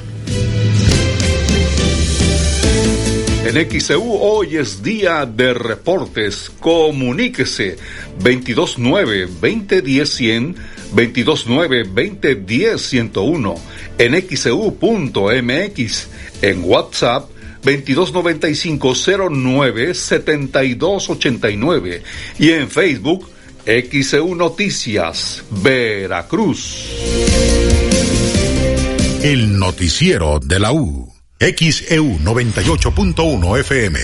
Speaker 2: En XEU hoy es día de reportes. Comuníquese 229-2010-100, 229-2010-101, en XEU.mx, en WhatsApp 2295-09-7289 y en Facebook XEU Noticias, Veracruz.
Speaker 3: El noticiero de la U. XEU 98.1 FM.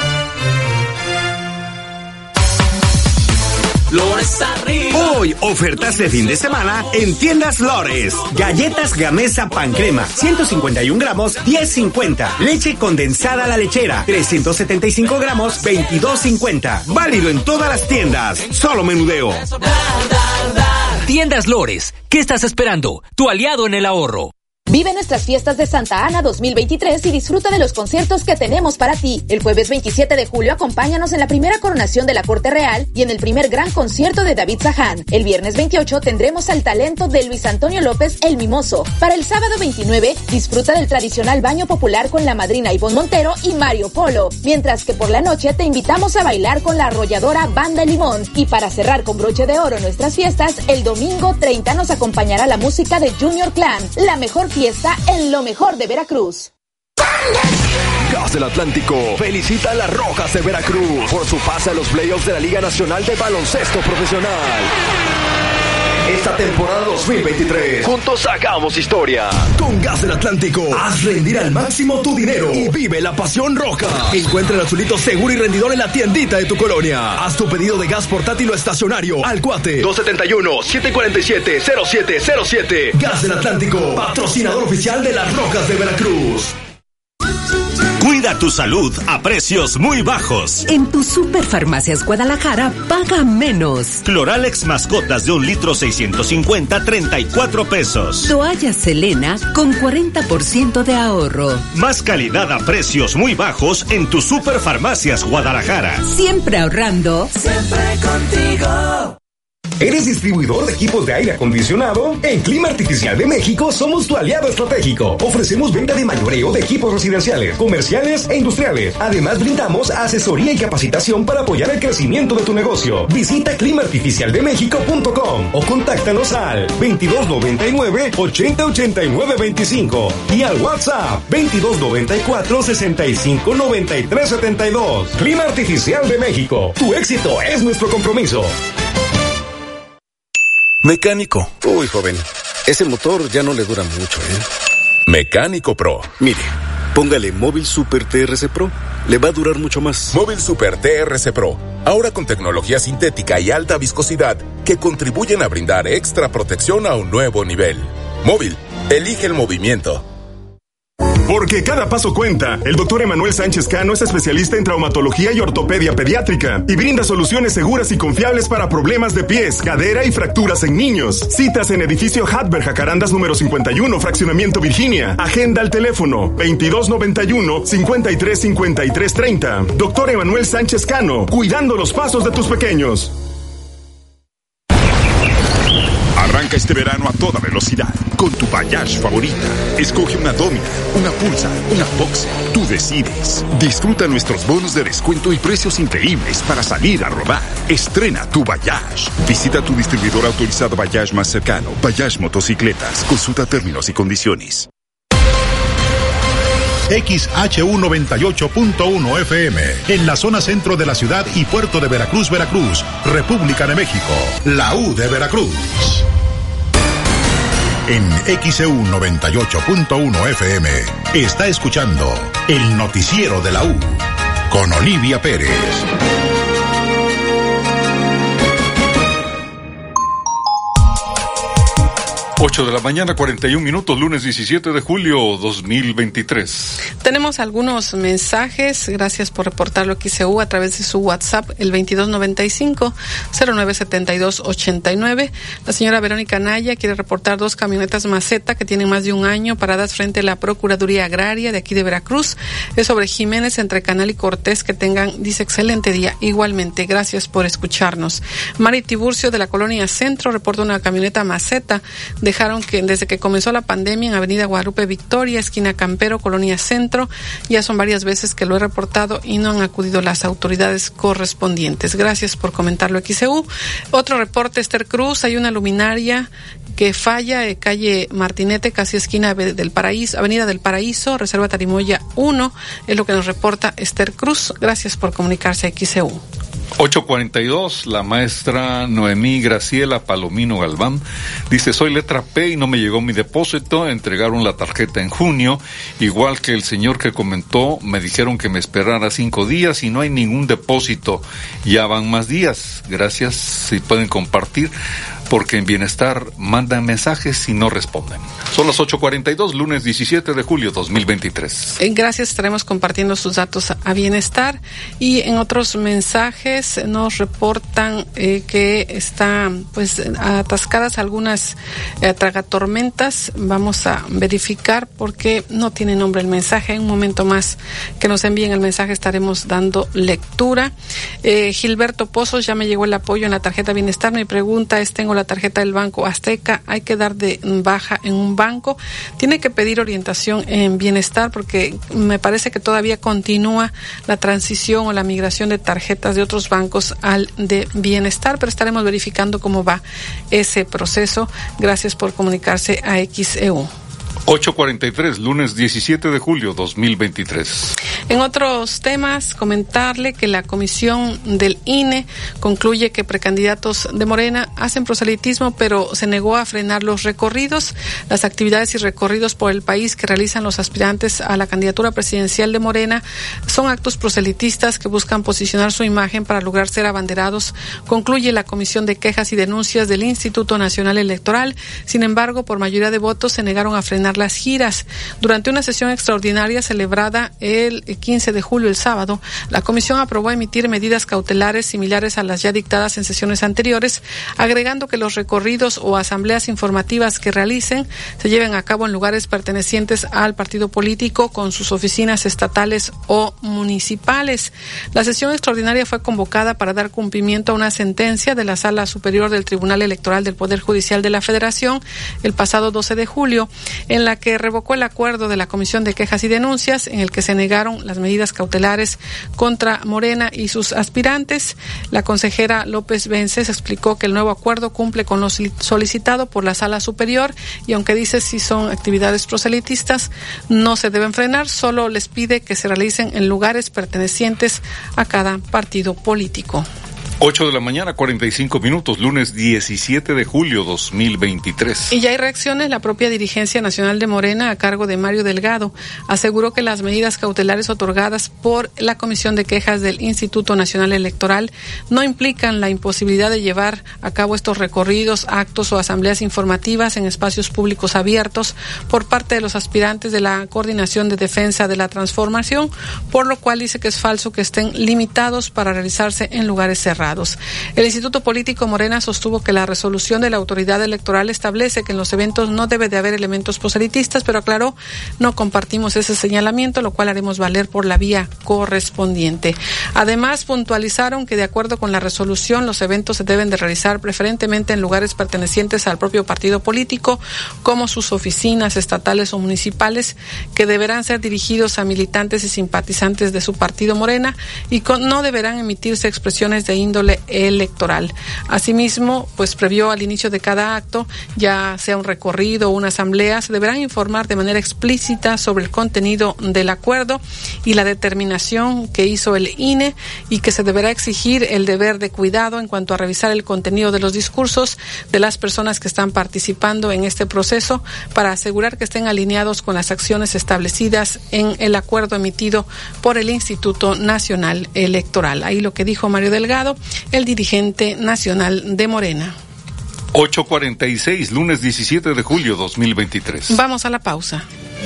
Speaker 8: Lores arriba. Hoy, ofertas de fin de semana en Tiendas Lores. Galletas Gamesa Pan Crema, 151 gramos, 10.50. Leche condensada La Lechera, 375 gramos, 22.50. Válido en todas las tiendas. Solo menudeo.
Speaker 16: Tiendas Lores. ¿Qué estás esperando? Tu aliado en el ahorro.
Speaker 17: Vive nuestras fiestas de Santa Ana 2023 y disfruta de los conciertos que tenemos para ti. El jueves 27 de julio acompáñanos en la primera coronación de la Corte Real y en el primer gran concierto de David Zahán. El viernes 28 tendremos al talento de Luis Antonio López El Mimoso. Para el sábado 29 disfruta del tradicional baño popular con la madrina Ivonne Montero y Mario Polo. Mientras que por la noche te invitamos a bailar con la arrolladora Banda Limón. Y para cerrar con broche de oro nuestras fiestas, el domingo 30 nos acompañará la música de Junior Clan, la mejor fiesta en lo mejor de Veracruz.
Speaker 18: Gas del Atlántico felicita a las Rojas de Veracruz por su pase a los playoffs de la Liga Nacional de Baloncesto Profesional. Esta temporada 2023, juntos hagamos historia. Con Gas del Atlántico, haz rendir al máximo tu dinero y vive la pasión roja. Encuentra el azulito seguro y rendidor en la tiendita de tu colonia. Haz tu pedido de gas portátil o estacionario al cuate 271-747-0707. Gas del Atlántico, patrocinador oficial de las Rojas de Veracruz.
Speaker 8: Cuida tu salud a precios muy bajos.
Speaker 13: En tu Superfarmacias Guadalajara, paga menos.
Speaker 8: Cloralex mascotas de 1 litro 650, 34 pesos.
Speaker 13: Toalla Selena con 40% de ahorro.
Speaker 8: Más calidad a precios muy bajos en tu Superfarmacias Guadalajara.
Speaker 13: Siempre ahorrando.
Speaker 8: Siempre contigo.
Speaker 19: ¿Eres distribuidor de equipos de aire acondicionado? En Clima Artificial de México somos tu aliado estratégico. Ofrecemos venta de mayoreo de equipos residenciales, comerciales e industriales. Además, brindamos asesoría y capacitación para apoyar el crecimiento de tu negocio. Visita climaartificialdemexico.com o contáctanos al 2299-808925 y al WhatsApp 2294-659372. Clima Artificial de México. Tu éxito es nuestro compromiso.
Speaker 20: Mecánico. Uy, joven, ese motor ya no le dura mucho, ¿eh? Mecánico Pro. Mire, póngale Móvil Super TRC Pro. Le va a durar mucho más.
Speaker 21: Móvil Super TRC Pro. Ahora con tecnología sintética y alta viscosidad que contribuyen a brindar extra protección a un nuevo nivel. Móvil, elige el movimiento.
Speaker 19: Porque cada paso cuenta. El doctor Emanuel Sánchez Cano es especialista en traumatología y ortopedia pediátrica y brinda soluciones seguras y confiables para problemas de pies, cadera y fracturas en niños. Citas en edificio Hadber Jacarandas número 51, Fraccionamiento Virginia. Agenda al teléfono 2291-535330. Doctor Emanuel Sánchez Cano, cuidando los pasos de tus pequeños.
Speaker 22: Arranca este verano a toda velocidad con tu Voyage favorita. Escoge una Dominar, una Pulsar, una Boxer. Tú decides. Disfruta nuestros bonos de descuento y precios increíbles para salir a rodar. Estrena tu Voyage. Visita tu distribuidor autorizado Voyage más cercano. Voyage Motocicletas. Consulta términos y condiciones.
Speaker 3: XHU 98.1 FM, en la zona centro de la ciudad y puerto de Veracruz, Veracruz, República de México, la U de Veracruz. En XEU 98.1 FM, está escuchando el noticiero de la U, con Olivia Pérez.
Speaker 2: 8 de la mañana, 41 minutos, lunes 17 de julio 2023.
Speaker 12: Tenemos algunos mensajes, gracias por reportarlo XEU a través de su WhatsApp, el 2295-097289. La señora Verónica Naya quiere reportar 2 camionetas Maceta que tienen más de un año paradas frente a la Procuraduría Agraria de aquí de Veracruz. Es sobre Jiménez entre Canal y Cortés. Que tengan, dice, excelente día. Igualmente, gracias por escucharnos. Mari Tiburcio de la Colonia Centro reporta una camioneta Maceta. Dejaron que desde que comenzó la pandemia en Avenida Guadalupe Victoria, esquina Campero, Colonia Centro, ya son varias veces que lo he reportado y no han acudido las autoridades correspondientes. Gracias por comentarlo, XEU. Otro reporte, Esther Cruz, hay una luminaria que falla, calle Martinete, casi esquina del Paraíso, Avenida del Paraíso, Reserva Tarimoya 1, es lo que nos reporta Esther Cruz. Gracias por comunicarse a XEU.
Speaker 2: 8:42, la maestra Noemí Graciela Palomino Galván dice: soy letra P y no me llegó mi depósito, entregaron la tarjeta en junio, igual que el señor que comentó, me dijeron que me esperara 5 días y no hay ningún depósito, ya van más días, gracias, si pueden compartir, porque en Bienestar mandan mensajes y no responden. Son las 8:42, lunes 17 de julio 2023.
Speaker 12: Gracias, estaremos compartiendo sus datos a Bienestar. Y en otros mensajes nos reportan que están pues atascadas algunas tragatormentas. Vamos a verificar porque no tiene nombre el mensaje. En un momento más que nos envíen el mensaje estaremos dando lectura. Gilberto Pozos, ya me llegó el apoyo en la tarjeta Bienestar. Mi pregunta es, tengo la tarjeta del Banco Azteca, hay que dar de baja en un banco, tiene que pedir orientación en Bienestar porque me parece que todavía continúa la transición o la migración de tarjetas de otros bancos al de Bienestar, pero estaremos verificando cómo va ese proceso. Gracias por comunicarse a XEU.
Speaker 2: 8:43, lunes 17 de julio 2023.
Speaker 12: En otros temas, comentarle que la comisión del INE concluye que precandidatos de Morena hacen proselitismo, pero se negó a frenar los recorridos. Las actividades y recorridos por el país que realizan los aspirantes a la candidatura presidencial de Morena son actos proselitistas que buscan posicionar su imagen para lograr ser abanderados, concluye la Comisión de Quejas y Denuncias del Instituto Nacional Electoral. Sin embargo, por mayoría de votos se negaron a frenar las giras. Durante una sesión extraordinaria celebrada el 15 de julio, el sábado, la comisión aprobó emitir medidas cautelares similares a las ya dictadas en sesiones anteriores, agregando que los recorridos o asambleas informativas que realicen se lleven a cabo en lugares pertenecientes al partido político con sus oficinas estatales o municipales. La sesión extraordinaria fue convocada para dar cumplimiento a una sentencia de la Sala Superior del Tribunal Electoral del Poder Judicial de la Federación el pasado 12 de julio, en la que revocó el acuerdo de la Comisión de Quejas y Denuncias en el que se negaron las medidas cautelares contra Morena y sus aspirantes. La consejera López Vences explicó que el nuevo acuerdo cumple con lo solicitado por la Sala Superior y aunque dice si son actividades proselitistas no se deben frenar, solo les pide que se realicen en lugares pertenecientes a cada partido político.
Speaker 2: 8 de la mañana, 45 minutos, lunes 17 de julio 2023.
Speaker 12: Y ya hay reacciones. La propia dirigencia nacional de Morena, a cargo de Mario Delgado, aseguró que las medidas cautelares otorgadas por la Comisión de Quejas del Instituto Nacional Electoral no implican la imposibilidad de llevar a cabo estos recorridos, actos o asambleas informativas en espacios públicos abiertos por parte de los aspirantes de la Coordinación de Defensa de la Transformación, por lo cual dice que es falso que estén limitados para realizarse en lugares cerrados. El Instituto Político Morena sostuvo que la resolución de la autoridad electoral establece que en los eventos no debe de haber elementos proselitistas, pero aclaró, no compartimos ese señalamiento, lo cual haremos valer por la vía correspondiente. Además, puntualizaron que de acuerdo con la resolución, los eventos se deben de realizar preferentemente en lugares pertenecientes al propio partido político, como sus oficinas estatales o municipales, que deberán ser dirigidos a militantes y simpatizantes de su partido Morena y no deberán emitirse expresiones de índole electoral. Asimismo, pues previó al inicio de cada acto, ya sea un recorrido o una asamblea, se deberán informar de manera explícita sobre el contenido del acuerdo y la determinación que hizo el INE y que se deberá exigir el deber de cuidado en cuanto a revisar el contenido de los discursos de las personas que están participando en este proceso para asegurar que estén alineados con las acciones establecidas en el acuerdo emitido por el Instituto Nacional Electoral. Ahí lo que dijo Mario Delgado, el dirigente nacional de Morena.
Speaker 2: 8:46, lunes 17 de julio 2023.
Speaker 12: Vamos a la pausa.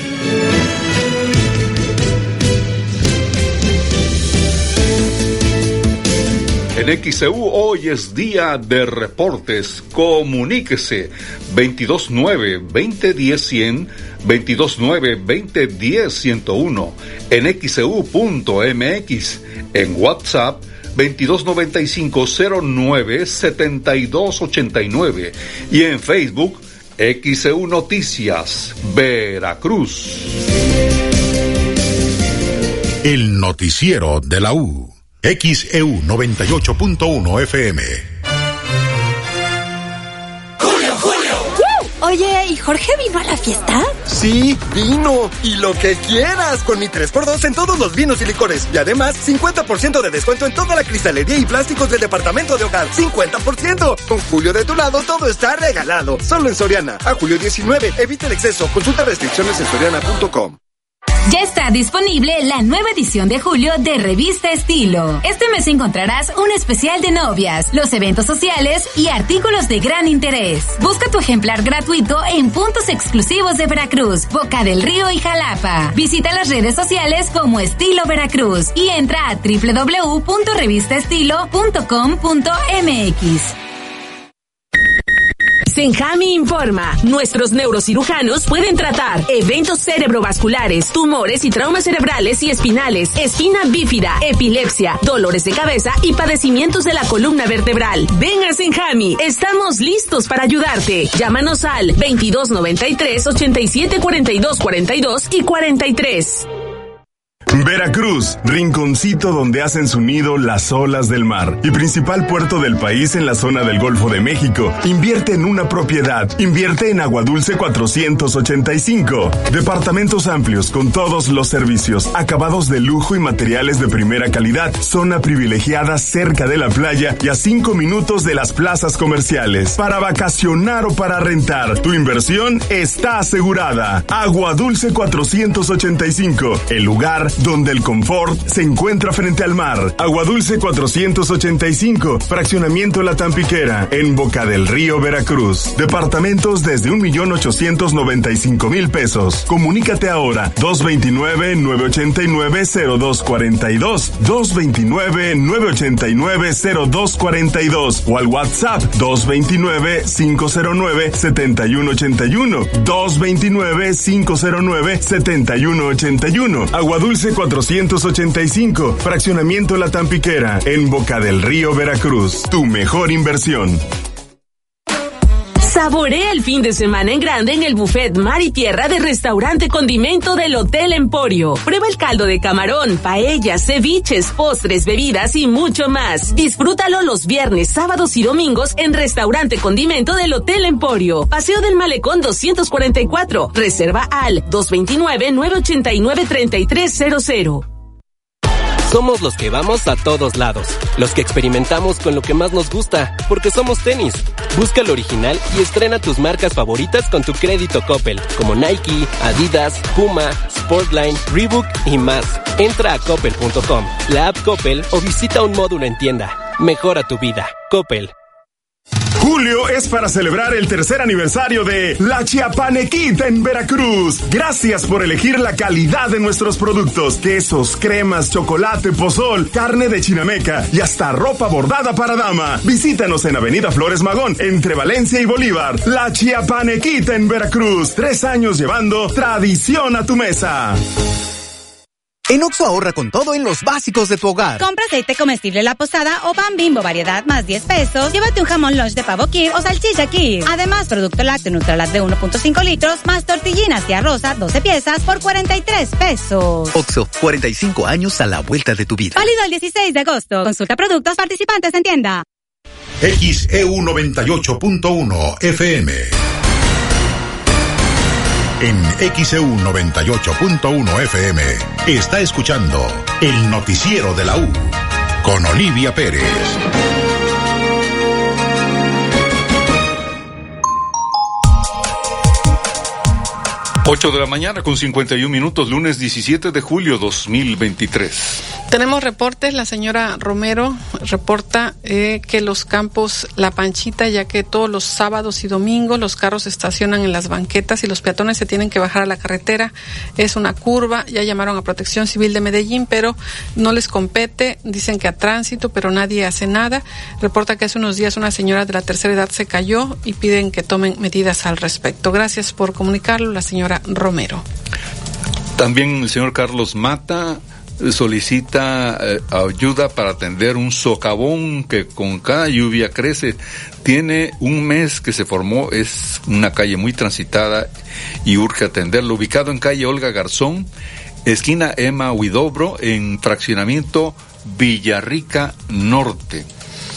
Speaker 2: En XEU hoy es día de reportes. Comuníquese 229-2010-100, 229-2010-101, en XEU.mx, en WhatsApp 2295-09-7289 y en Facebook XEU Noticias, Veracruz.
Speaker 3: El noticiero de la U. XEU 98.1 FM.
Speaker 6: Hoy Oye, ¿y Jorge vino a la fiesta?
Speaker 9: Sí, vino. Y lo que quieras, con mi 3x2 en todos los vinos y licores. Y además, 50% de descuento en toda la cristalería y plásticos del departamento de hogar. ¡50%! Con Julio de tu lado, todo está regalado. Solo en Soriana. A julio 19. Evita el exceso. Consulta restricciones en soriana.com.
Speaker 10: Ya está disponible la nueva edición de julio de Revista Estilo. Este mes encontrarás un especial de novias, los eventos sociales y artículos de gran interés. Busca tu ejemplar gratuito en puntos exclusivos de Veracruz, Boca del Río y Jalapa. Visita las redes sociales como Estilo Veracruz y entra a www.revistaestilo.com.mx.
Speaker 11: Senjami informa, nuestros neurocirujanos pueden tratar eventos cerebrovasculares, tumores y traumas cerebrales y espinales, espina bífida, epilepsia, dolores de cabeza y padecimientos de la columna vertebral. Ven a Senjami, estamos listos para ayudarte. Llámanos al 2293 87 42 42 y 43.
Speaker 14: Veracruz, rinconcito donde hacen su nido las olas del mar y principal puerto del país en la zona del Golfo de México. Invierte en una propiedad, invierte en Agua Dulce 485. Departamentos amplios con todos los servicios, acabados de lujo y materiales de primera calidad. Zona privilegiada cerca de la playa y a 5 minutos de las plazas comerciales. Para vacacionar o para rentar, tu inversión está asegurada. Agua Dulce 485, el lugar donde el confort se encuentra frente al mar. Agua Dulce 485, fraccionamiento La Tampiquera, en Boca del Río, Veracruz. Departamentos desde 1,895,000 pesos. Comunícate ahora, 229-989-0242, 229-989-0242 o al WhatsApp 229-509-7181, 229-509-7181. Agua Dulce 485, fraccionamiento La Tampiquera, en Boca del Río, Veracruz. Tu mejor inversión.
Speaker 11: Saborea el fin de semana en grande en el buffet Mar y Tierra de Restaurante Condimento del Hotel Emporio. Prueba el caldo de camarón, paellas, ceviches, postres, bebidas y mucho más. Disfrútalo los viernes, sábados y domingos en Restaurante Condimento del Hotel Emporio. Paseo del Malecón 244. Reserva al 229-989-3300.
Speaker 23: Somos los que vamos a todos lados, los que experimentamos con lo que más nos gusta, porque somos tenis. Busca lo original y estrena tus marcas favoritas con tu crédito Coppel, como Nike, Adidas, Puma, Sportline, Reebok y más. Entra a coppel.com, la app Coppel o visita un módulo en tienda. Mejora tu vida. Coppel.
Speaker 14: Julio es para celebrar el 3er aniversario de La Chiapanequita en Veracruz. Gracias por elegir la calidad de nuestros productos. Quesos, cremas, chocolate, pozol, carne de chinameca y hasta ropa bordada para dama. Visítanos en Avenida Flores Magón, entre Valencia y Bolívar. La Chiapanequita en Veracruz. 3 años llevando tradición a tu mesa.
Speaker 24: En Oxxo ahorra con todo en los básicos de tu hogar.
Speaker 25: Compra aceite comestible La Posada o pan Bimbo variedad más 10 pesos. Llévate un jamón lunch de pavo Kir o salchicha Kir. Además, producto lácteo Nutralat de 1.5 litros más tortillinas tía Rosa 12 piezas por 43 pesos.
Speaker 24: Oxxo, 45 años a la vuelta de tu vida.
Speaker 25: Válido el 16 de agosto. Consulta productos participantes en tienda.
Speaker 3: XEU 98.1 FM. En XEU 98.1 FM está escuchando el noticiero de la U con Olivia Pérez.
Speaker 2: 8 de la mañana con 51 minutos, lunes 17 de julio 2023.
Speaker 12: Tenemos reportes. La señora Romero reporta que los campos La Panchita, ya que todos los sábados y domingos los carros se estacionan en las banquetas y los peatones se tienen que bajar a la carretera. Es una curva. Ya llamaron a Protección Civil de Medellín, pero no les compete. Dicen que a tránsito, pero nadie hace nada. Reporta que hace unos días una señora de la tercera edad se cayó y piden que tomen medidas al respecto. Gracias por comunicarlo, la señora Romero.
Speaker 2: También el señor Carlos Mata solicita ayuda para atender un socavón que con cada lluvia crece. Tiene un mes que se formó, es una calle muy transitada y urge atenderlo. Ubicado en calle Olga Garzón, esquina Emma Huidobro, en fraccionamiento Villarrica Norte.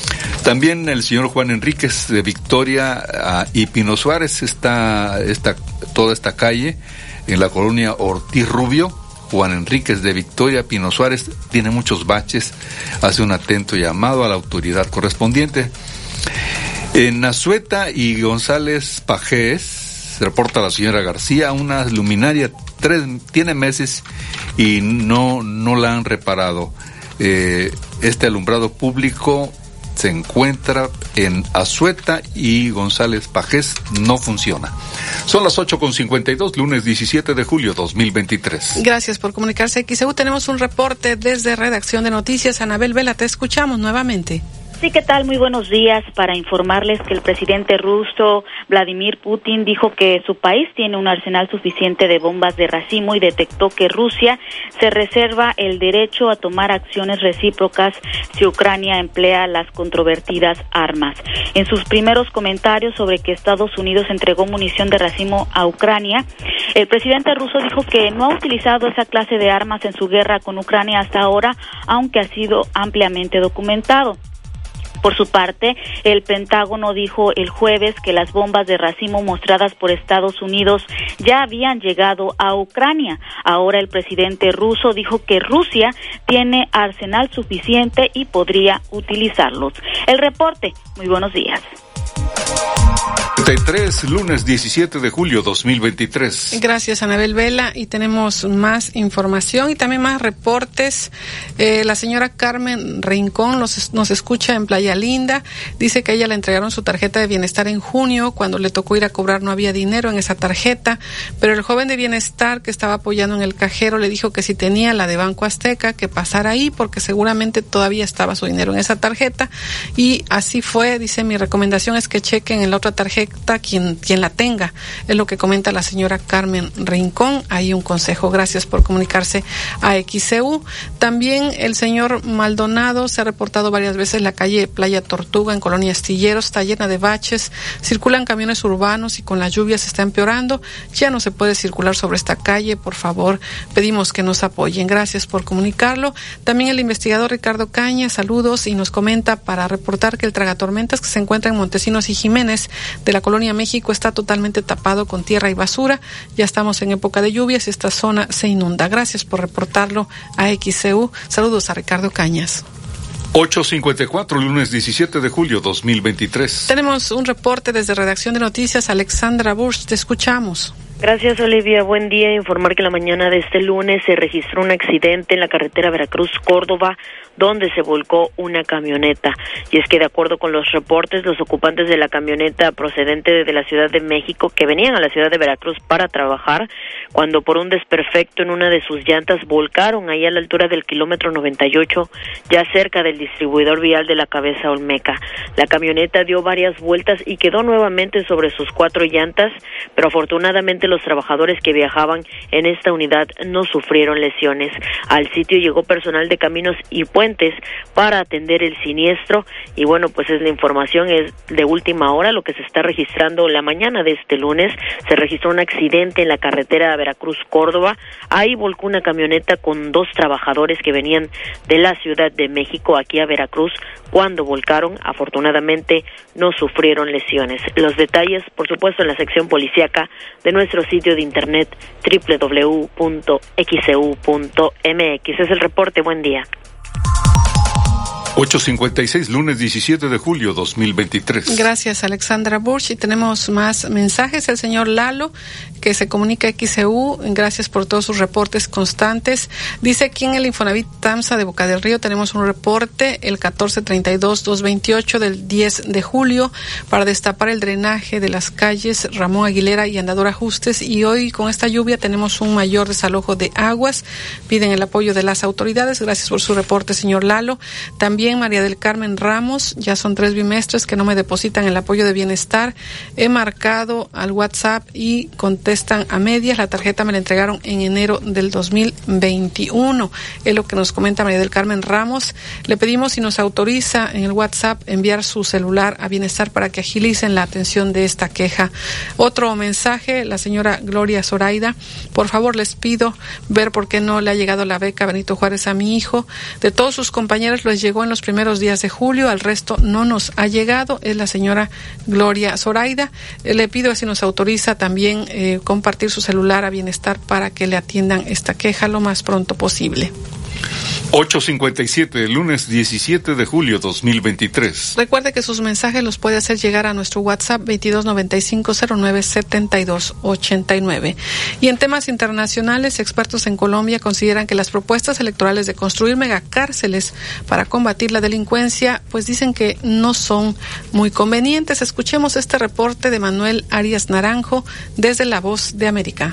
Speaker 2: También el señor Juan Enríquez de Victoria y Pino Suárez, toda esta calle en la colonia Ortiz Rubio. Juan Enríquez de Victoria, Pino Suárez, tiene muchos baches, hace un atento llamado a la autoridad correspondiente. En Azueta y González Pajés, reporta la señora García, una luminaria tiene meses y no la han reparado. Este alumbrado público se encuentra en Azueta y González Pajés, no funciona. Son las 8:52, lunes 17 de julio 2023.
Speaker 12: Gracias por comunicarse. XEU, tenemos un reporte desde Redacción de Noticias. Anabel Vela, te escuchamos nuevamente.
Speaker 1: Sí, ¿qué tal? Muy buenos días. Para informarles que el presidente ruso Vladimir Putin dijo que su país tiene un arsenal suficiente de bombas de racimo y detectó que Rusia se reserva el derecho a tomar acciones recíprocas si Ucrania emplea las controvertidas armas. En sus primeros comentarios sobre que Estados Unidos entregó munición de racimo a Ucrania, el presidente ruso dijo que no ha utilizado esa clase de armas en su guerra con Ucrania hasta ahora, aunque ha sido ampliamente documentado. Por su parte, el Pentágono dijo el jueves que las bombas de racimo mostradas por Estados Unidos ya habían llegado a Ucrania. Ahora el presidente ruso dijo que Rusia tiene arsenal suficiente y podría utilizarlos. El reporte, muy buenos días.
Speaker 2: 33, lunes 17 de julio 2023.
Speaker 12: Gracias, Anabel Vela, y tenemos más información y también más reportes. La señora Carmen Rincón nos escucha en Playa Linda. Dice que a ella le entregaron su tarjeta de bienestar en junio. Cuando le tocó ir a cobrar no había dinero en esa tarjeta, pero el joven de bienestar que estaba apoyando en el cajero le dijo que si tenía la de Banco Azteca que pasara ahí porque seguramente todavía estaba su dinero en esa tarjeta, y así fue. Dice, mi recomendación es que chequen en la otra tarjeta quien la tenga. Es lo que comenta la señora Carmen Rincón. Ahí un consejo. Gracias por comunicarse a XEU. También el señor Maldonado se ha reportado varias veces. La calle Playa Tortuga en Colonia Astilleros está llena de baches, circulan camiones urbanos y con las lluvias se está empeorando. Ya no se puede circular sobre esta calle. Por favor, pedimos que nos apoyen. Gracias por comunicarlo. También el investigador Ricardo Caña, saludos, y nos comenta para reportar que el tragatormentas que se encuentra en Montesinos y Jiménez de la Colonia México está totalmente tapado con tierra y basura. Ya estamos en época de lluvias y esta zona se inunda. Gracias por reportarlo a XEU. Saludos a Ricardo Cañas.
Speaker 2: 8:54, lunes 17 de julio 2023.
Speaker 12: Tenemos un reporte desde Redacción de Noticias. Alexandra Bush, te escuchamos.
Speaker 4: Gracias, Olivia. Buen día. Informar que la mañana de este lunes se registró un accidente en la carretera Veracruz-Córdoba, donde se volcó una camioneta. Y es que, de acuerdo con los reportes, los ocupantes de la camioneta procedente de la Ciudad de México, que venían a la ciudad de Veracruz para trabajar, cuando por un desperfecto en una de sus llantas volcaron ahí a la altura del kilómetro 98, ya cerca del distribuidor vial de la Cabeza Olmeca. La camioneta dio varias vueltas y quedó nuevamente sobre sus 4 llantas, pero afortunadamente los trabajadores que viajaban en esta unidad no sufrieron lesiones. Al sitio llegó personal de Caminos y Puentes para atender el siniestro, y bueno, pues es la información, es de última hora lo que se está registrando la mañana de este lunes. Se registró un accidente en la carretera Veracruz-Córdoba. Ahí volcó una camioneta con 2 trabajadores que venían de la Ciudad de México aquí a Veracruz. Cuando volcaron, afortunadamente no sufrieron lesiones. Los detalles, por supuesto, en la sección policíaca de nuestro sitio de internet www.xeu.mx. Es el reporte. Buen día.
Speaker 2: 8:56, lunes 17 de julio 2023.
Speaker 12: Gracias, Alexandra Burch. Y tenemos más mensajes. El señor Lalo, que se comunica a XEU, gracias por todos sus reportes constantes. Dice aquí en el Infonavit Tamsa de Boca del Río tenemos un reporte, el 1432-228 del 10 de julio, para destapar el drenaje de las calles Ramón Aguilera y Andador Ajustes, y hoy con esta lluvia tenemos un mayor desalojo de aguas. Piden el apoyo de las autoridades. Gracias por su reporte, señor Lalo. También María del Carmen Ramos, ya son 3 bimestres que no me depositan el apoyo de bienestar. He marcado al WhatsApp y contestan a medias. La tarjeta me la entregaron en enero del 2021. Es lo que nos comenta María del Carmen Ramos. Le pedimos si nos autoriza en el WhatsApp enviar su celular a bienestar para que agilicen la atención de esta queja. Otro mensaje, la señora Gloria Zoraida. Por favor, les pido ver por qué no le ha llegado la beca Benito Juárez a mi hijo. De todos sus compañeros les llegó en los primeros días de julio, al resto no nos ha llegado. Es la señora Gloria Zoraida. Le pido si nos autoriza también compartir su celular a Bienestar para que le atiendan esta queja lo más pronto posible.
Speaker 2: 8:57, lunes 17 de julio 2023.
Speaker 12: Recuerde que sus mensajes los puede hacer llegar a nuestro WhatsApp 2295097289. Y en temas internacionales, expertos en Colombia consideran que las propuestas electorales de construir megacárceles para combatir la delincuencia, pues dicen que no son muy convenientes. Escuchemos este reporte de Manuel Arias Naranjo desde La Voz de América.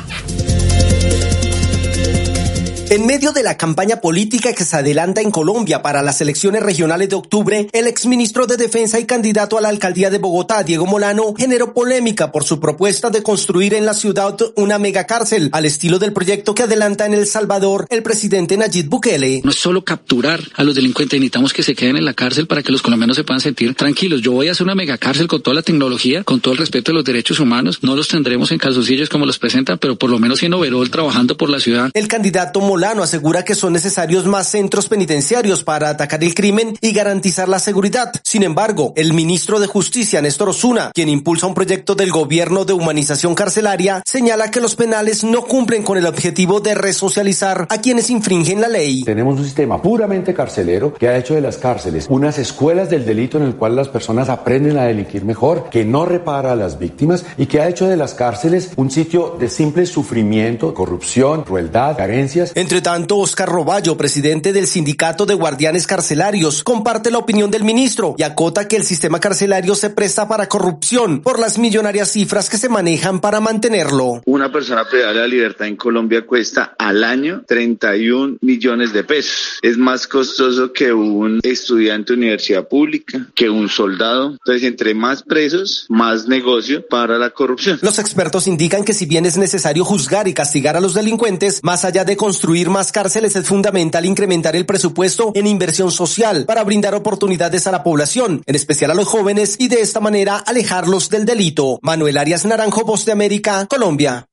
Speaker 5: En medio de la campaña política que se adelanta en Colombia para las elecciones regionales de octubre, el exministro de Defensa y candidato a la alcaldía de Bogotá, Diego Molano, generó polémica por su propuesta de construir en la ciudad una megacárcel, al estilo del proyecto que adelanta en El Salvador el presidente Nayib Bukele.
Speaker 7: No es solo capturar a los delincuentes, necesitamos que se queden en la cárcel para que los colombianos se puedan sentir tranquilos. Yo voy a hacer una megacárcel con toda la tecnología, con todo el respeto de los derechos humanos. No los tendremos en calzoncillos como los presentan, pero por lo menos en overol trabajando por la ciudad.
Speaker 5: El candidato Molano asegura que son necesarios más centros penitenciarios para atacar el crimen y garantizar la seguridad. Sin embargo, el ministro de Justicia, Néstor Osuna, quien impulsa un proyecto del gobierno de humanización carcelaria, señala que los penales no cumplen con el objetivo de resocializar a quienes infringen la ley.
Speaker 15: Tenemos un sistema puramente carcelero que ha hecho de las cárceles unas escuelas del delito en el cual las personas aprenden a delinquir mejor, que no repara a las víctimas y que ha hecho de las cárceles un sitio de simple sufrimiento, corrupción, crueldad, carencias.
Speaker 5: Entre tanto, Oscar Roballo, presidente del Sindicato de Guardianes Carcelarios, comparte la opinión del ministro y acota que el sistema carcelario se presta para corrupción por las millonarias cifras que se manejan para mantenerlo.
Speaker 16: Una persona privada de la libertad en Colombia cuesta al año 31 millones de pesos. Es más costoso que un estudiante de universidad pública, que un soldado. Entonces, entre más presos, más negocio para la corrupción.
Speaker 5: Los expertos indican que si bien es necesario juzgar y castigar a los delincuentes, más allá de construir más cárceles es fundamental incrementar el presupuesto en inversión social para brindar oportunidades a la población, en especial a los jóvenes, y de esta manera alejarlos del delito. Manuel Arias Naranjo, Voz de América, Colombia.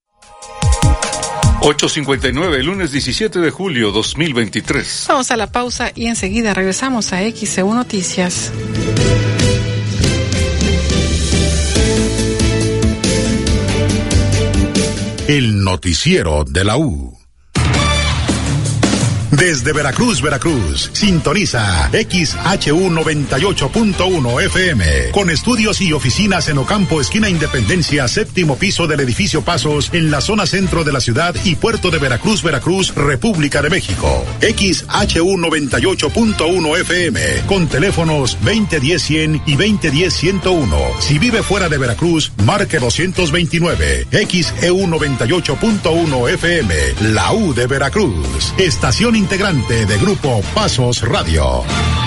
Speaker 2: 8:59, lunes 17 de julio 2023.
Speaker 12: Vamos a la pausa y enseguida regresamos a XEU Noticias.
Speaker 3: El noticiero de la U. Desde Veracruz, sintoniza XHU 98.1 FM, con estudios y oficinas en Ocampo, esquina Independencia, séptimo piso del edificio Pasos, en la zona centro de la ciudad y puerto de Veracruz, República de México. XHU 98.1 FM, con teléfonos 2010-100 y 2010-101. Si vive fuera de Veracruz, marque 229. XEU 98.1 FM, la U de Veracruz. Estación integrante de Grupo Pasos Radio.